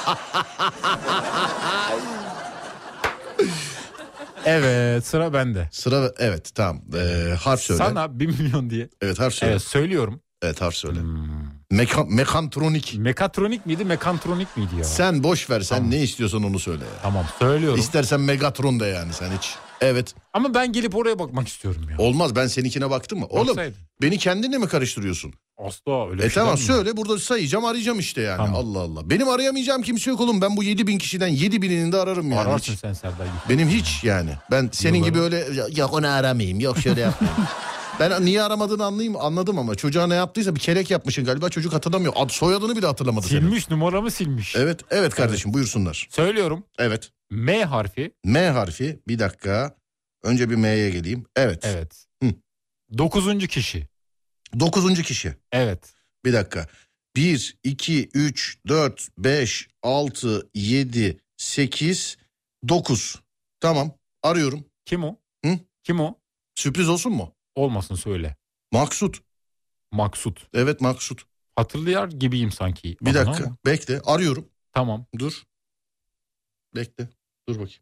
Evet sıra bende. Sıra evet tamam. Ee, harf söyle. Sana bir milyon diye. Evet harf söyle. Evet Evet, söylüyorum. harf söyle. Hmm. Meka- mekantronik. Mekatronik miydi mekantronik miydi ya? Sen boş ver, sen Tamam. ne istiyorsan onu söyle ya. Tamam söylüyorum. İstersen Megatron de yani sen hiç. Evet. Ama ben gelip oraya bakmak istiyorum ya. Olmaz, ben seninkine baktım mı? Oğlum Olsaydı. beni kendinle mi karıştırıyorsun? Asla öyle E bir şey tamam der miyim? söyle, burada sayacağım, arayacağım işte yani. Tamam. Allah Allah. Benim arayamayacağım kimse yok oğlum. Ben bu yedi bin kişiden yedi binini de ararım yani. Ararsın Hiç. sen Serdar gibi. Benim hiç yani. Ben senin Yıllarım. gibi öyle "Ya- yok onu aramayayım, yok şöyle yapmayayım. Ben niye aramadığını anlayayım, anladım ama çocuğa ne yaptıysa bir kelek yapmışsın galiba, çocuk hatırlamıyor. Ad, soyadını bile hatırlamadı senin. Silmiş numaramı silmiş. Evet, evet kardeşim buyursunlar. Söylüyorum. Evet. M harfi. M harfi, bir dakika. Önce bir M'ye geleyim. Evet. Evet. Hı. Dokuzuncu kişi. Dokuzuncu kişi. Evet. Bir dakika. Bir, iki, üç, dört, beş, altı, yedi, sekiz, dokuz. Tamam, arıyorum. Kim o? Hı? Kim o? Sürpriz olsun mu? Olmasın söyle. Maksut. Maksut. Evet Maksut. Hatırlayar gibiyim sanki. Bir adını dakika ama. bekle arıyorum. Tamam. Dur. Bekle. Dur bakayım.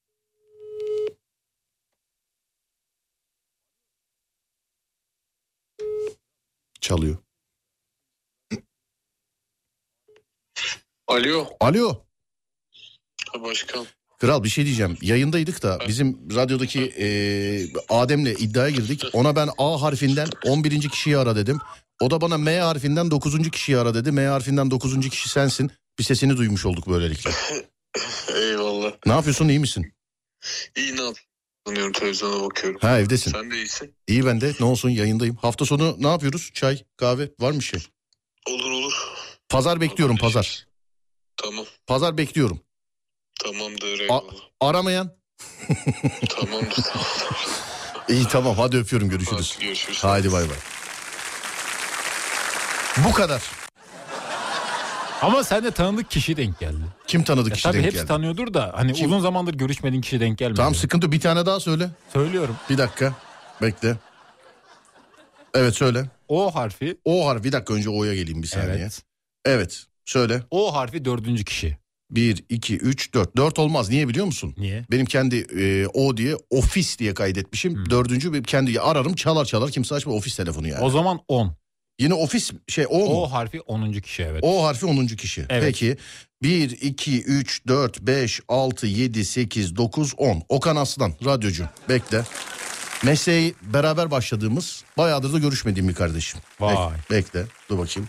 Çalıyor. Alo. Alo. Başkan. Kral bir şey diyeceğim. Yayındaydık da bizim radyodaki e, Adem'le iddiaya girdik. Ona ben A harfinden on birinci kişiyi ara dedim. O da bana M harfinden dokuzuncu kişiyi ara dedi. M harfinden dokuzuncu kişi sensin. Bir sesini duymuş olduk böylelikle. Eyvallah. Ne yapıyorsun, iyi misin? İyi, ne yapıyorum? Televizyona bakıyorum. Ha, evdesin. Sen de iyisin. İyi ben de, ne olsun, yayındayım. Hafta sonu ne yapıyoruz? Çay, kahve var mı şey? Olur olur. Pazar bekliyorum, pazar. Tamam. Pazar bekliyorum. Tamamdır. A- Eyvallah. aramayan? Tamamdır. İyi tamam, hadi öpüyorum, görüşürüz. Hadi görüşürüz. Haydi bay bay. Bu kadar. Ama sen de tanıdık kişi denk geldi. Kim tanıdık Ya kişi tabii denk hepsi geldi? tanıyordur da hani Kim? uzun zamandır görüşmediğin kişi denk gelmedi. Tamam, sıkıntı, bir tane daha söyle. Söylüyorum. Bir dakika bekle. Evet söyle. O harfi. O harfi, bir dakika önce O'ya geleyim bir saniye. Evet. Evet söyle. O harfi dördüncü kişi. bir, iki, üç, dört. dört olmaz, niye biliyor musun? Niye? Benim kendi e, O diye ofis diye kaydetmişim. Hmm. Dördüncü bir kendi ararım, çalar çalar, kimse açma, ofis telefonu yani. O zaman on. Yine ofis şey O mu? O harfi onuncu kişi, evet. O harfi onuncu kişi. Evet. Peki bir, iki, üç, dört, beş, altı, yedi, sekiz, dokuz, on. Okan Aslan, radyocu. Bekle. Mesleği beraber başladığımız, bayağıdır da görüşmediğim bir kardeşim. Vay. Bek- bekle, dur bakayım.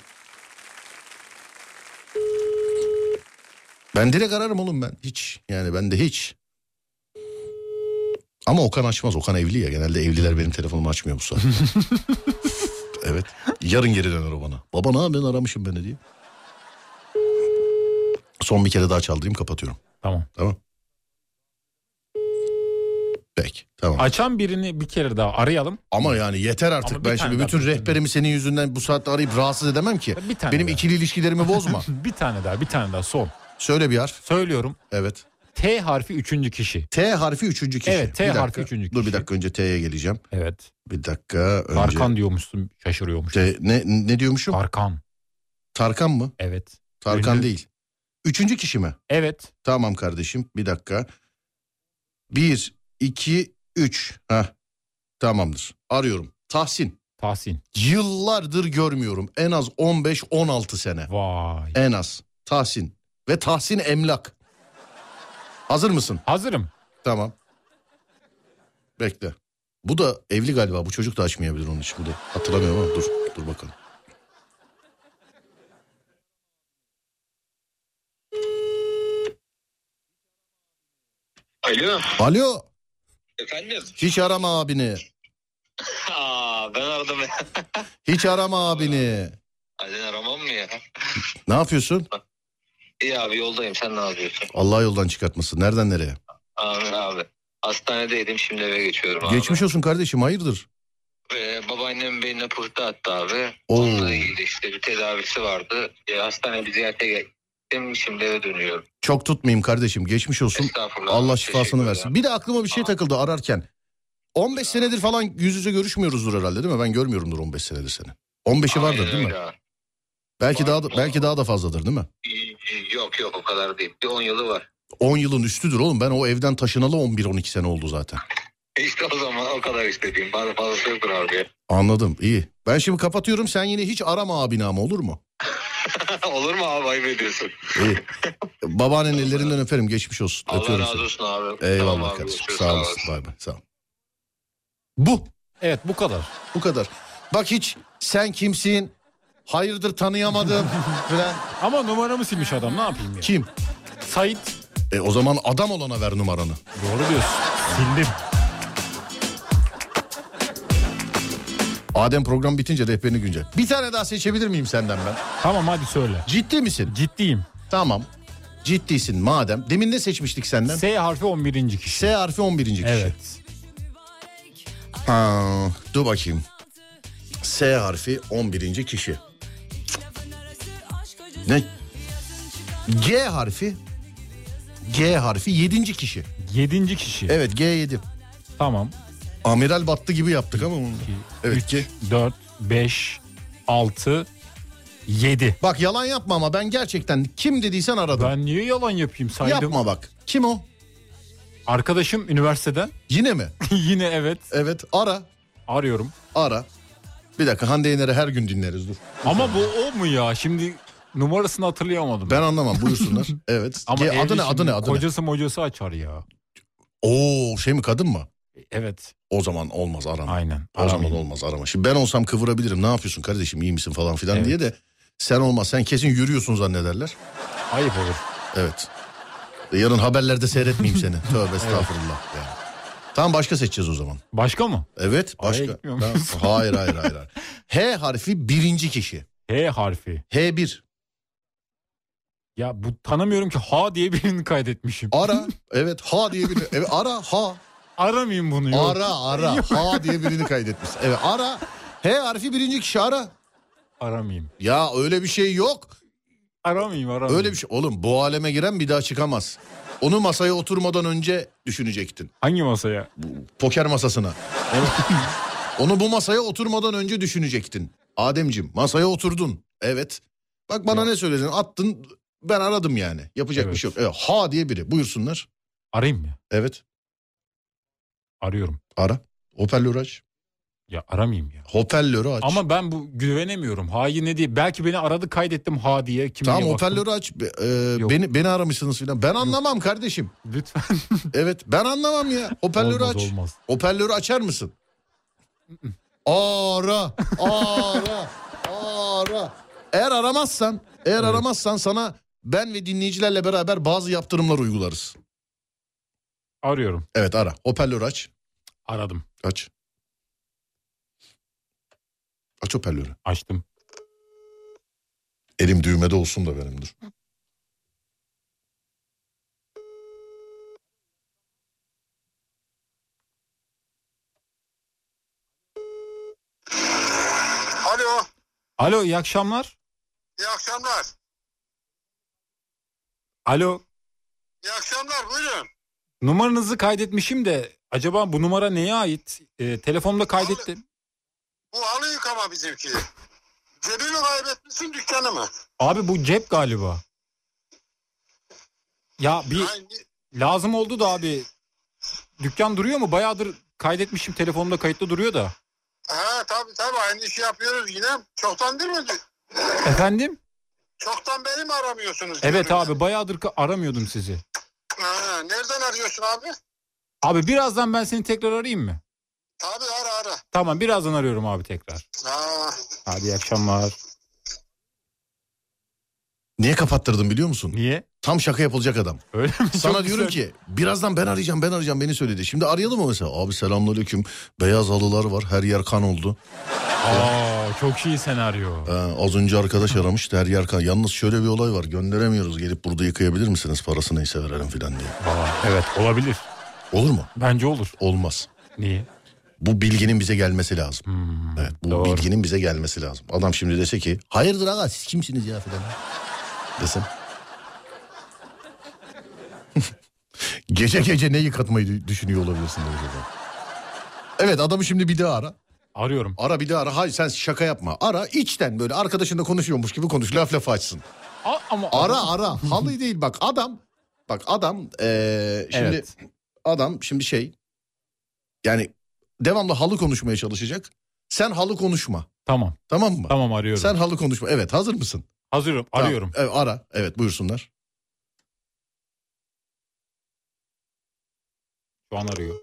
Ben direkt ararım oğlum ben. Hiç, yani ben de hiç. Ama Okan açmaz. Okan evli ya. Genelde evliler benim telefonumu açmıyor bu saatte. Evet. Yarın geri döner o bana. Baba ne yapıyorsun, aramışım beni diye. Son bir kere daha çaldırayım, kapatıyorum. Tamam. Tamam. Peki tamam. Açan birini bir kere daha arayalım. Ama yani yeter artık. Ama bir Ben tane şimdi daha, bütün bir tane rehberimi senin yüzünden bu saatte arayıp rahatsız edemem ki. Bir tane Benim daha. ikili ilişkilerimi bozma. Bir tane daha, bir tane daha, son. Söyle bir harf. Söylüyorum. Evet. T harfi üçüncü kişi. T harfi üçüncü kişi. Evet, T Bir dakika. harfi üçüncü Dur bir kişi. dakika, önce T'ye geleceğim. Evet. Bir dakika önce. Tarkan diyormuşsun, şaşırıyormuşsun. T, ne, ne diyormuşum? Tarkan. Tarkan mı? Evet. Tarkan Ünlü. değil. Üçüncü kişi mi? Evet. Tamam kardeşim, bir dakika. Bir, iki, üç. Heh. Tamamdır. Arıyorum. Tahsin. Tahsin. Yıllardır görmüyorum. En az on beş on altı sene. Vay. En az. Tahsin. Ve Tahsin Emlak. Hazır mısın? Hazırım. Tamam. Bekle. Bu da evli galiba. Bu çocuk da açmayabilir onun için. Bu da hatırlamıyorum ama dur. Dur bakalım. Alo. Alo. Efendim? Hiç arama abini. Aa, ben aradım. Hiç arama abini. Hadi aramam mı ya? Ne yapıyorsun? İyi abi, yoldayım. Sen ne yapıyorsun? Allah yoldan çıkartmasın. Nereden nereye? Abi abi. Hastanedeydim, şimdi eve geçiyorum abi. Geçmiş olsun kardeşim, hayırdır? Ee, babaannem beynine pıhtı attı abi. Oo. Onunla ilgili işte bir tedavisi vardı. Ee, hastaneye bir ziyarete gittim. Şimdi eve dönüyorum. Çok tutmayayım kardeşim, geçmiş olsun. Estağfurullah. Allah şifasını Teşekkürler. versin. Bir de aklıma bir şey takıldı ararken. on beş senedir falan yüz yüze görüşmüyoruzdur herhalde, değil mi? Ben görmüyorumdur on beş senedir seni. on beşi vardır Aynen değil mi? öyle. Belki Var. daha da, belki daha da fazladır değil mi? Yok yok, o kadar değil. Bir on yılı var. on yılın üstüdür oğlum. Ben o evden taşınalı on bir on iki sene oldu zaten. İşte o zaman o kadar istediğim. Bazı fazlası yoktur abi. Anladım, iyi. Ben şimdi kapatıyorum, sen yine hiç arama abini ama, olur mu? Olur mu abi, ayıp ediyorsun. İyi. Babaannenin ellerinden öperim, geçmiş olsun. Allah Öpüyorum razı seni. olsun abi. Eyvallah Tamam abi, kardeşim, görüşürüz. sağ olasın. Bay bay, sağ ol. Bu, Evet, bu kadar. bu kadar. Bak hiç sen kimsin, hayırdır tanıyamadım falan. Ama numaramı silmiş adam, ne yapayım ya? Kim? Sait. E o zaman adam olana ver numaranı. Doğru diyorsun. Sildim. Adem program bitince rehberini güncel. Bir tane daha seçebilir miyim senden ben? Tamam, hadi söyle. Ciddi misin? Ciddiyim. Tamam. Ciddisin madem. Demin ne seçmiştik senden? S harfi on birinci kişi. S harfi on birinci kişi. Evet. Ha, dur bakayım. S harfi on birinci kişi. Ne? G harfi. G harfi yedinci kişi. Yedinci kişi. Evet, G yedi. Tamam. Amiral battı gibi yaptık ama. Evet, üç, dört, beş, altı yedi. Bak yalan yapma ama ben gerçekten kim dediysen aradım. Ben niye yalan yapayım, saydım. Yapma bak. Kim o? Arkadaşım üniversiteden. Yine mi? Yine evet. Evet ara. Arıyorum. Ara. Bir dakika, Hande Yener'i her gün dinleriz, dur. Ama bu o mu ya? Şimdi numarasını hatırlayamadım. Ben anlamam, buyursunlar. Evet. Ama Ge- adı ne adı ne adı ne? Kocası mocası açar ya. Oo şey mi, kadın mı? Evet. O zaman olmaz, arama. Aynen. O zaman aramayın. olmaz, arama. Şimdi ben olsam kıvırabilirim. Ne yapıyorsun kardeşim, iyi misin falan filan Evet. diye de sen olmaz. Sen kesin yürüyorsun zannederler. Ayıp olur. Evet. E, yarın haberlerde seyretmeyeyim seni. Tövbe estağfurullah. Yani. Tamam, başka seçeceğiz o zaman. Başka mı? Evet, Araya başka. gitmiyor Tamam. muyuz? Hayır hayır hayır. hayır. H harfi birinci kişi. H harfi. H bir. Ya bu tanımıyorum ki, ha diye birini kaydetmişim. Ara. Evet, ha diye birini. Evet, ara ha. Aramayayım bunu. Yok. Ara ara. Yok. Ha diye birini kaydetmiş. Evet, ara. H harfi birinci kişi, ara. Aramayayım. Ya öyle bir şey yok. Aramayayım aramayayım. Öyle bir şey. Oğlum bu aleme giren bir daha çıkamaz. Onu masaya oturmadan önce düşünecektin. Hangi masaya? Poker masasına. Onu bu masaya oturmadan önce düşünecektin. Ademciğim, masaya oturdun. Evet. Bak bana Ya. ne söyledin? Attın, ben aradım yani. Yapacak Evet. bir şey yok. Evet, ha diye biri. Buyursunlar. Arayayım mı? Evet. Arıyorum. Ara. Hoparlörü aç. Ya aramayayım ya. Hoparlörü aç. Ama ben bu güvenemiyorum. Ha'yı ne diye. Belki beni aradı, kaydettim ha diye. Kim tamam, diye baktım. hoparlörü aç. Be- e, Yok. beni beni aramışsınız filan. Ben anlamam kardeşim. Lütfen. Evet, ben anlamam ya. Hoparlörü Olmaz, aç. olmaz. Hoparlörü açar mısın? Ara, ara, ara. Eğer aramazsan, eğer Evet. aramazsan sana ben ve dinleyicilerle beraber bazı yaptırımlar uygularız. Arıyorum. Evet, ara. Hoparlörü aç. Aradım. Aç. Aç hoparlörü. Açtım. Elim düğmede olsun da benim, dur. Alo, Alo, iyi akşamlar. iyi akşamlar. Alo. İyi akşamlar, buyurun. Numaranızı kaydetmişim de acaba bu numara neye ait? Ee, telefonda kaydettim. Bu halı yıkama bizimki. Cebini kaybetmişsin, dükkanı mı? Abi bu cep galiba. Ya bir Ay, lazım oldu da abi. Dükkan duruyor mu? Bayağıdır kaydetmişim, telefonumda kayıtlı duruyor da. ha tabii tabii, aynı işi yapıyoruz yine. Çoktan değil mi? Efendim? Çoktan beni mi aramıyorsunuz? Evet diyorum abi, bayağıdır ka- aramıyordum sizi. ya. Ha, nereden arıyorsun abi? Abi birazdan ben seni tekrar arayayım mı? Tabii, ara ara. Tamam, birazdan arıyorum abi tekrar. Ha, Hadi iyi akşamlar. Niye kapattırdım biliyor musun? Niye? Tam şaka yapılacak adam. Öyle mi? Sana Çok diyorum güzel. ki birazdan ben arayacağım ben arayacağım beni söyledi. Şimdi arayalım mı mesela? Abi selamünaleyküm. Beyaz halılar var, her yer kan oldu. Aa, çok iyi senaryo. Ee, az önce arkadaş aramıştı, her yer kan. Yalnız şöyle bir olay var, gönderemiyoruz, gelip burada yıkayabilir misiniz, parası neyse verelim filan diye. Aa, evet, olabilir. Olur mu? Bence olur. Olmaz. Niye? Bu bilginin bize gelmesi lazım. Hmm, Evet, bu doğru. bilginin bize gelmesi lazım. Adam şimdi dese ki hayırdır aga siz kimsiniz ya filan desem. Gece gece ne yıkatmayı düşünüyor olabilirsin demiş adam. Evet, adamı şimdi bir daha ara. Arıyorum. Ara bir daha ara. Hayır sen şaka yapma. Ara içten böyle arkadaşınla konuşuyormuş gibi konuş. Laf laf açsın. A- ama Ara ara. Halı değil bak adam. Bak adam ee, şimdi Evet. adam şimdi şey yani devamlı halı konuşmaya çalışacak. Sen halı konuşma. Tamam. Tamam mı? Tamam, arıyorum. Sen halı konuşma. Evet, hazır mısın? Hazırım. Tamam. Arıyorum. Evet, ara. Evet, buyursunlar. Şu an arıyor.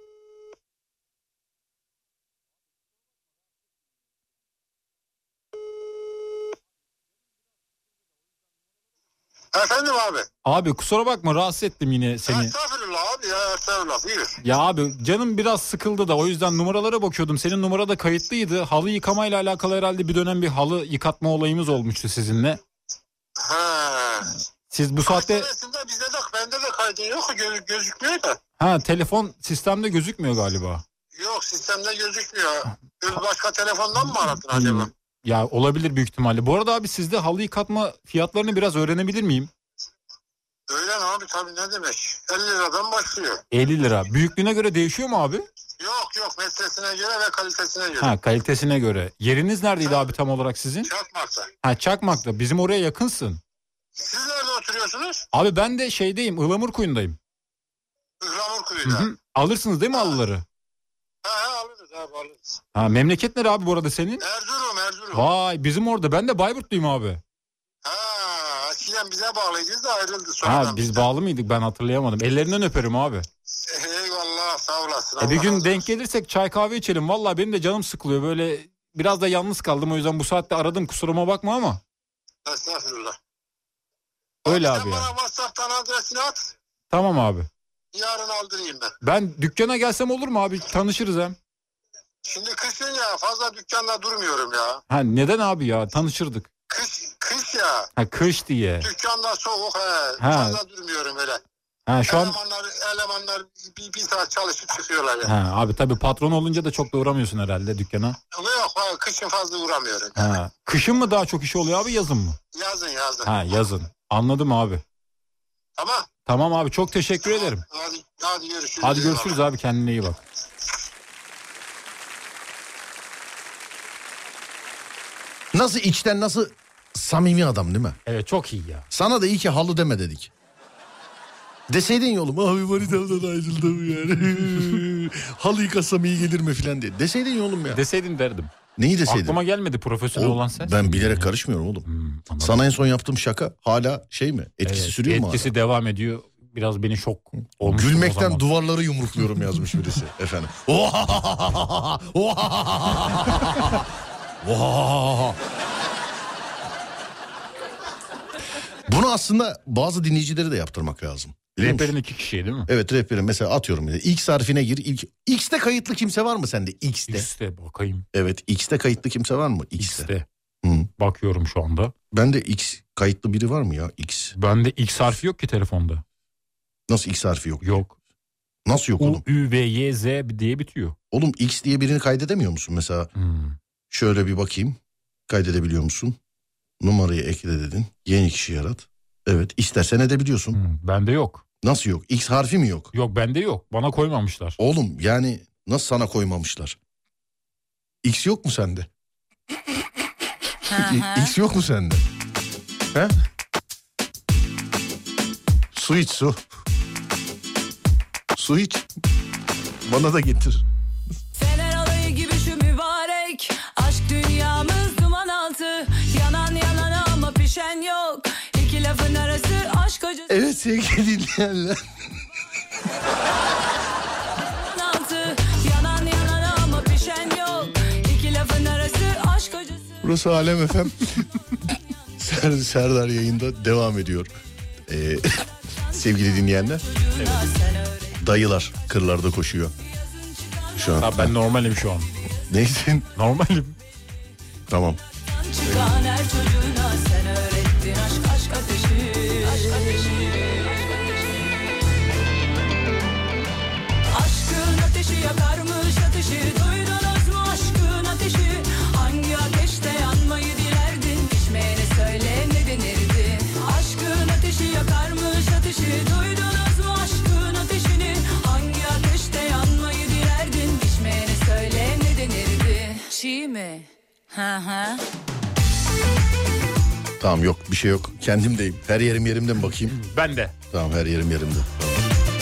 efendim abi. Abi kusura bakma, rahatsız ettim yine seni. Estağfurullah abi ya, estağfurullah, buyur. Ya abi canım biraz sıkıldı da o yüzden numaralara bakıyordum. Senin numara da kayıtlıydı. Halı yıkamayla alakalı herhalde bir dönem bir halı yıkatma olayımız olmuştu sizinle. Ha. Siz bu saatte... Aslında bizde de, bende de kaydın yok, gö- gözükmüyor da. Ha, telefon sistemde gözükmüyor galiba. Yok, sistemde gözükmüyor. Bir başka telefondan mı aradın acaba? Hmm. Ya olabilir büyük ihtimalle. Bu arada abi sizde halı yıkatma fiyatlarını biraz öğrenebilir miyim? Öyle abi, tabii, ne demek. elli liradan başlıyor. elli lira. Büyüklüğüne göre değişiyor mu abi? Yok yok metresine göre ve kalitesine göre. Ha, kalitesine göre. Yeriniz neredeydi abi tam olarak sizin? Çakmak'ta. Ha, Çakmak'ta. Bizim oraya yakınsın. Siz nerede oturuyorsunuz? Abi ben de şeydeyim, Ihlamurkuyu'ndayım. Ihlamurkuyu'da. Hı hı. Alırsınız değil mi halıları? Ha ha alırız abi alırız. Ha, memleket nere abi bu arada senin? Erzurum Erzurum. Vay, bizim orada. Ben de Bayburtluyum abi. Ha eskiden bize bağlıydınız da ayrıldı sonradan. Ha, biz bizden. bağlı mıydık, ben hatırlayamadım. Ellerinden öperim abi. Eyvallah sağ olasın. E bir Allah gün razı denk olsun. gelirsek çay kahve içelim. Vallahi benim de canım sıkılıyor. Böyle biraz da yalnız kaldım. O yüzden bu saatte aradım. Kusuruma bakma ama. Estağfurullah. Öyle Sen abi bana ya. WhatsApp'tan adresini at. Tamam abi. Yarın aldırayım ben. Ben dükkana gelsem olur mu abi? Tanışırız hem. Şimdi kışın ya fazla dükkanda durmuyorum ya. Ha, neden abi ya? Tanışırdık. Kış, kış ya. Ha, kış diye. Dükkanda soğuk he. Ha. Fazla durmuyorum öyle. Ha şu an Elemanlar, elemanlar bir, bir saat çalışıp çıkıyorlar ya. ha, abi tabii patron olunca da çok da uğramıyorsun herhalde dükkana. Yok ha, kışın fazla uğramıyorum. Ha, kışın mı daha çok iş oluyor abi, yazın mı? Yazın yazın. Ha, yazın. Anladım abi. Tamam. Tamam abi, çok teşekkür ederim. Hadi, hadi görüşürüz. Hadi görüşürüz abi, kendine iyi bak. Nasıl içten, nasıl samimi adam değil mi? Evet, çok iyi ya. Sana da iyi ki halı deme dedik. Deseydin yolum, abi manitamdan ayrıldım yani. Halı yıkasam iyi gelir mi filan diye. Deseydin yolum ya. Deseydin derdim. Neyi deseydin? Aklıma gelmedi, profesyonel Oğlum, olan sen. ben bilerek karışmıyorum oğlum. Hmm, anladım. Sana en son yaptığım şaka hala şey mi? Etkisi Evet, sürüyor mu hala? etkisi devam ediyor. Biraz beni şok olmuş. Gülmekten duvarları yumrukluyorum yazmış birisi efendim. Bunu aslında bazı dinleyicileri de yaptırmak lazım. Biliyor musun? Rehberin iki kişi değil mi? Evet, rehberin mesela atıyorum. X harfine gir. İlk, X'te kayıtlı kimse var mı sende? X'te. X'te bakayım. Evet, X'te kayıtlı kimse var mı? X'te. X'te. Hı. Bakıyorum şu anda. Ben de X kayıtlı biri var mı ya? X. Bende X harfi yok ki telefonda. Nasıl X harfi yok? Yok. Nasıl yok U, oğlum? Ü, V, Y, Z diye bitiyor. Oğlum X diye birini kaydedemiyor musun? Mesela Hmm. şöyle bir bakayım. Kaydedebiliyor musun? Numarayı ekle dedin. Yeni kişi yarat. Evet, istersen edebiliyorsun. Hmm. Bende yok. Nasıl yok? X harfi mi yok? Yok, bende yok. Bana koymamışlar. Oğlum yani nasıl sana koymamışlar? X yok mu sende? X yok mu sende? He? Su iç su. Su iç. Bana da getir. Fener alayı gibi şu mübarek aşk dünyamız duman altı. Yanan yanan ama pişen yok. İki lafın arası aşk acısı Evet sevgili dinleyenler. altı. Yanan yanan ama pişen yok. İki lafın arası aşk acısı. Burası Alem F M. Ser, Serdar yayında devam ediyor. Ee, sevgili dinleyenler. Evet. Sen öğret Dayılar kırlarda koşuyor. Şu an. Ha, ben normalim şu an. Neysin? Normalim. Tamam. çıkan her çocuğuna sen öğrettin aşk aşk ateşi. Aşk ateşi. Aşkın ateşi yakarmış ateşi. Duydunuz mu aşkın ateşi? Hangi ateşte yanmayı dilerdin? İçmeyene söyle ne denirdi? Aşkın ateşi yakarmış ateşi. Duydunuz mu aşkın ateşini? Hangi ateşte yanmayı dilerdin? İçmeyene söyle ne denirdi? Çiğ mi? Hı hı. Tamam, yok bir şey yok. Kendimdeyim. Her yerim yerimde mi bakayım? Ben de. Tamam, her yerim yerimde. Tamam.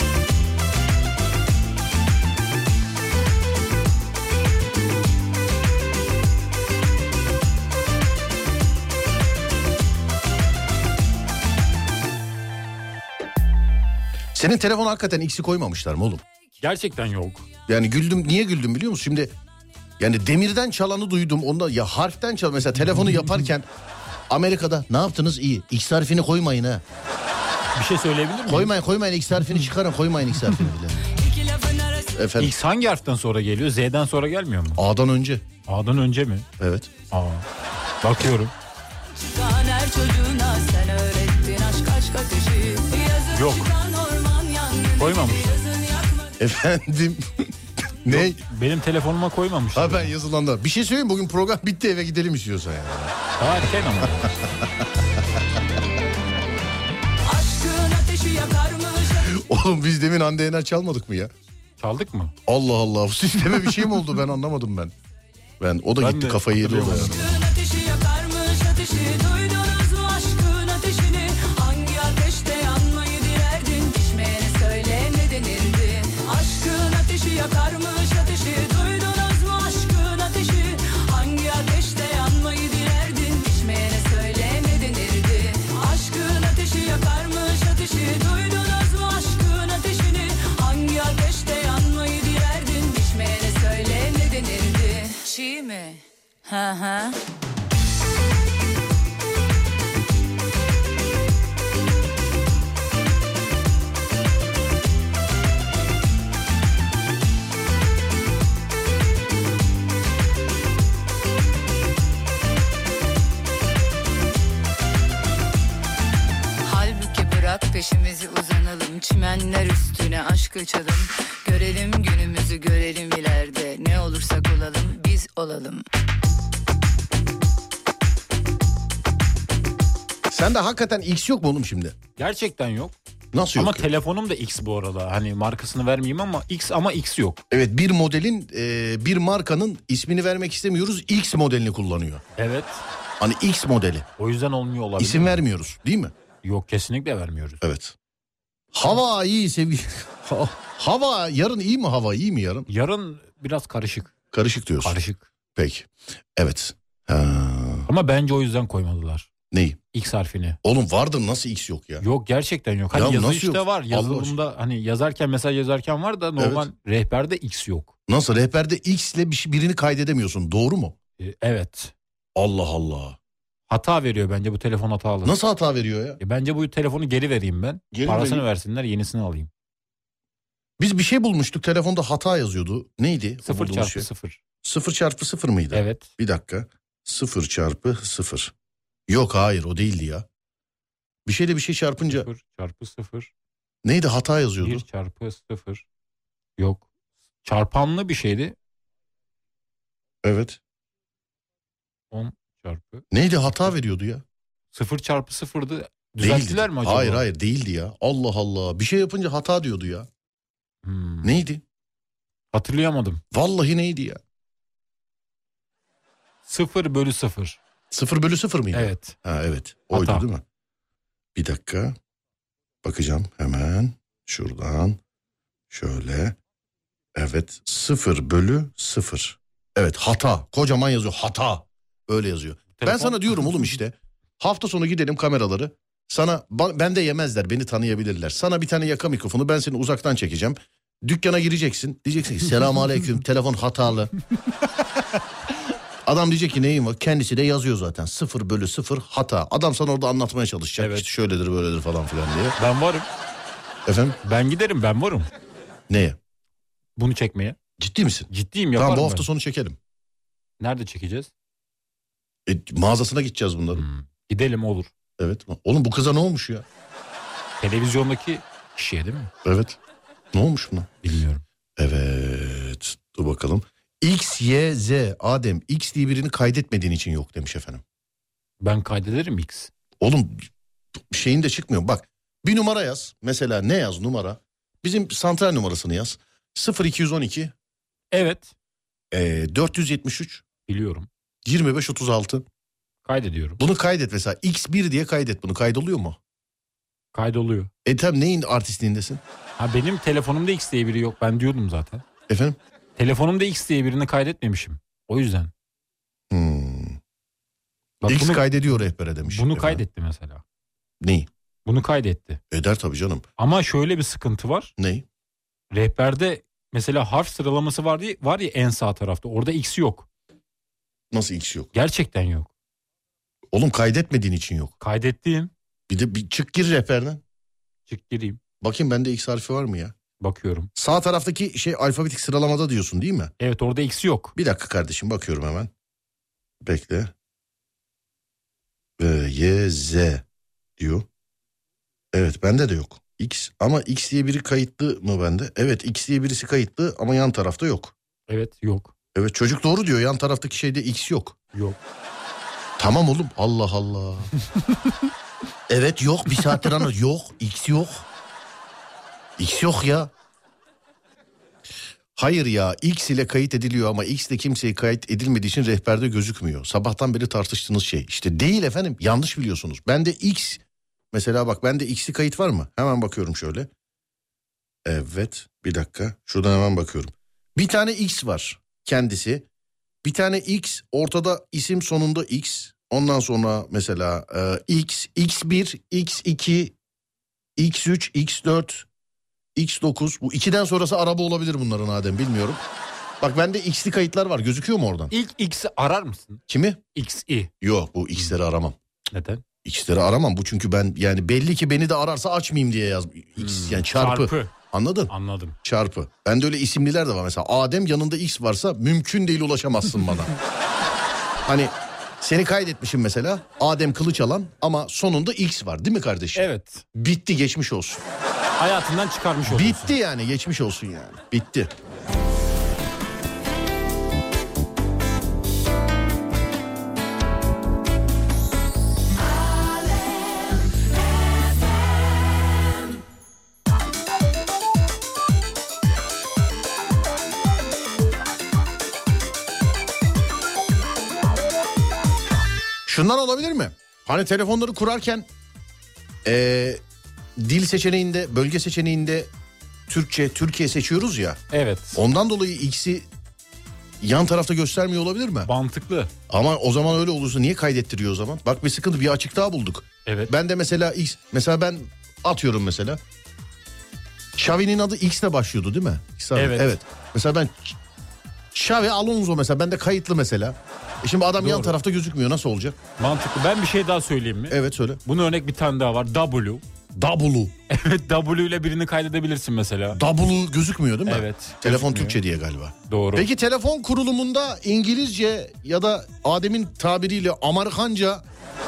Senin telefon hakikaten X'i koymamışlar mı oğlum? Gerçekten yok. Yani güldüm, niye güldüm biliyor musun? Şimdi yani demirden çalanı duydum. Onda ya harften çal, mesela telefonu yaparken Amerika'da ne yaptınız? İyi. X harfini koymayın ha. Bir şey söyleyebilir miyim? Koymayın koymayın X harfini çıkarın, koymayın X harfini bile. İki lafın arası Efendim, X hangi harften sonra geliyor? Z'den sonra gelmiyor mu? A'dan önce. A'dan önce mi? Evet. Aa. Bakıyorum. çıkan her çocuğuna sen öğrettin aşk aşk ateşi. Yazın Yok. çıkan orman yangını. Koymamış. Yazın yakma. Efendim. Ne? Yok, benim telefonuma koymamışlar. Ha, ben yazılanda. Bir şey söyleyeyim, bugün program bitti, eve gidelim istiyorsan yani. Daha erken ama. Aşkın ateşi yakarmış. Oğlum biz demin Hande Yener çalmadık mı ya? Çaldık mı? Allah Allah, bu sisteme bir şey mi oldu, ben anlamadım ben. Ben o da Ben gitti de kafayı yedi o da yani. Aşkın ateşi yakarmış ateşi, duydunuz mu aşkın ateşini? Hangi ateşte yanmayı dilerdin? Pişmeyene söyle ne denirdi? Aşkın ateşi yakarmış ateşi, duydunuz mu aşkın ateşi? Hangi ateşte yanmayı dilerdin? Pişmeyene söyle ne denirdi? Aşkın ateşi yakarmış ateşi, duydunuz mu aşkın ateşini? Hangi ateşte yanmayı dilerdin? Pişmeyene söyle ne denirdi? Çiğ mi? Hı hı. Halbuki bırak peşimizi uzanalım, çimenler üstüne aşk açalım. Görelim günümüzü, görelim ileride, ne olursak olalım biz olalım. Sende hakikaten X yok mu oğlum şimdi? Gerçekten yok. Nasıl Ama yok? ya? telefonum da X bu arada. Hani markasını vermeyeyim ama X ama X yok. Evet, bir modelin e, bir markanın ismini vermek istemiyoruz, X modelini kullanıyor. Evet. Hani X modeli. O yüzden olmuyor olabilir. İsim vermiyoruz değil mi? Yok, kesinlikle vermiyoruz. Evet. Hava iyi sevgili. Ha- hava yarın iyi mi, hava iyi mi yarın? Yarın biraz karışık. Karışık diyorsun. Karışık. Peki. Evet. Ha, Ama bence o yüzden koymadılar. neyi? X harfini. Oğlum vardır, nasıl X yok ya? Yok, gerçekten yok. Hani Ya yazı nasıl işte yok? var. Allah Yazılımda hani yazarken, mesaj yazarken var da normal rehberde X yok. Nasıl, rehberde X ile bir şey- birini kaydedemiyorsun, doğru mu? Ee, evet. Allah Allah. Hata veriyor bence, bu telefon hatalı. Nasıl hata veriyor ya? E, bence bu telefonu geri vereyim ben. Geri Parasını vereyim. versinler, yenisini alayım. Biz bir şey bulmuştuk, telefonda hata yazıyordu. Neydi? o Sıfır bulduğumuz çarpı şey? sıfır. Sıfır çarpı sıfır mıydı? Evet. Bir dakika. Sıfır çarpı sıfır. Yok, hayır, o değildi ya. Bir şeyle bir şey çarpınca Sıfır çarpı sıfır. neydi, hata yazıyordu. Bir çarpı sıfır. Yok. Çarpanlı bir şeydi. Evet. on çarpı. Neydi, hata veriyordu ya. Sıfır çarpı sıfırdı. Değildi. Düzelttiler mi acaba? Hayır hayır değildi ya. Allah Allah. Bir şey yapınca hata diyordu ya. Hmm. Neydi? Hatırlayamadım. Vallahi neydi ya? Sıfır bölü sıfır. Sıfır bölü sıfır mıydı? Evet. Ha evet. Oydu Hata. değil mi? Bir dakika. Bakacağım hemen. Şuradan. Şöyle. Evet. Sıfır bölü sıfır. Evet, hata. Kocaman yazıyor. Hata. Öyle yazıyor. Ben Telefon- sana diyorum oğlum işte. Hafta sonu gidelim kameraları. Sana ba- ben de yemezler, beni tanıyabilirler. Sana bir tane yaka mikrofonu, ben seni uzaktan çekeceğim. Dükkana gireceksin. Diyeceksin ki selamun aleyküm, telefon hatalı. Adam diyecek ki neyin var? Kendisi de yazıyor zaten. Sıfır bölü sıfır hata. Adam sana orada anlatmaya çalışacak. Evet. İşte şöyledir böyledir falan filan diye. Ben varım. Efendim? Ben giderim, ben varım. Neye? Bunu çekmeye. Ciddi misin? Ciddiyim, yaparım Tamam, bu hafta ben. sonu çekelim. Nerede çekeceğiz? E, mağazasına gideceğiz bunların. Hmm. Gidelim, olur. Evet. Oğlum bu kıza ne olmuş ya? Televizyondaki kişiye değil mi? Evet. Ne olmuş buna? Bilmiyorum. Evet. Dur bakalım. X, Y, Z. Adem, X diye birini kaydetmediğin için yok demiş efendim. Ben kaydederim X. Oğlum şeyin de çıkmıyor. Bak, bir numara yaz. Mesela ne yaz numara? Bizim santral numarasını yaz. sıfır iki yüz on iki Evet. e, dört yüz yetmiş üç Biliyorum. yirmi beş otuz altı. Kaydediyorum. Bunu kaydet mesela. X bir diye kaydet bunu. Kaydoluyor mu? Kaydoluyor. E tam neyin artistliğindesin? Ha, benim telefonumda X diye biri yok. Ben diyordum zaten. Efendim? Telefonumda X diye birini kaydetmemişim. O yüzden. Hmm. Bak, X bunu, kaydediyor rehbere demiş. bunu efendim. kaydetti mesela. Neyi? Bunu kaydetti. Eder tabii canım. Ama şöyle bir sıkıntı var. Neyi? Rehberde mesela harf sıralaması var diye, var ya en sağ tarafta. Orada X yok. Nasıl X yok? Gerçekten yok. Oğlum kaydetmediğin için yok. Kaydettiğim. Bir de bir çık gir rehberden. Çık gireyim. Bakayım bende X harfi var mı ya? Bakıyorum. Sağ taraftaki şey alfabetik sıralamada diyorsun değil mi? Evet, orada X yok. Bir dakika kardeşim, bakıyorum hemen. Bekle. Ee, Y, Z diyor. Evet, bende de yok. X ama X diye biri kayıtlı mı bende? Evet, X diye birisi kayıtlı ama yan tarafta yok. Evet, yok. Evet, çocuk doğru diyor, yan taraftaki şeyde X yok. Yok. Tamam oğlum, Allah Allah. Evet yok, bir saattir anlat. Yok, X yok. X yok ya. Hayır ya, X ile kayıt ediliyor ama X ile kimseye kayıt edilmediği için rehberde gözükmüyor. Sabahtan beri tartıştığınız şey. İşte değil efendim, yanlış biliyorsunuz. Bende X, mesela bak bende X'li kayıt var mı? Hemen bakıyorum şöyle. Evet, bir dakika, şuradan hemen bakıyorum. Bir tane X var kendisi. Bir tane X, ortada isim sonunda X. Ondan sonra mesela e, X, X bir, X iki, X üç, X dört, X dokuz. Bu ikiden sonrası araba olabilir bunların Adem, bilmiyorum. Bak bende X'li kayıtlar var, gözüküyor mu oradan? İlk X'i arar mısın? Kimi? X I. Yok, bu X'leri aramam. Neden? X'leri aramam bu, çünkü ben yani belli ki beni de ararsa açmayayım diye yaz. X Hmm, yani çarpı. çarpı. Anladın? Anladım. Çarpı. Bende öyle isimliler de var mesela. Adem yanında X varsa mümkün değil, ulaşamazsın bana. Hani seni kaydetmişim mesela. Adem Kılıçalan ama sonunda X var değil mi kardeşim? Evet. Bitti, geçmiş olsun. Hayatından çıkarmış olursun. Bitti yani, geçmiş olsun yani. Bitti. Şundan olabilir mi? Hani telefonları kurarken ee, dil seçeneğinde, bölge seçeneğinde Türkçe, Türkiye seçiyoruz ya. Evet. Ondan dolayı X'i yan tarafta göstermiyor olabilir mi? Mantıklı. Ama o zaman öyle olursa niye kaydettiriyor o zaman? Bak bir sıkıntı, bir açık daha bulduk. Evet. Ben de mesela X, mesela ben atıyorum mesela. Xavi'nin adı X'le başlıyordu değil mi? X abi. Evet. Evet. Mesela ben Xavi Alonso mesela, bende kayıtlı mesela. E şimdi adam Doğru. yan tarafta gözükmüyor, nasıl olacak? Mantıklı. Ben bir şey daha söyleyeyim mi? Evet söyle. Bunun örnek bir tane daha var. W. W. Evet, W ile birini kaydedebilirsin mesela. W gözükmüyor değil mi? Evet. Telefon gözükmüyor. Türkçe diye galiba. Doğru. Peki telefon kurulumunda İngilizce ya da Adem'in tabiriyle Amerikanca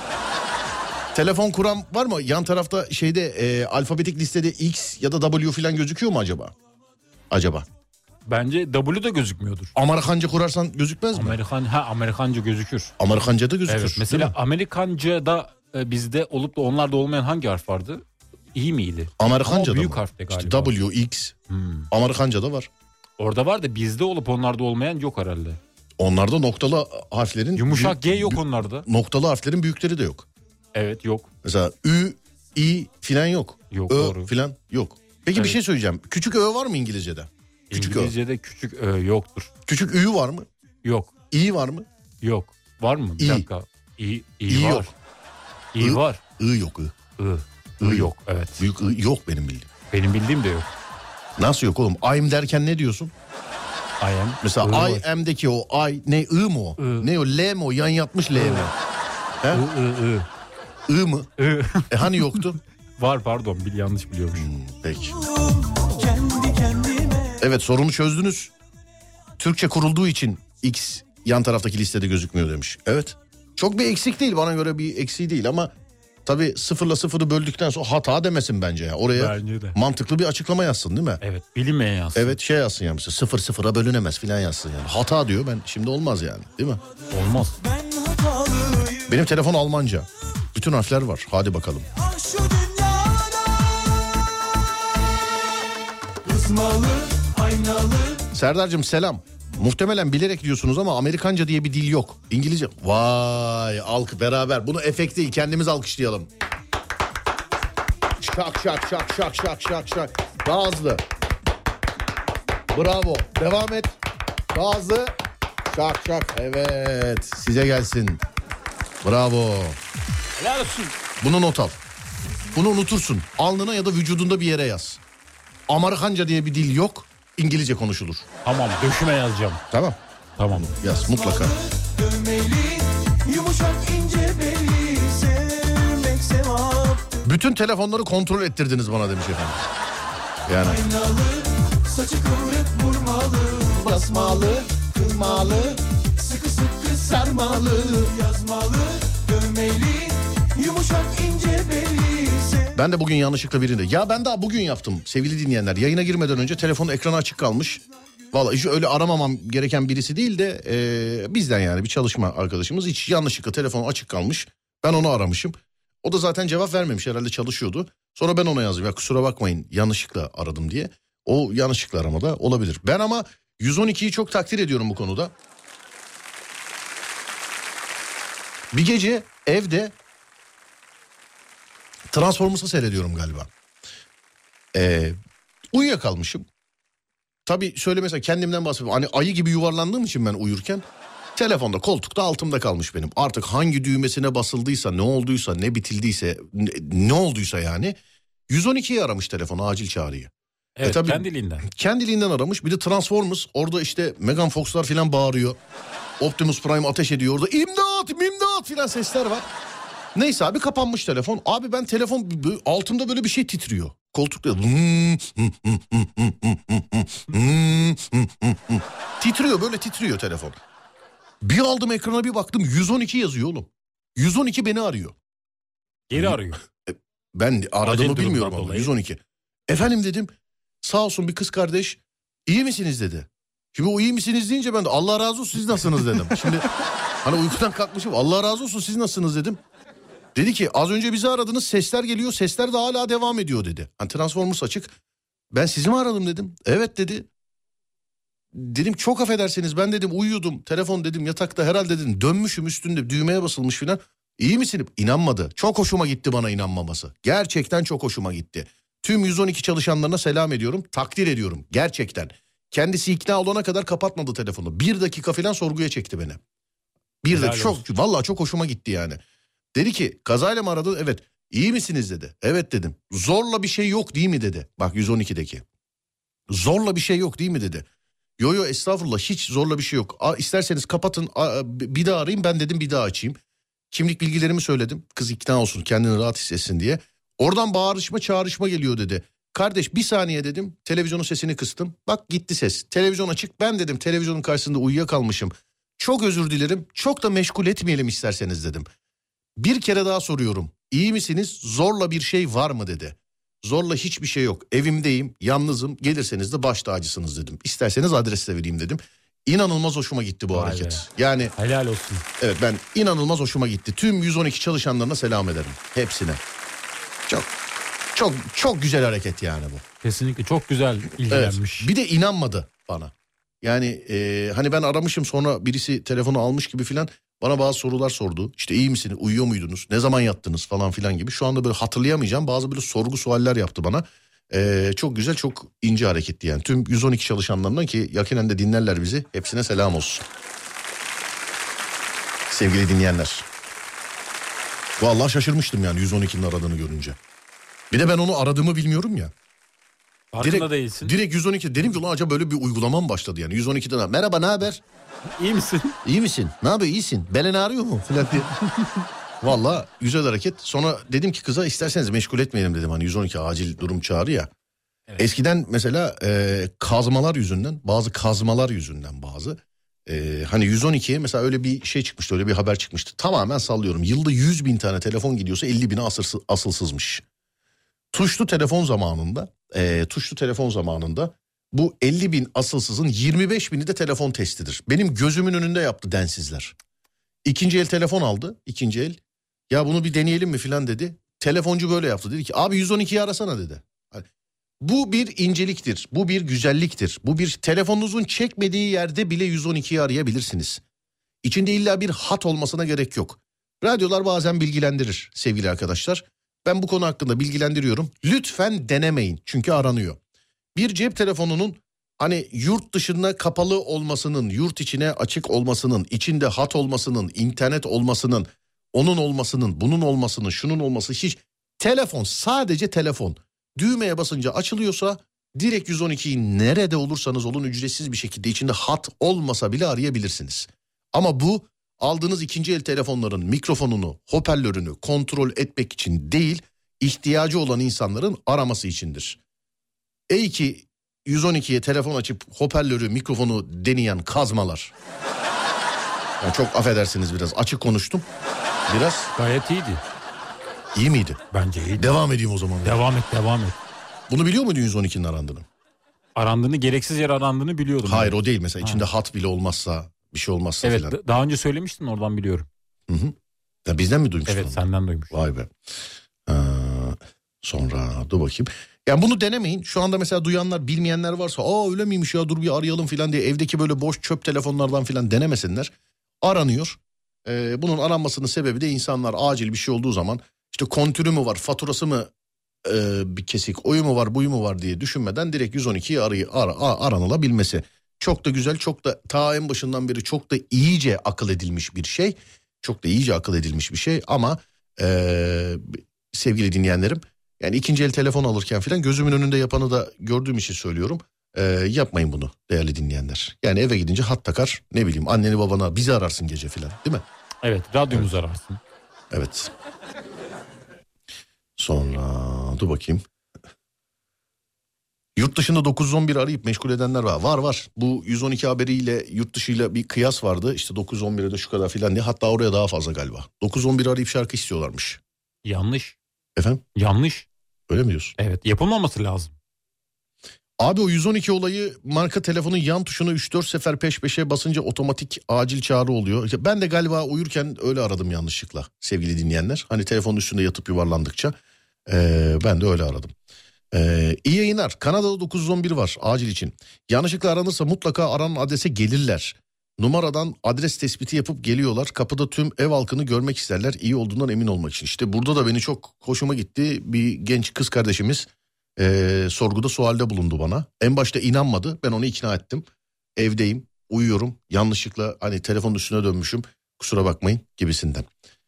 telefon kuran var mı? Yan tarafta şeyde e, alfabetik listede X ya da W falan gözüküyor mu acaba? Acaba. Bence W da gözükmüyordur. Amerikanca kurarsan gözükmez mi? Amerikan ha Amerikanca gözükür. Amerikanca da gözükür. Evet. Mesela Amerikanca'da e, bizde olup da onlarda olmayan hangi harf vardı? İyi miydi? Amerikanca'da Ama büyük mı? harfte galiba. İşte W, X. Hmm. Amerikanca'da var. Orada var da bizde olup onlarda olmayan yok herhalde. Onlarda noktalı harflerin... Yumuşak G büyük- yok büyük- onlarda. Noktalı harflerin büyükleri de yok. Evet, yok. Mesela Ü, İ filan yok. Yok, Ö doğru. filan yok. Peki bir Evet. şey söyleyeceğim. Küçük Ö var mı İngilizce'de? Küçük Ö. İngilizce'de küçük Ö yoktur. Küçük Ü var mı? Yok. İ var mı? Yok. Var mı? Bir İ. dakika. İ, İ, İ var. yok. İ I- var. I yok I. I. I I yok. Evet. Büyük I yok benim bildiğim. Benim bildiğim de yok. Nasıl yok oğlum? I'm derken ne diyorsun? I am. Mesela I I var. am'deki o I ne I mı o? I. Ne o L mi o? Yan yatmış L mi? He? I, I, I. I mı? I. E hani yoktu? Var, pardon, bil yanlış biliyormuş. Hmm, peki. Kendi kendime Evet, sorunu çözdünüz. Türkçe kurulduğu için X yan taraftaki listede gözükmüyor demiş. Evet. Çok bir eksik değil, bana göre bir eksiği değil ama tabii sıfırla sıfırı böldükten sonra hata demesin bence ya. Oraya Bence de. mantıklı bir açıklama yazsın değil mi? Evet, bilinmeyen yazsın. Evet, şey yazsın yani mesela sıfır sıfıra bölünemez filan yazsın yani. Hata diyor, ben şimdi olmaz yani değil mi? Olmaz. ben hatalıyım. Benim telefon Almanca. Bütün harfler var. Hadi bakalım. Ah şu dünyada ısmalı, aynalı. Serdar'cığım selam. Muhtemelen bilerek diyorsunuz ama Amerikanca diye bir dil yok. İngilizce. Vay, alk beraber. Bunu efekt değil, kendimiz alkışlayalım. Şak şak şak şak şak şak şak. Daha hızlı. Bravo. Devam et. Daha hızlı. Şak şak. Evet. Size gelsin. Bravo. Helal olsun. Bunu not al. Bunu unutursun. Alnına ya da vücudunda bir yere yaz. Amerikanca diye bir dil yok. İngilizce konuşulur. Tamam, döşüme yazacağım. Tamam. Tamam. Yaz mutlaka. Dövmeli, yumuşak ince beli, sevmek sevap. Bütün telefonları kontrol ettirdiniz bana demiş efendim. Yani. Aynalı, saçı kıvrık vurmalı, basmalı, kırmalı, sıkı sıkı sarmalı, yazmalı, dövmeli, yumuşak ince beli, sevmek. Ben de bugün yanlışlıkla birinde. Ya ben daha bugün yaptım sevgili dinleyenler. Yayına girmeden önce telefonun ekranı açık kalmış. Vallahi hiç öyle aramamam gereken birisi değil de e, bizden yani bir çalışma arkadaşımız. Hiç yanlışlıkla telefonu açık kalmış. Ben onu aramışım. O da zaten cevap vermemiş, herhalde çalışıyordu. Sonra ben ona yazdım ya kusura bakmayın yanlışlıkla aradım diye. O yanlışlıkla aramada olabilir. Ben ama yüz on ikiyi çok takdir ediyorum bu konuda. Bir gece evde Transformers'ı seyrediyorum galiba. Ee, uyuyakalmışım. Tabii şöyle mesela kendimden bahsediyorum. Hani ayı gibi yuvarlandığım için ben uyurken telefonda koltukta altımda kalmış benim. Artık hangi düğmesine basıldıysa, ne olduysa, ne bitildiyse, ne, ne olduysa yani yüz on ikiyi aramış telefon, acil çağrıyı. Evet, e tabii, kendiliğinden. Kendiliğinden aramış. Bir de Transformers orada işte Megan Fox'lar falan bağırıyor. Optimus Prime ateş ediyor orada. İmdat, imdat filan sesler var. Neyse abi kapanmış telefon. Abi ben telefon altımda böyle bir şey titriyor. Koltukta titriyor, böyle titriyor telefon. Bir aldım ekrana, bir baktım yüz on iki yazıyor oğlum. yüz on iki beni arıyor. Geri arıyor. Ben aradığımı Acil bilmiyorum ama dolayı. yüz on iki. Efendim dedim, sağ olsun bir kız kardeş, iyi misiniz dedi. Şimdi o iyi misiniz deyince ben de Allah razı olsun siz nasılsınız dedim. Şimdi hani uykudan kalkmışım, Allah razı olsun siz nasılsınız dedim. Dedi ki az önce bizi aradınız, sesler geliyor, sesler de hala devam ediyor dedi. Hani Transformers açık. Ben sizi mi aradım dedim. Evet dedi. Dedim çok affedersiniz, ben dedim uyuyordum. Telefon dedim yatakta herhalde dedim. Dönmüşüm üstünde, düğmeye basılmış filan. İyi misin? İnanmadı. Çok hoşuma gitti bana inanmaması. Gerçekten çok hoşuma gitti. Tüm yüz on iki çalışanlarına selam ediyorum. Takdir ediyorum. Gerçekten. Kendisi ikna olana kadar kapatmadı telefonu. Bir dakika falan sorguya çekti beni. Bir Helal dakika olsun. çok, vallahi çok hoşuma gitti yani. Dedi ki kazayla mı aradın? Evet. İyi misiniz dedi. Evet dedim. Zorla bir şey yok değil mi dedi. Bak yüz on ikideki. Zorla bir şey yok değil mi dedi. Yo yo estağfurullah, hiç zorla bir şey yok. A, isterseniz kapatın, a, bir daha arayayım, ben dedim bir daha açayım. Kimlik bilgilerimi söyledim. Kız ikna olsun, kendini rahat hissetsin diye. Oradan bağırışma çağrışma geliyor dedi. Kardeş bir saniye dedim. Televizyonun sesini kıstım. Bak gitti ses. Televizyon açık. Ben dedim televizyonun karşısında uyuyakalmışım. Çok özür dilerim. Çok da meşgul etmeyelim isterseniz dedim. Bir kere daha soruyorum. İyi misiniz? Zorla bir şey var mı dedi. Zorla hiçbir şey yok. Evimdeyim, yalnızım. Gelirseniz de baş tacısınız dedim. İsterseniz adres de vereyim dedim. İnanılmaz hoşuma gitti bu Vay hareket. be. Yani Helal olsun. evet, ben inanılmaz hoşuma gitti. Tüm yüz on iki çalışanlarına selam ederim. Hepsine. Çok çok çok güzel hareket yani bu. Kesinlikle çok güzel ilgilenmiş. Evet. Bir de inanmadı bana. Yani e, hani ben aramışım, sonra birisi telefonu almış gibi filan bana bazı sorular sordu. İşte iyi misiniz, uyuyor muydunuz, ne zaman yattınız falan filan gibi. Şu anda böyle hatırlayamayacağım bazı böyle sorgu sualler yaptı bana. E, çok güzel, çok ince hareketti yani. Tüm yüz on iki çalışanlarından ki yakinen de dinlerler bizi, hepsine selam olsun. Sevgili dinleyenler. Vallahi şaşırmıştım yani yüz on ikinin aradığını görünce. Bir de ben onu aradığımı bilmiyorum ya. Farkında Direkt, değilsin. direkt yüz on iki dedim ki ulan acaba böyle bir uygulamam başladı yani. yüz on ikiden merhaba, ne haber? İyi misin? İyi misin? Ne yapıyor, iyisin? Belen ağrıyor mu? Falan diye. Valla güzel hareket. Sonra dedim ki kıza isterseniz meşgul etmeyelim dedim. Hani yüz on iki acil durum çağrı ya. Evet. Eskiden mesela e, kazmalar yüzünden, bazı kazmalar yüzünden bazı. E, hani yüz on ikiye mesela öyle bir şey çıkmıştı, öyle bir haber çıkmıştı. Tamamen sallıyorum. Yılda yüz bin tane telefon gidiyorsa elli bini asılsız, asılsızmış. Tuşlu telefon zamanında, e, tuşlu telefon zamanında bu elli bin asılsızın yirmi beş bini de telefon testidir. Benim gözümün önünde yaptı densizler. İkinci el telefon aldı, ikinci el. Ya bunu bir deneyelim mi filan dedi. Telefoncu böyle yaptı, dedi ki abi yüz on ikiyi arasana dedi. Hani, bu bir inceliktir, bu bir güzelliktir. Bu bir, telefonunuzun çekmediği yerde bile yüz on ikiyi arayabilirsiniz. İçinde illa bir hat olmasına gerek yok. Radyolar bazen bilgilendirir sevgili arkadaşlar. Ben bu konu hakkında bilgilendiriyorum. Lütfen denemeyin çünkü aranıyor. Bir cep telefonunun hani yurt dışında kapalı olmasının, yurt içine açık olmasının, içinde hat olmasının, internet olmasının, onun olmasının, bunun olmasının, şunun olması hiç... Telefon, sadece telefon. Düğmeye basınca açılıyorsa direkt yüz on ikiyi nerede olursanız olun ücretsiz bir şekilde, içinde hat olmasa bile arayabilirsiniz. Ama bu aldığınız ikinci el telefonların mikrofonunu, hoparlörünü kontrol etmek için değil, ihtiyacı olan insanların araması içindir. Ey ki yüz on ikiye telefon açıp hoparlörü, mikrofonu deneyen kazmalar. Yani çok affedersiniz, biraz açık konuştum. Biraz. Gayet iyiydi. İyi miydi? Bence iyiydi. Devam edeyim o zaman. Devam et, devam et. Bunu biliyor muydun yüz on ikinin arandığını? Arandığını, gereksiz yere arandığını biliyordum. Hayır yani. O değil mesela, içinde ha. hat bile olmazsa, bir şey olmazsa evet, falan. Evet, daha önce söylemiştin, oradan biliyorum. Hı hı. Ya bizden mi duymuştun? Evet, senden duymuştum. Vay be. Ee, sonra dur bakayım. Yani bunu denemeyin. Şu anda mesela duyanlar, bilmeyenler varsa aa öyle miymiş ya dur bir arayalım falan diye evdeki böyle boş çöp telefonlardan falan denemesinler. Aranıyor. Ee, bunun aranmasının sebebi de insanlar acil bir şey olduğu zaman işte kontürü mü var, faturası mı e, bir kesik, oyu mu var, buyu mu var diye düşünmeden direkt yüz on ikiyi arayı, ara, aranılabilmesi. Çok da güzel, çok da ta en başından beri çok da iyice akıl edilmiş bir şey. Çok da iyice akıl edilmiş bir şey ama e, sevgili dinleyenlerim, yani ikinci el telefon alırken falan gözümün önünde yapanı da gördüğüm için söylüyorum. Ee, yapmayın bunu değerli dinleyenler. Yani eve gidince hat takar, ne bileyim anneni babana, bizi ararsın gece falan, değil mi? Evet, radyomuzu evet. ararsın. Evet. Sonra dur bakayım. Yurt dışında dokuz yüz on bir arayıp meşgul edenler var. Var var. Bu yüz on iki haberiyle yurt dışıyla bir kıyas vardı. İşte dokuz yüz on bire de şu kadar filan diye. Hatta oraya daha fazla galiba. dokuz yüz on bir arayıp şarkı istiyorlarmış. Yanlış. Efendim? Yanlış. Öyle mi diyorsun? Evet, yapılmaması lazım. Abi o yüz on iki olayı, marka telefonun yan tuşunu üç dört sefer peş peşe basınca otomatik acil çağrı oluyor. Ben de galiba uyurken öyle aradım yanlışlıkla sevgili dinleyenler. Hani telefonun üstünde yatıp yuvarlandıkça ee, ben de öyle aradım. Ee, iyi yayınlar. Kanada'da dokuz yüz on bir var acil için. Yanlışlıkla aranırsa mutlaka aranan adrese gelirler. Numaradan adres tespiti yapıp geliyorlar. Kapıda tüm ev halkını görmek isterler. İyi olduğundan emin olmak için. İşte burada da beni çok hoşuma gitti. Bir genç kız kardeşimiz e, sorguda sualde bulundu bana. En başta inanmadı. Ben onu ikna ettim. Evdeyim, uyuyorum. Yanlışlıkla hani telefonun üstüne dönmüşüm. Kusura bakmayın gibisinden.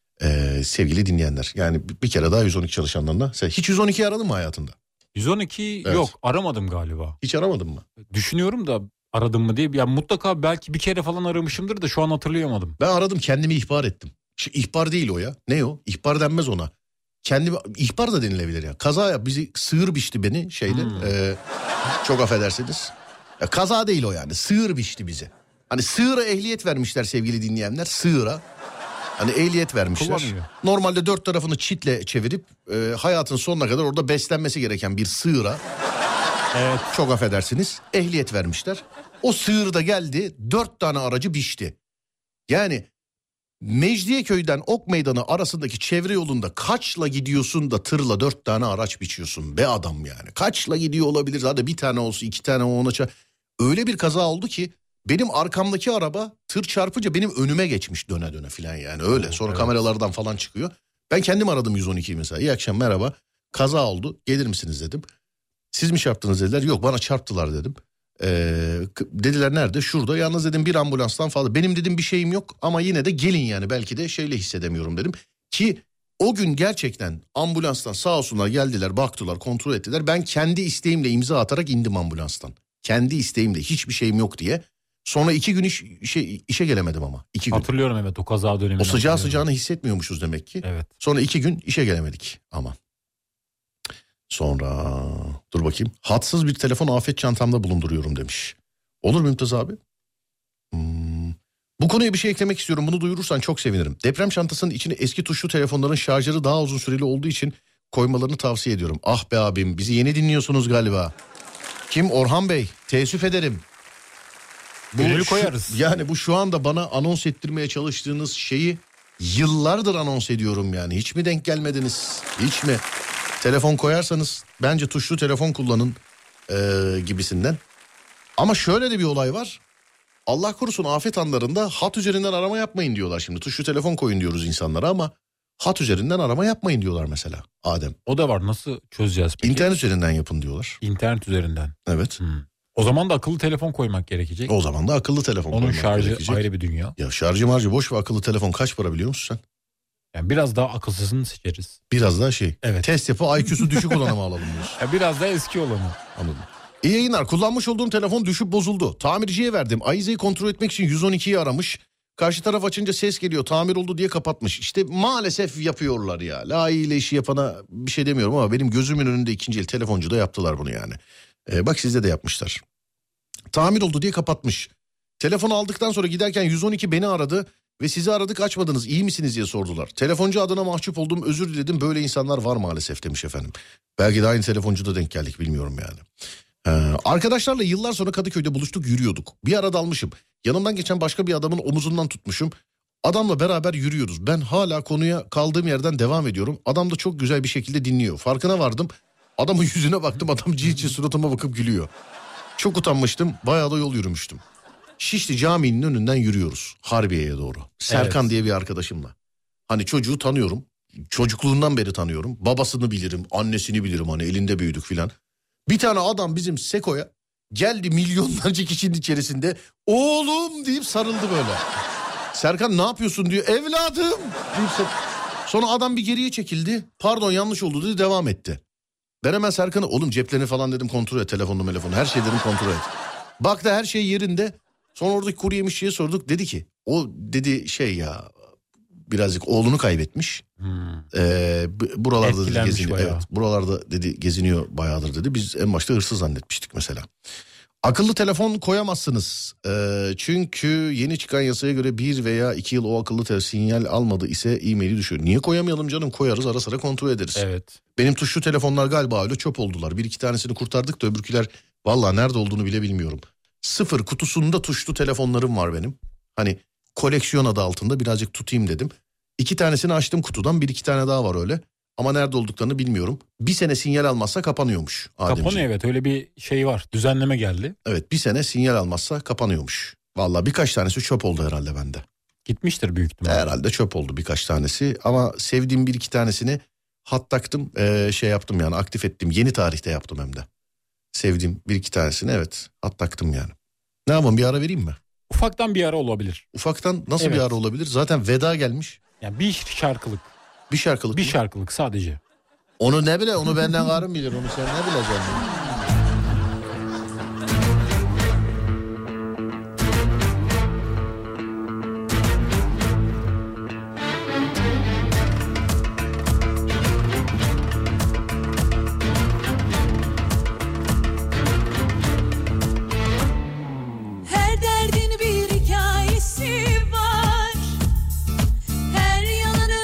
Ee, sevgili dinleyenler. Yani bir kere daha yüz on iki çalışanlarına. Sen hiç yüz on iki aradın mı hayatında? yüz on iki evet. Yok, aramadım galiba. Hiç aramadın mı? Düşünüyorum da aradım mı diye. Ya mutlaka belki bir kere falan aramışımdır da şu an hatırlayamadım. Ben aradım, kendimi ihbar ettim. Şu ihbar değil o ya. Ne o? İhbar denmez ona. Kendimi ihbar da denilebilir ya. Kaza yap, bizi sığır biçti beni şeyde. Hmm. E, çok affedersiniz. Ya, kaza değil o yani. Sığır biçti bizi. Hani sığıra ehliyet vermişler sevgili dinleyenler. Sığıra. Hani ehliyet vermişler. Kullanıyor. Normalde dört tarafını çitle çevirip e, hayatın sonuna kadar orada beslenmesi gereken bir sığıra. Evet. Çok affedersiniz. Ehliyet vermişler. O sığır da geldi, dört tane aracı biçti. Yani Mecidiyeköy'den Ok Meydanı arasındaki çevre yolunda kaçla gidiyorsun da tırla dört tane araç biçiyorsun be adam yani. Kaçla gidiyor olabilir, hadi bir tane olsun, iki tane ona ça- Öyle bir kaza oldu ki benim arkamdaki araba tır çarpınca benim önüme geçmiş döne döne filan yani öyle. Sonra evet. Kameralardan falan çıkıyor. Ben kendim aradım yüz on ikiyi mesela. İyi akşam, merhaba. Kaza oldu, gelir misiniz dedim. Siz mi çarptınız dediler. Yok, bana çarptılar dedim. Ee, dediler nerede? Şurada. Yalnız dedim bir ambulanstan fazla. Benim dedim bir şeyim yok ama yine de gelin yani, belki de şeyle hissedemiyorum dedim. Ki o gün gerçekten ambulanstan sağ olsunlar geldiler, baktılar, kontrol ettiler. Ben kendi isteğimle imza atarak indim ambulanstan. Kendi isteğimle, hiçbir şeyim yok diye. Sonra iki gün iş, işe, işe gelemedim ama. İki gün. Hatırlıyorum evet, o kaza dönemini. O sıcağı sıcağını hissetmiyormuşuz demek ki. Evet. Sonra iki gün işe gelemedik ama. Sonra dur bakayım. Hatsız bir telefon afet çantamda bulunduruyorum demiş. Olur Mümtaz abi? Hmm. Bu konuya bir şey eklemek istiyorum. Bunu duyurursan çok sevinirim. Deprem çantasının içine eski tuşlu telefonların şarjları daha uzun süreli olduğu için koymalarını tavsiye ediyorum. Ah be abim, bizi yeni dinliyorsunuz galiba. Kim? Orhan Bey. Teessüf ederim. Bu koyarız. Şu, yani bu şu anda bana anons ettirmeye çalıştığınız şeyi yıllardır anons ediyorum yani. Hiç mi denk gelmediniz? Hiç mi? Telefon koyarsanız bence tuşlu telefon kullanın ee, gibisinden. Ama şöyle de bir olay var. Allah korusun afet anlarında hat üzerinden arama yapmayın diyorlar şimdi. Tuşlu telefon koyun diyoruz insanlara ama hat üzerinden arama yapmayın diyorlar mesela Adem. O da var, nasıl çözeceğiz peki? İnternet üzerinden yapın diyorlar. İnternet üzerinden. Evet. Hmm. O zaman da akıllı telefon koymak gerekecek. O zaman da akıllı telefon Onun koymak gerekecek. Onun şarjı ayrı bir dünya. Ya şarjı marjı boş ve akıllı telefon kaç para biliyor musun sen? Yani biraz daha akılsızını seçeriz. Biraz daha şey. Evet. Test yapı I Q'su düşük olanı mı alalım diyorsun? Ya biraz daha eski olanı. Anladım. İyi yayınlar. Kullanmış olduğum telefon düşüp bozuldu. Tamirciye verdim. Ayize'yi kontrol etmek için yüz on ikiyi aramış. Karşı taraf açınca ses geliyor. Tamir oldu diye kapatmış. İşte maalesef yapıyorlar ya. Layığıyla işi yapana bir şey demiyorum ama benim gözümün önünde ikinci el telefoncu da yaptılar bunu yani. Ee, bak sizde de yapmışlar. Tamir oldu diye kapatmış. Telefonu aldıktan sonra giderken yüz on iki beni aradı ve sizi aradık açmadınız, iyi misiniz diye sordular. Telefoncu adına mahcup oldum, özür diledim, böyle insanlar var maalesef demiş efendim. Belki de aynı telefoncuda denk geldik, bilmiyorum yani. Ee, arkadaşlarla yıllar sonra Kadıköy'de buluştuk, yürüyorduk. Bir ara dalmışım. Yanımdan geçen başka bir adamın omuzundan tutmuşum. Adamla beraber yürüyoruz. Ben hala konuya kaldığım yerden devam ediyorum. Adam da çok güzel bir şekilde dinliyor. Farkına vardım. Adamın yüzüne baktım, adam cici suratıma bakıp gülüyor. Çok utanmıştım, bayağı da yol yürümüştüm. Şişli Camii'nin önünden yürüyoruz Harbiye'ye doğru. Serkan evet. diye bir arkadaşımla. Hani çocuğu tanıyorum. Çocukluğundan beri tanıyorum. Babasını bilirim, annesini bilirim, hani elinde büyüdük filan. Bir tane adam bizim Seko'ya geldi, milyonlarca kişinin içerisinde oğlum deyip sarıldı böyle. Serkan ne yapıyorsun diyor, evladım deyip sonra adam bir geriye çekildi. Pardon yanlış oldu dedi, devam etti. Ben hemen Serkan'a oğlum ceplerini falan dedim kontrol et, telefonunu telefonu her şey dedim kontrol et. Baktı her şey yerinde. Sonra oradaki kuru yemişçiye sorduk, dedi ki o dedi şey ya birazcık oğlunu kaybetmiş. Hmm. Ee, buralarda dedi geziniyor. Evet, buralarda dedi geziniyor bayağıdır dedi. Biz en başta hırsız zannetmiştik mesela. Akıllı telefon koyamazsınız. Ee, çünkü yeni çıkan yasaya göre bir veya iki yıl o akıllı telefon sinyal almadı ise e-maili düşüyor. Niye koyamayalım canım, koyarız ara sıra kontrol ederiz. Evet. Benim tuşlu telefonlar galiba öyle çöp oldular. Bir iki tanesini kurtardık da öbürküler vallahi nerede olduğunu bile bilmiyorum. Sıfır kutusunda tuşlu telefonlarım var benim. Hani koleksiyon adı altında birazcık tutayım dedim. İki tanesini açtım kutudan, bir iki tane daha var öyle. Ama nerede olduklarını bilmiyorum. Bir sene sinyal almazsa kapanıyormuş. Ademciğim. Kapanıyor evet, öyle bir şey var. Düzenleme geldi. Evet, bir sene sinyal almazsa kapanıyormuş. Vallahi birkaç tanesi çöp oldu herhalde bende. Gitmiştir büyük ihtimalle. Herhalde çöp oldu birkaç tanesi. Ama sevdiğim bir iki tanesini hat taktım. Ee, şey yaptım yani, aktif ettim. Yeni tarihte yaptım hem de. Sevdiğim bir iki tanesini evet hat taktım yani. Ne yapalım, bir ara vereyim mi? Ufaktan bir ara olabilir. Ufaktan nasıl evet. bir ara olabilir? Zaten veda gelmiş. Yani bir şarkılık. Bir şarkılık Bir mı? şarkılık sadece. Onu ne bile, onu benden karım bilir, onu sen ne bileceksin?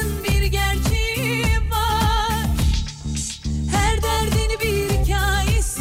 Her derdin bir hikayesi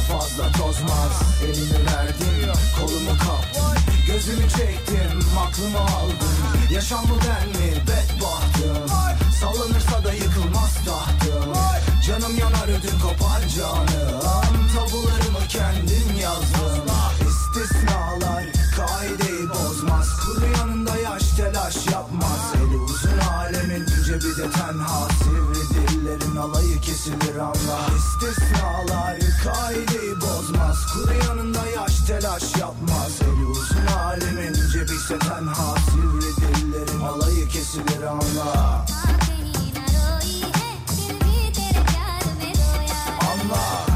fazla tozmaz. Elimi verdim, kolumu kaptım, gözümü çektim, aklımı aldım. Yaşam bu ben mi bedbahtım, sallanırsa da yıkılmaz tahtım. Canım yanar ödüm kopar canım, tabularımı kendim yazdım. İstisnalar kaideyi bozmaz, kuru yanında yaş telaş yapmaz. Eli uzun alemin cebi de tenha, sivri dillerin alayı kesilir anla. İstisnalar kaideyi bozmaz, kuru yanında yaş telaş yapmaz. Eli uzun alemin cebi ise tenha, sivri dillerin alayı kesilir anla. Anla.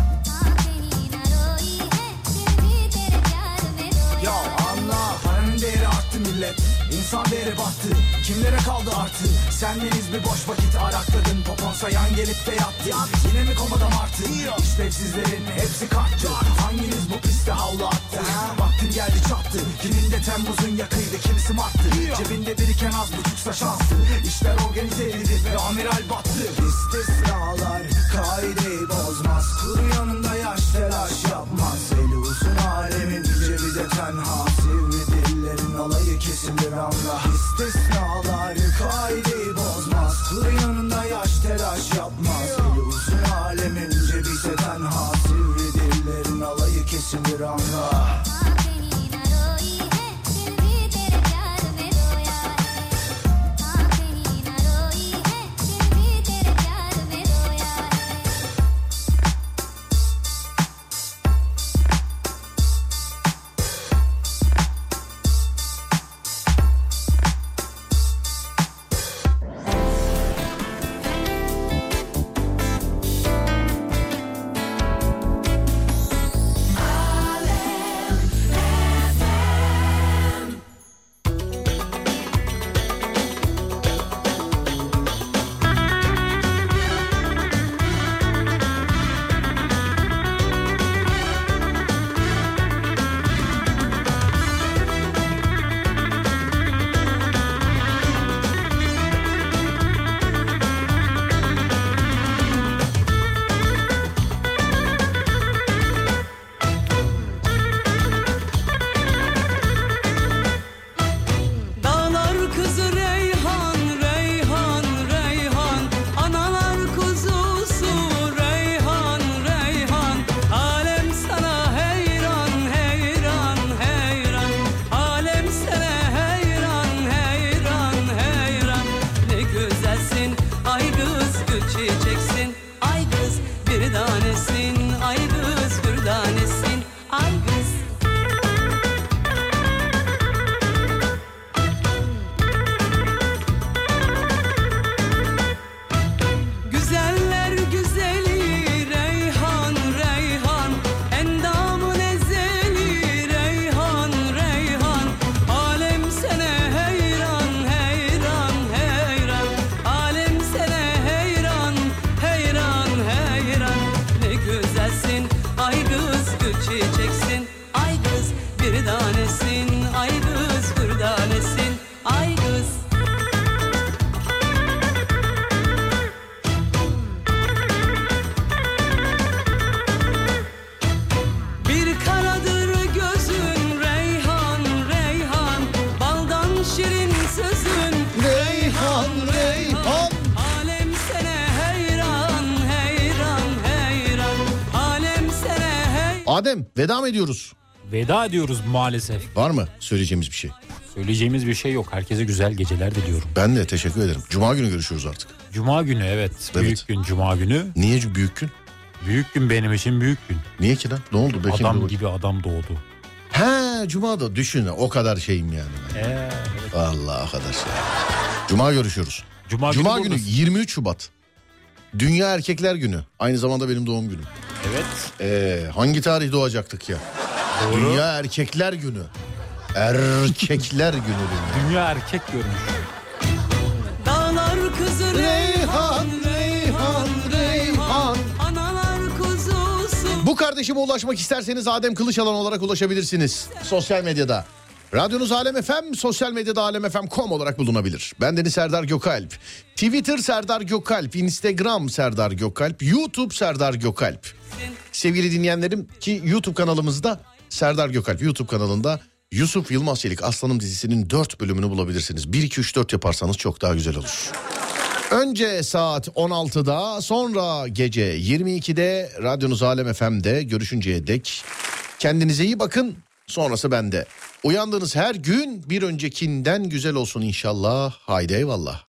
Ya anla, paranın değeri arttı millet, İnsan değeri battı, kimlere kaldı artı? Sendeniz bir boş vakit arakladın, popon sayan gelip de yattı. Yine mi komada martı? İşlevsizlerin hepsi kalktı. Hanginiz bu piste havlu attı? Vaktin geldi çattı, kimin de Temmuz'un yakıydı, kimisi Mart'tı. Cebinde biriken az buçuksa şanstı, İşler organize edildi ve amiral battı. İstisnalar kaideyi bozmaz, kuru yanında yaş telaş yapmaz. Eli uzun alemin cebi de tenha, sivri dillerin alayı kesilir anla. İstisnalar kaideyi bozmaz, kuru yanında yaş telaş yapmaz. Eli uzun alemin cebi ise tenha, sivri dillerin alayı kesilir anla. Adem, veda mı ediyoruz? Veda ediyoruz maalesef. Var mı söyleyeceğimiz bir şey? Söyleyeceğimiz bir şey yok. Herkese güzel geceler diliyorum. Ben de teşekkür ederim. Cuma günü görüşürüz artık. Cuma günü evet. Evet. Büyük gün Cuma günü. Niye büyük gün? Büyük gün benim için büyük gün. Niye ki lan? Ne oldu? Bekir Adam Bey? gibi adam doğdu. He, Cuma'da düşün, o kadar şeyim yani. Ee, evet. Allah arkadaş ya. Cuma görüşüyoruz. Cuma, Cuma günü, günü buradasın. yirmi üç Şubat. Dünya Erkekler Günü. Aynı zamanda benim doğum günüm. Evet. Ee, hangi tarih doğacaktık ya? Doğru. Dünya Erkekler Günü. Erkekler Günü. Dünya. Dünya erkek görmüş. Dağlar kızı Reyhan, Reyhan, Reyhan. analar kuzusu. Bu kardeşime ulaşmak isterseniz Adem Kılıçalan olarak ulaşabilirsiniz. Sosyal medyada. Radyonuz Alem F M, sosyal medyada alem f m nokta com olarak bulunabilir. Bendeniz Serdar Gökalp. Twitter Serdar Gökalp, Instagram Serdar Gökalp, YouTube Serdar Gökalp. sevgili dinleyenlerim ki YouTube kanalımızda Serdar Gökalp YouTube kanalında Yusuf Yılmaz Çelik Aslanım dizisinin dört bölümünü bulabilirsiniz. bir iki üç dört yaparsanız çok daha güzel olur. Önce saat on altıda, sonra gece yirmi ikide radyonuz Alem F M'de görüşünceye dek kendinize iyi bakın. Sonrası bende. Uyandığınız her gün bir öncekinden güzel olsun inşallah. Haydi eyvallah.